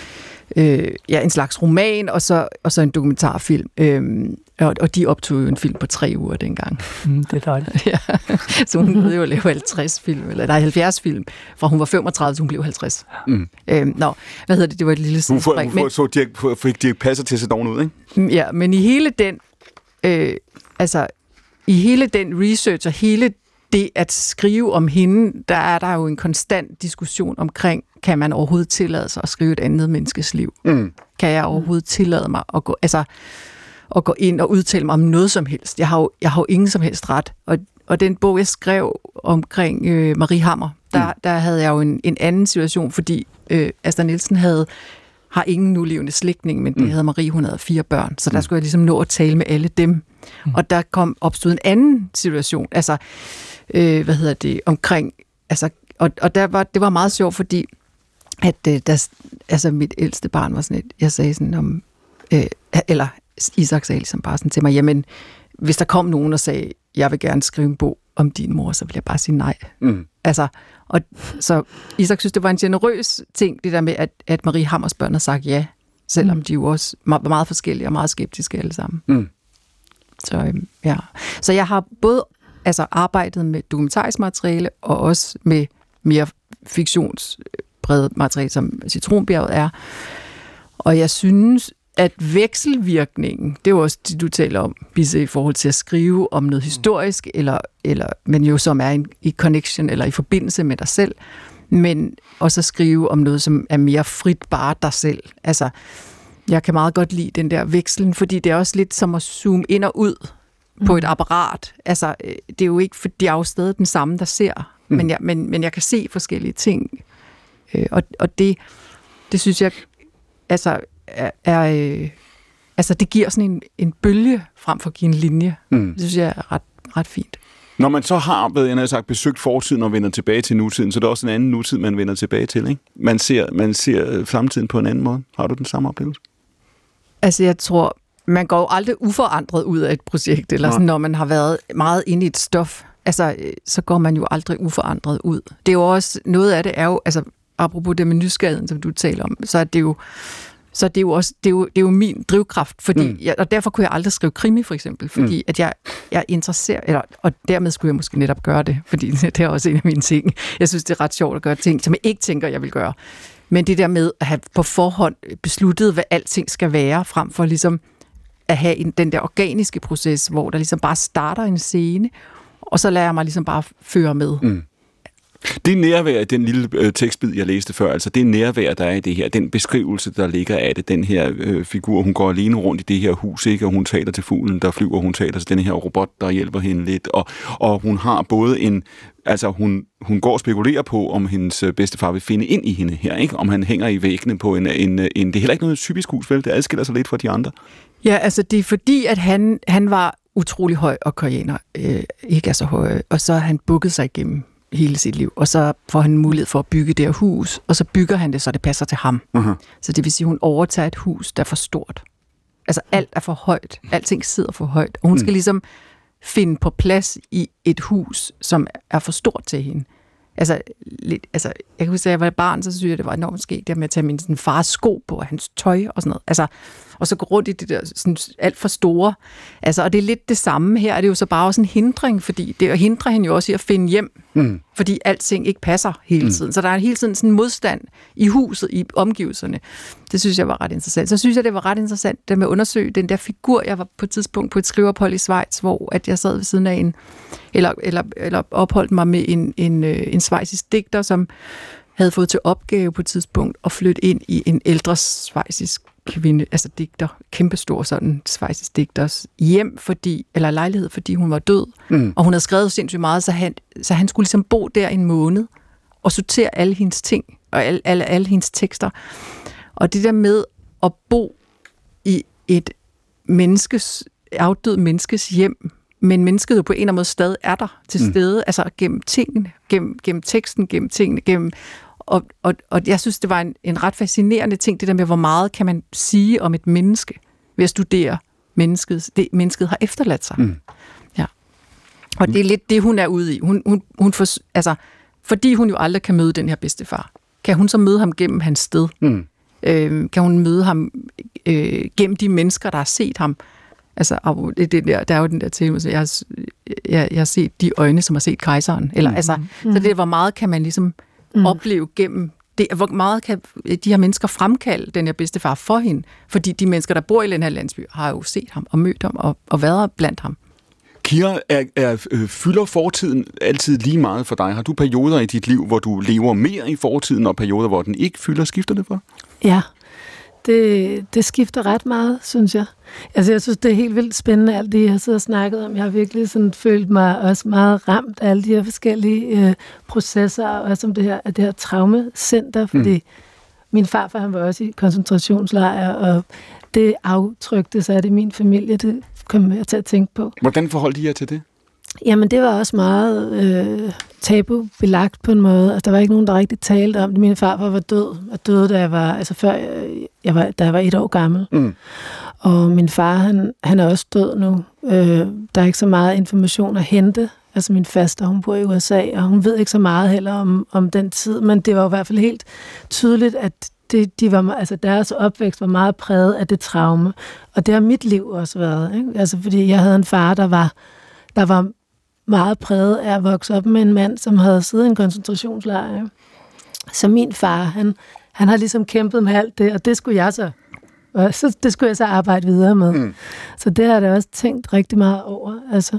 Øh, ja, en slags roman, og så, og så en dokumentarfilm. Øhm, og, og de optog jo en film på tre uger dengang. Mm, det er dejligt. Ja. Så hun nåede jo at lave halvtreds film, eller nej, halvfjerds film, fra hun var femogtredive, så hun blev halvtreds. Mm. Øhm, nå, hvad hedder det? Det var et lille sidespring. Hun så Dirk, fik Dirk Passer til at se doven ud, ikke? Ja, men i hele den, øh, altså, i hele den research, og hele det at skrive om hende, der er der jo en konstant diskussion omkring, kan man overhovedet tillade sig at skrive et andet menneskes liv? Mm. Kan jeg overhovedet tillade mig at gå, altså, at gå ind og udtale mig om noget som helst? Jeg har jo, jeg har jo ingen som helst ret. Og, og den bog, jeg skrev omkring øh, Marie Hammer, der, mm. der havde jeg jo en, en anden situation, fordi øh, Asta Nielsen havde, har ingen nulevende slægtning, men det mm. havde Marie, hun havde fire børn, så der skulle jeg ligesom nå at tale med alle dem. Mm. Og der kom opstod en anden situation, altså, øh, hvad hedder det, omkring, altså, og, og der var, det var meget sjovt, fordi at øh, der, altså mit ældste barn var sådan et, jeg sagde sådan om, øh, eller Isak sagde ligesom bare sådan til mig, jamen, hvis der kom nogen og sagde, jeg vil gerne skrive en bog om din mor, så vil jeg bare sige nej. Mm. Altså, og så Isak synes, det var en generøs ting, det der med, at, at Marie Hammers børn har sagt ja, selvom mm. de jo også var meget forskellige og meget skeptiske alle sammen. Mm. Så, øh, ja. Så jeg har både altså, arbejdet med dokumentarisk materiale, og også med mere fiktions bredt materiale, som Citronbjerget er. Og jeg synes, at vekselvirkningen, det er jo også det, du taler om, Bisse, i forhold til at skrive om noget historisk, eller, eller, men jo som er en, i connection, eller i forbindelse med dig selv, men også at skrive om noget, som er mere frit bare dig selv. Altså, jeg kan meget godt lide den der vekslen, fordi det er også lidt som at zoome ind og ud på et apparat. Altså, det er jo ikke, fordi jeg er jo stadig den samme, der ser, mm. men, jeg, men, men jeg kan se forskellige ting. Og, og det, det synes jeg, altså, er, er øh, altså det giver sådan en, en bølge frem for at give en linje. Mm. Det synes jeg er ret, ret fint. Når man så har, hvad jeg har sagt, besøgt fortiden og vender tilbage til nutiden, så er det også en anden nutid, man vender tilbage til, ikke? Man ser, man ser fremtiden på en anden måde. Har du den samme oplevelse? Altså, jeg tror, man går jo aldrig uforandret ud af et projekt, eller sådan, når man har været meget inde i et stof. Altså, så går man jo aldrig uforandret ud. Det er jo også, noget af det er jo, altså, apropos det med nysgerrigheden, som du taler om, så er det jo, så er det jo også, det er jo, det er jo min drivkraft, fordi, mm. jeg, og derfor kunne jeg aldrig skrive krimi, for eksempel, fordi mm. at jeg, jeg interesserer, eller, og dermed skulle jeg måske netop gøre det, fordi det er også en af mine ting. Jeg synes, det er ret sjovt at gøre ting, som jeg ikke tænker, jeg vil gøre. Men det der med at have på forhånd besluttet, hvad alting skal være, frem for ligesom at have en, den der organiske proces, hvor der ligesom bare starter en scene, og så lader jeg mig ligesom bare føre med. Mm. Det nærvær i den lille øh, tekstbid, jeg læste før, altså det nærvær, der er i det her, den beskrivelse, der ligger af det, den her øh, figur, hun går alene rundt i det her hus, ikke? Og hun taler til fuglen, der flyver, hun taler til den her robot, der hjælper hende lidt, og, og hun har både en, altså hun, hun går og spekulerer på, om hendes bedstefar vil finde ind i hende her, ikke? Om han hænger i væggene på en, en, en det er heller ikke noget typisk hus, vel? Det adskiller sig lidt fra de andre. Ja, altså det er fordi, at han, han var utrolig høj, og koreaner øh, ikke er så høje, og så har han bukket sig igennem hele sit liv, og så får han mulighed for at bygge det her hus, og så bygger han det, så det passer til ham. Uh-huh. Så det vil sige, at hun overtager et hus, der er for stort. Altså alt er for højt. Alting sidder for højt. Og hun skal mm. ligesom finde på plads i et hus, som er for stort til hende. Altså, lidt, altså jeg kan huske, at jeg var et barn, så synes jeg, det var enormt skægt, der med at tage min sådan, fars sko på, og hans tøj og sådan noget. Altså, og så gå rundt i det der sådan, alt for store. Altså, og det er lidt det samme her, er det jo så bare også en hindring, fordi det hindrer hende jo også i at finde hjem, mm. fordi alting ikke passer hele tiden. Mm. Så der er hele tiden sådan en modstand i huset, i omgivelserne. Det synes jeg var ret interessant. Så synes jeg, det var ret interessant, det med at undersøge den der figur. Jeg var på et tidspunkt på et skriveophold i Schweiz, hvor at jeg sad ved siden af en, eller, eller, eller opholdt mig med en, en, en schweizisk digter, som havde fået til opgave på et tidspunkt at flytte ind i en ældre schweizisk kvinde, altså digter, kæmpestor sådan schweizisk digters hjem, fordi, eller lejlighed, fordi hun var død, mm. og hun havde skrevet sindssygt meget, så han, så han skulle ligesom bo der en måned, og sortere alle hendes ting, og alle, alle, alle hendes tekster. Og det der med at bo i et menneskes, afdød menneskes hjem, men mennesket jo på en eller anden måde stadig er der til stede, mm. altså gennem tingene, gennem, gennem teksten, gennem tingene, gennem Og, og, og jeg synes, det var en, en ret fascinerende ting, det der med, hvor meget kan man sige om et menneske, ved at studere mennesket, det mennesket har efterladt sig. Mm. Ja. Og det er lidt det, hun er ude i. Hun, hun, hun for, altså, fordi hun jo aldrig kan møde den her bedstefar, kan hun så møde ham gennem hans sted? Mm. Øh, kan hun møde ham øh, gennem de mennesker, der har set ham? Altså, det, det der, der er jo den der tema, så jeg har, jeg, jeg har set de øjne, som har set kejseren. Eller, mm. altså, mm. Så det, hvor meget kan man ligesom Mm. opleve gennem det, hvor meget kan de her mennesker fremkalde den her bedstefar for hende, fordi de mennesker, der bor i den her landsby, har jo set ham og mødt ham og, og været blandt ham. Kira, er, er, øh, fylder fortiden altid lige meget for dig? Har du perioder i dit liv, hvor du lever mere i fortiden, og perioder, hvor den ikke fylder? Skifter det for? Ja, det, det skifter ret meget, synes jeg. Altså, jeg synes, det er helt vildt spændende, alt det, jeg har siddet og snakket om. Jeg har virkelig sådan følt mig også meget ramt af alle de her forskellige øh, processer, og også om det her, det her traumacenter, fordi mm. min farfar, han var også i koncentrationslejr, og det aftrykte sig af det i min familie, det kom jeg til at tænke på. Hvordan forholdt I jer til det? Jamen, det var også meget øh, tabubelagt på en måde. Altså, der var ikke nogen, der rigtig talte om det. Min farfar var død, og døde, da jeg var, altså før jeg, jeg var, da jeg var et år gammel. Mm. Og min far, han, han er også død nu. Øh, der er ikke så meget information at hente. Altså, min faster, hun bor i U S A, og hun ved ikke så meget heller om, om den tid, men det var i hvert fald helt tydeligt, at det, de var, altså, deres opvækst var meget præget af det traume. Og det har mit liv også været, ikke? Altså, fordi jeg havde en far, der var, der var meget præget af at vokse op med en mand, som havde siddet i en koncentrationslejr. Så min far, han, han har ligesom kæmpet med alt det, og det skulle jeg så, og så det skulle jeg så arbejde videre med. Mm. Så det har jeg da også tænkt rigtig meget over. Altså,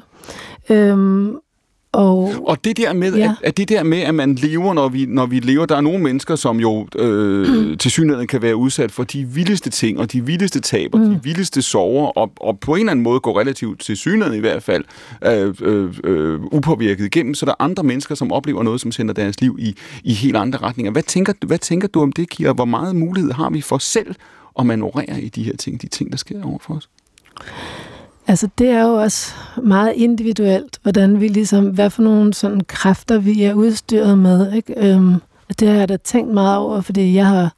øhm, og, og det der med, ja. at, at det der med, at man lever, når vi, når vi lever, der er nogle mennesker, som jo øh, tilsyneladende kan være udsat for de vildeste ting, og de vildeste taber, mm. de vildeste sorger, og, og på en eller anden måde går relativt tilsyneladende i hvert fald øh, øh, øh, upåvirket igennem, så der er andre mennesker, som oplever noget, som sender deres liv i, i helt andre retninger. Hvad tænker, hvad tænker du om det, Kira? Hvor meget mulighed har vi for selv at manøvrere i de her ting, de ting, der sker over for os? Altså, det er jo også meget individuelt, hvordan vi ligesom, hvad for nogle sådan kræfter vi er udstyret med, ikke? Øhm, det har jeg da tænkt meget over, fordi jeg har,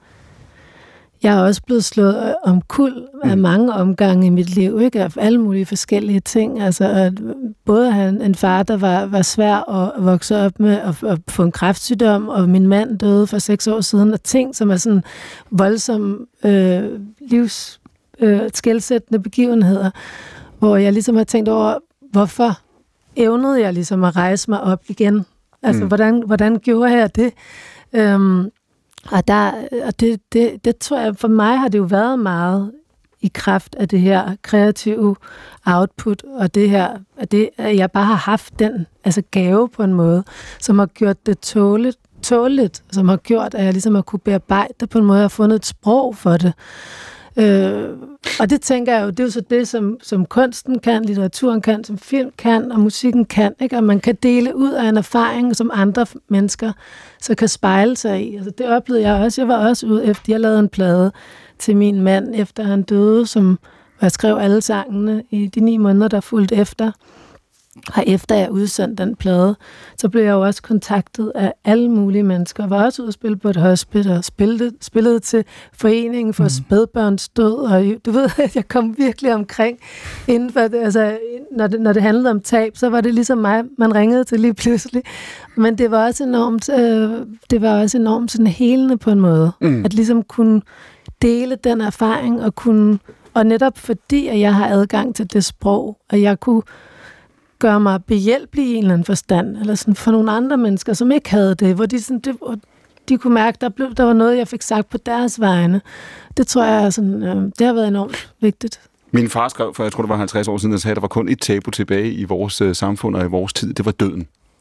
jeg har også blevet slået omkuld af mange omgange i mit liv, ikke? Af alle mulige forskellige ting. Altså, at både at have en, en far, der var, var svær at vokse op med, at, at få en kræftsygdom, og min mand døde for seks år siden, og ting, som er sådan voldsomme øh, livs øh, skelsættende begivenheder, hvor jeg ligesom har tænkt over, hvorfor evnede jeg ligesom at rejse mig op igen? Altså, mm. hvordan, hvordan gjorde jeg det? Øhm, og der, og det, det, det tror jeg, for mig har det jo været meget i kraft af det her kreative output, og det her, at, det, at jeg bare har haft den altså gave på en måde, som har gjort det tåligt, tåligt, som har gjort, at jeg ligesom har kunne bearbejde det på en måde, jeg har fundet et sprog for det. Øh, og det tænker jeg jo, det er jo så det, som, som kunsten kan, litteraturen kan, som film kan, og musikken kan, ikke? Og man kan dele ud af en erfaring, som andre mennesker så kan spejle sig i. Altså, det oplevede jeg også. Jeg var også ude efter, jeg lavede en plade til min mand, efter han døde, som jeg skrev alle sangene i de ni måneder, der fulgte efter. Og efter jeg udsendte den plade, så blev jeg jo også kontaktet af alle mulige mennesker. Jeg var også ude at spille på et hospital og spillede, spillede til Foreningen for mm. Spædbørns Død. Og du ved, at jeg kom virkelig omkring inden for det. Altså, når det, når det handlede om tab, så var det ligesom mig, man ringede til lige pludselig. Men det var også enormt, øh, det var også enormt sådan helende på en måde. Mm. At ligesom kunne dele den erfaring og kunne, og netop fordi, at jeg har adgang til det sprog, og jeg kunne gøre mig behjælpelig i en eller anden forstand, eller sådan for nogle andre mennesker, som ikke havde det, hvor de, sådan, det, de kunne mærke, der blev der var noget, jeg fik sagt på deres vegne. Det tror jeg, sådan, øh, det har været enormt vigtigt. Min far skrev, for jeg tror, det var halvtreds år siden, der sagde, at der var kun et tabu tilbage i vores øh, samfund og i vores tid. Det var døden.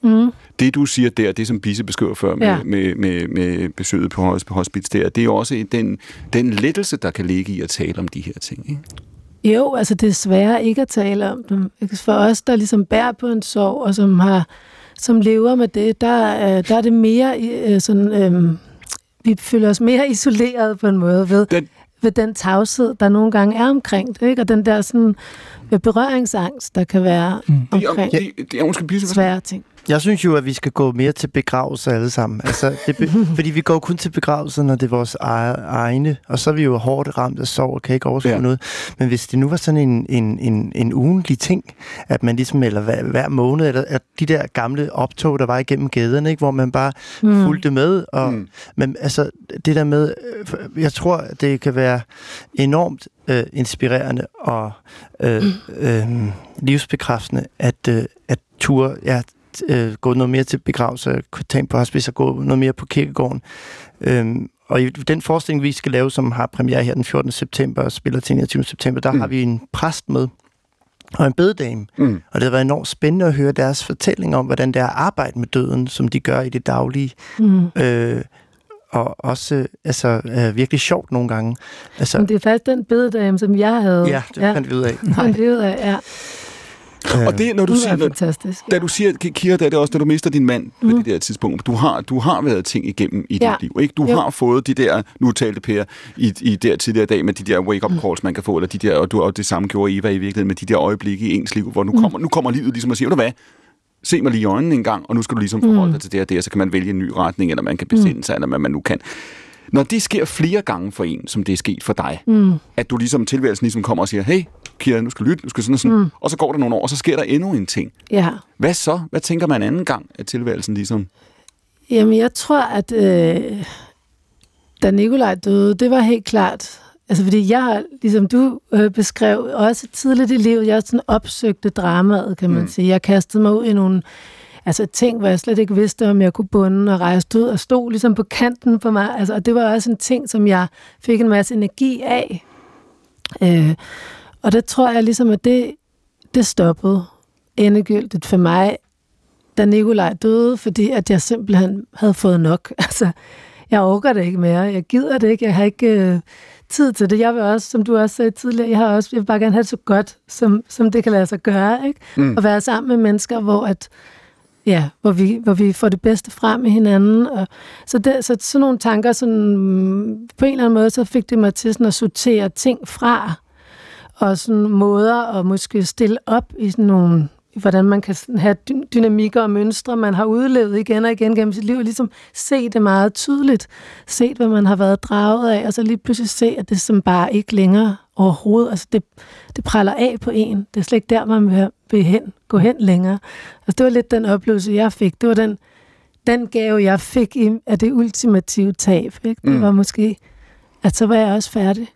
Mm. Det, du siger der, det som Bisse beskriver før med, Ja. med, med, med besøget på hospice der, det er jo også den, den lettelse, der kan ligge i at tale om de her ting, ikke? Jo, altså det er sværere ikke at tale om dem. For os, der ligesom bærer på en sorg, og som har som lever med det, der, der er det mere øh, sådan, øh, vi føler os mere isoleret på en måde ved den, ved den tavshed, der nogle gange er omkring det, ikke? Og den der sådan berøringsangst, der kan være mm. omkring det, det, det er måske blive svære ting. Jeg synes jo, at vi skal gå mere til begravelser alle sammen. Altså, det be- fordi vi går kun til begravelser, når det er vores egne, og så er vi jo hårdt ramt af sorg og kan ikke overskue ja. noget. Men hvis det nu var sådan en, en, en, en ugentlig ting, at man ligesom, eller hver, hver måned, eller at de der gamle optog, der var igennem gaderne, ikke, hvor man bare mm. fulgte med. Og, mm. Men altså, det der med, jeg tror, det kan være enormt øh, inspirerende og øh, øh, livsbekræftende, at, øh, at ture, ja, Øh, gå noget mere til begravelser, tage på hospice og gå noget mere på kirkegården. Øhm, og i den forestilling, vi skal lave, som har premiere her den fjortende september og spiller til enogtyvende september, der mm. har vi en præst med og en bededame. Mm. Og det har været enormt spændende at høre deres fortælling om, hvordan det er at arbejde med døden, som de gør i det daglige. Mm. Øh, og også altså, øh, virkelig sjovt nogle gange. Altså, Men det er faktisk den bededame, som jeg havde. Ja, det fandt vi ud af. fandt vi ud af, ja. Og det, når du siger, fantastisk, ja. Da du siger, Kira, da det også, da du mister din mand på mm. det der tidspunkt, du har, du har været ting igennem i ja. dit liv, ikke? Du jo. har fået de der, nu talte Per i, i der tidligere dag, med de der wake-up calls, man kan få, eller de der, og, du, og det samme gjorde Eva i virkeligheden, med de der øjeblikke i ens liv, hvor nu, mm. kommer, nu kommer livet ligesom og siger, du hvad, se mig lige i øjnene en gang, og nu skal du ligesom forholde dig mm. til det og det, og så kan man vælge en ny retning, eller man kan besinde sig, eller hvad man nu kan. Når det sker flere gange for en, som det er sket for dig, mm. at du ligesom tilværelsen ligesom kommer og siger, hey, Kira, nu skal lytte, nu skal sådan og sådan, mm. og så går der nogle år, og så sker der endnu en ting. Ja. Hvad så? Hvad tænker man anden gang, at tilværelsen ligesom? Jamen, jeg tror, at øh, da Nikolaj døde, det var helt klart, altså fordi jeg, ligesom du øh, beskrev, også tidligt i livet, jeg sådan opsøgte dramaet, kan man mm. sige. Jeg kastede mig ud i nogle altså ting, hvor jeg slet ikke vidste, om jeg kunne bunde og rejse ud og stod ligesom på kanten på mig. Altså, og det var også en ting, som jeg fik en masse energi af. Øh, og det tror jeg ligesom, at det, det stoppede endegyldigt for mig, da Nikolaj døde, fordi at jeg simpelthen havde fået nok. Altså, jeg orker det ikke mere. Jeg gider det ikke. Jeg har ikke øh, tid til det. Jeg vil også, som du også sagde tidligere, jeg har også, jeg vil bare gerne have det så godt, som, som det kan lade sig gøre, ikke? Mm. At være sammen med mennesker, hvor at ja, hvor vi, hvor vi får det bedste frem i hinanden. Og så, det, så sådan nogle tanker, sådan, på en eller anden måde, så fik det mig til sådan at sortere ting fra, og sådan måder at måske stille op i sådan nogle, hvordan man kan have dynamikker og mønstre, man har udlevet igen og igen gennem sit liv, og ligesom se det meget tydeligt, se hvad man har været draget af, og så lige pludselig se, at det som bare ikke længere overhovedet, altså det, det praller af på en. Det er slet ikke der, man vil, vil hen, gå hen længere. Altså det var lidt den oplevelse, jeg fik. Det var den, den gave, jeg fik i, af det ultimative tab. Ikke? Det mm. var måske, at så var jeg også færdig.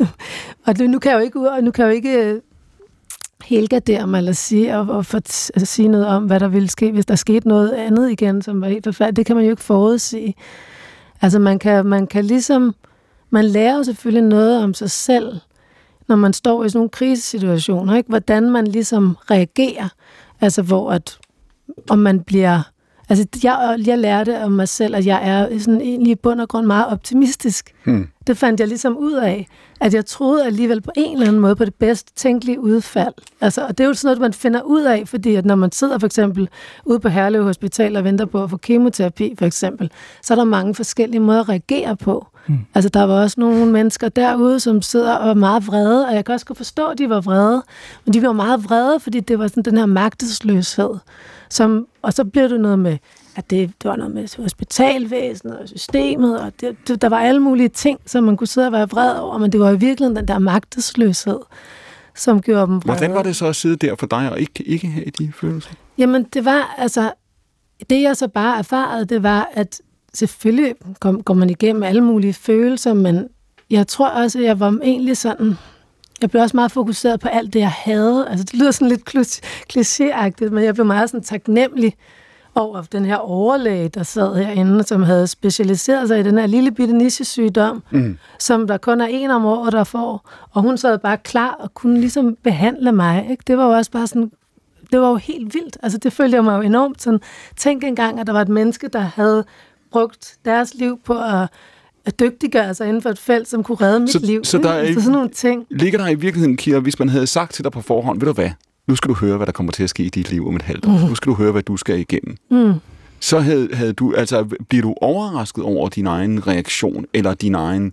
Og det, nu kan jeg jo ikke, nu kan jeg jo ikke helgardere mig eller sige, og, og for, altså, sige noget om, hvad der ville ske, hvis der skete noget andet igen, som var helt forfærdeligt. Det kan man jo ikke forudsige. Altså man kan, man kan ligesom, man lærer jo selvfølgelig noget om sig selv, når man står i sådan nogle krisesituationer, ikke? Hvordan man ligesom reagerer, altså hvor at, om man bliver, altså jeg, jeg lærte om mig selv, at jeg er sådan egentlig i bund og grund meget optimistisk. Hmm. Det fandt jeg ligesom ud af, at jeg troede alligevel på en eller anden måde på det bedst tænkelige udfald. Altså, og det er jo sådan noget, man finder ud af, fordi at når man sidder for eksempel ude på Herlev Hospital og venter på at få kemoterapi for eksempel, så er der mange forskellige måder at reagere på. Hmm. Altså, der var også nogle mennesker derude, som sidder og er meget vrede, og jeg kan også godt forstå, at de var vrede, men de var meget vrede, fordi det var sådan den her magtesløshed. Som, og så blev det noget med, at det, det var noget med hospitalvæsenet og systemet, og det, det, der var alle mulige ting, som man kunne sidde og være vred over, men det var i virkeligheden den der magtesløshed, som gjorde dem vrede. Hvordan var det så at sidde der for dig og ikke, ikke have de følelser? Jamen, det var, altså, det jeg så bare erfarede, det var, at selvfølgelig kom, går man igennem alle mulige følelser, men jeg tror også, at jeg var egentlig sådan, jeg blev også meget fokuseret på alt det, jeg havde. Altså, det lyder sådan lidt klichéagtigt, men jeg blev meget sådan taknemmelig over den her overlæge, der sad herinde, som havde specialiseret sig i den her lille bitte nichesygdom, mm. som der kun er en om året, der får. Og hun sad bare klar og kunne ligesom behandle mig. Ikke? Det var jo også bare sådan, det det var jo helt vildt. Altså, det følte jeg mig jo enormt sådan. Tænk engang, at der var et menneske, der havde brugt deres liv på at, at dygtiggøre sig inden for et felt, som kunne redde mit så, liv. Så der er, altså, sådan nogle ting. Ligger der i virkeligheden, Kira, hvis man havde sagt til dig på forhånd, ved du hvad, nu skal du høre, hvad der kommer til at ske i dit liv om et halvt år. Mm. Nu skal du høre, hvad du skal igennem. Mm. Så havde, havde du, altså, bliver du overrasket over din egen reaktion, eller din egen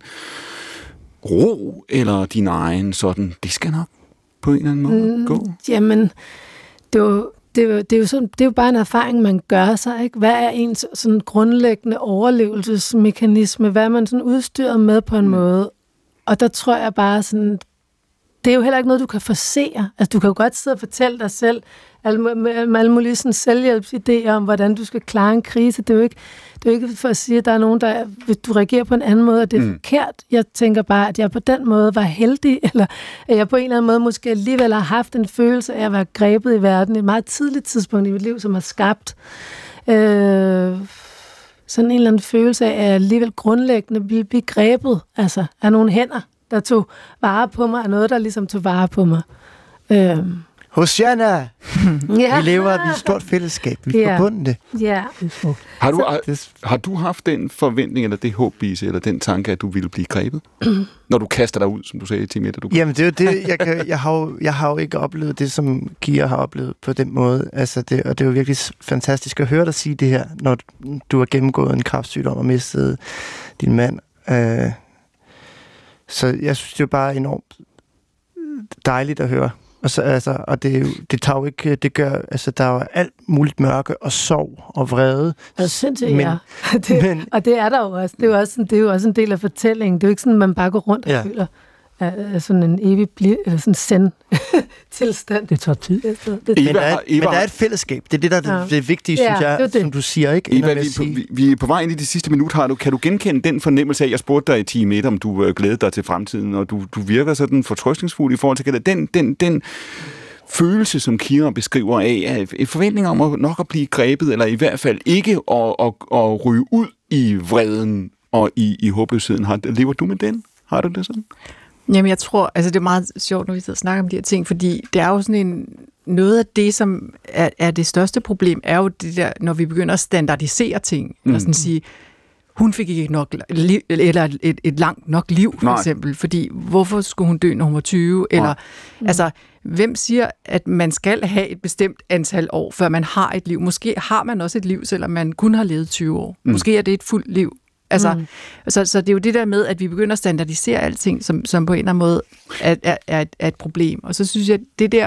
ro, eller din egen sådan, det skal nok på en eller anden måde mm, gå? Jamen, det er jo, det er jo, det er jo, sådan, det er jo bare en erfaring, man gør sig, ikke? Hvad er ens sådan grundlæggende overlevelsesmekanisme? Hvad er man sådan udstyret med på en mm. måde? Og der tror jeg bare sådan, det er jo heller ikke noget, du kan forsere. Altså, du kan jo godt sidde og fortælle dig selv med alle mulige sådan selvhjælpsidéer om, hvordan du skal klare en krise. Det er jo ikke, det er jo ikke for at sige, at der er nogen, der hvis du reagerer på en anden måde, og det er mm. forkert. Jeg tænker bare, at jeg på den måde var heldig, eller at jeg på en eller anden måde måske alligevel har haft en følelse af at være grebet i verden i et meget tidligt tidspunkt i mit liv, som har skabt øh, sådan en eller anden følelse af, at jeg alligevel grundlæggende ville blive grebet altså, af nogle hænder, der tog vare på mig, og noget, der ligesom tog vare på mig. Øh, Hosianna! Ja. Vi lever i et stort fællesskab. Vi er ja. forbundne. Ja. Har du, har, har du haft den forventning, eller det håb, Bise, eller den tanke, at du ville blive grebet? Når du kaster dig ud, som du sagde til Mette? Du... Jamen, det er jo det. Jeg, kan, jeg, har jo, jeg har jo ikke oplevet det, som Kira har oplevet på den måde. Altså, det, og det er jo virkelig fantastisk at høre dig sige det her, når du har gennemgået en kræftsygdom og mistet din mand. Uh, så jeg synes, det er bare enormt dejligt at høre. Og, så, altså, og det, det tager jo ikke, det gør, altså der er jo alt muligt mørke og sorg og vrede. Det er sindssygt, ja. Det, men, og det er der jo også. Det er jo også, sådan, det er jo også en del af fortællingen. Det er jo ikke sådan, at man bare går rundt og ja. føler uh, sådan en evig bli, eller sådan send-tilstand. Det tager tid. Det, det, det, men, der er, men der er et fællesskab. Det er det, der er det, det vigtige, synes ja, jeg, det det. som du siger. Ikke? Eva, vi, vi, vi er på vej ind i det sidste minut. Har du, kan du genkende den fornemmelse af, jeg spurgte dig i time et, om du øh, glæder dig til fremtiden, og du, du virker sådan fortrøstningsfuld i forhold til den, den, den følelse, som Kira beskriver af, en forventning om at nok at blive grebet, eller i hvert fald ikke at, at, at ryge ud i vreden og i, i håbløsheden. Har, lever du med den? Har du det sådan? Jamen, jeg tror, altså det er meget sjovt, når vi sidder og snakker om de her ting, fordi det er jo sådan en, noget af det, som er, er det største problem, er jo det der, når vi begynder at standardisere ting, mm. og sådan sige, hun fik ikke nok liv, eller et, et langt nok liv, for Nej. eksempel, fordi hvorfor skulle hun dø, når hun var tyve, eller, Nej. altså, hvem siger, at man skal have et bestemt antal år, før man har et liv? Måske har man også et liv, selvom man kun har levet tyve år. Mm. Måske er det et fuldt liv. Altså, mm. så, så det er jo det der med, at vi begynder at standardisere alting, som, som på en eller anden måde er, er, er, et, er et problem. Og så synes jeg, det der,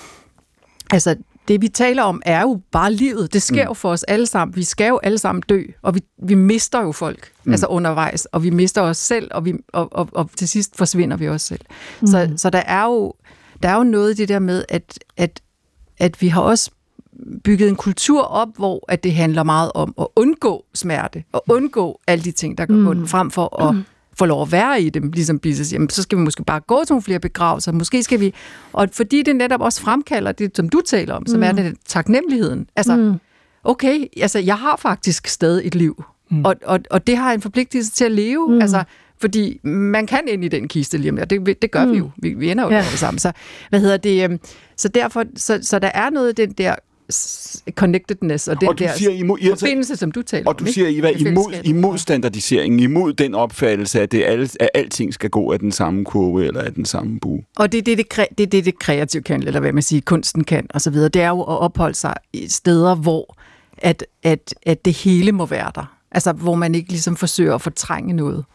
altså det vi taler om, er jo bare livet. Det sker mm. jo for os alle sammen. Vi skal jo alle sammen dø, og vi, vi mister jo folk mm. altså undervejs, og vi mister os selv, og, vi, og, og, og til sidst forsvinder vi os selv. Mm. Så, så der er jo der er jo noget i det der med, at, at, at vi har også bygget en kultur op, hvor at det handler meget om at undgå smerte, og undgå alle de ting, der går mm. frem for at mm. få lov at være i dem, ligesom Bisse siger, så skal vi måske bare gå til nogle flere begravelser, måske skal vi, og fordi det netop også fremkalder det, som du taler om, som mm. er den taknemmeligheden. Altså, mm. okay, altså jeg har faktisk stadig et liv, mm. og, og, og det har en forpligtelse til at leve, mm. altså, fordi man kan ind i den kiste lige om det, det, det gør mm. vi jo, vi, vi ender jo ja. det sammen, så hvad hedder det, så derfor, så, så der er noget af den der connectedness og den og der siger, imod, forbindelse, som du taler og du om. Og du siger, Eva, imod, imod standardiseringen, imod den opfattelse, at, det alle, at alting skal gå af den samme kurve eller af den samme bue. Og det er det, det, det, det, det kreative kan, eller hvad man siger, kunsten kan, og så videre. Det er jo at opholde sig i steder, hvor at, at, at det hele må være der. Altså, hvor man ikke ligesom forsøger at fortrænge noget.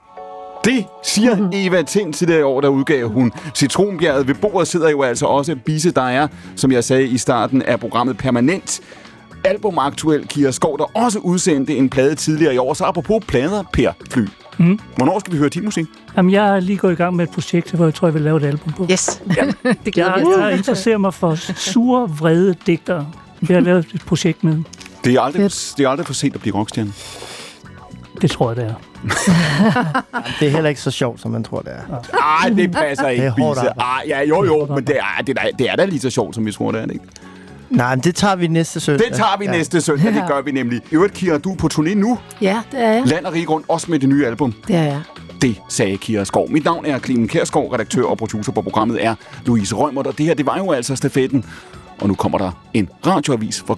Det siger Eva Tind til det år, der udgav hun Citronbjerget. Ved bordet sidder jo altså også Bisse, der er, som jeg sagde i starten af programmet, permanent albumaktuel Kira Skov, der også udsendte en plade tidligere i år. Så apropos plader, Per Fly. Mm. Hvornår skal vi høre din musik? Jamen, jeg er lige gået i gang med et projekt, hvor jeg tror, jeg vil lave et album på. Yes, det glæder jeg, jeg interesserer mig for sure, vrede digtere. Jeg har lavet et projekt med. Det er aldrig, det er aldrig for sent at blive rockstjerne. Det tror jeg, det er. Det er heller ikke så sjovt, som man tror, det er. Nej, det passer ikke, det er hårdt Bisse. Ah, ja, jo, jo, men det er, det, er, det er da lige så sjovt, som vi tror, det er, ikke? Nej, men det tager vi næste søndag. Det tager vi ja. næste søndag, det gør vi nemlig. I øvrigt, Kira, du er på turné nu. Ja, det er jeg. Land og rige rundt, også med det nye album. Det er jeg. Det sagde Kira Skov. Mit navn er Clemen Kjærsgaard, redaktør og producer på programmet er Louise Rømert, og det her, det var jo altså stafetten og nu kommer der en radioavis, hvor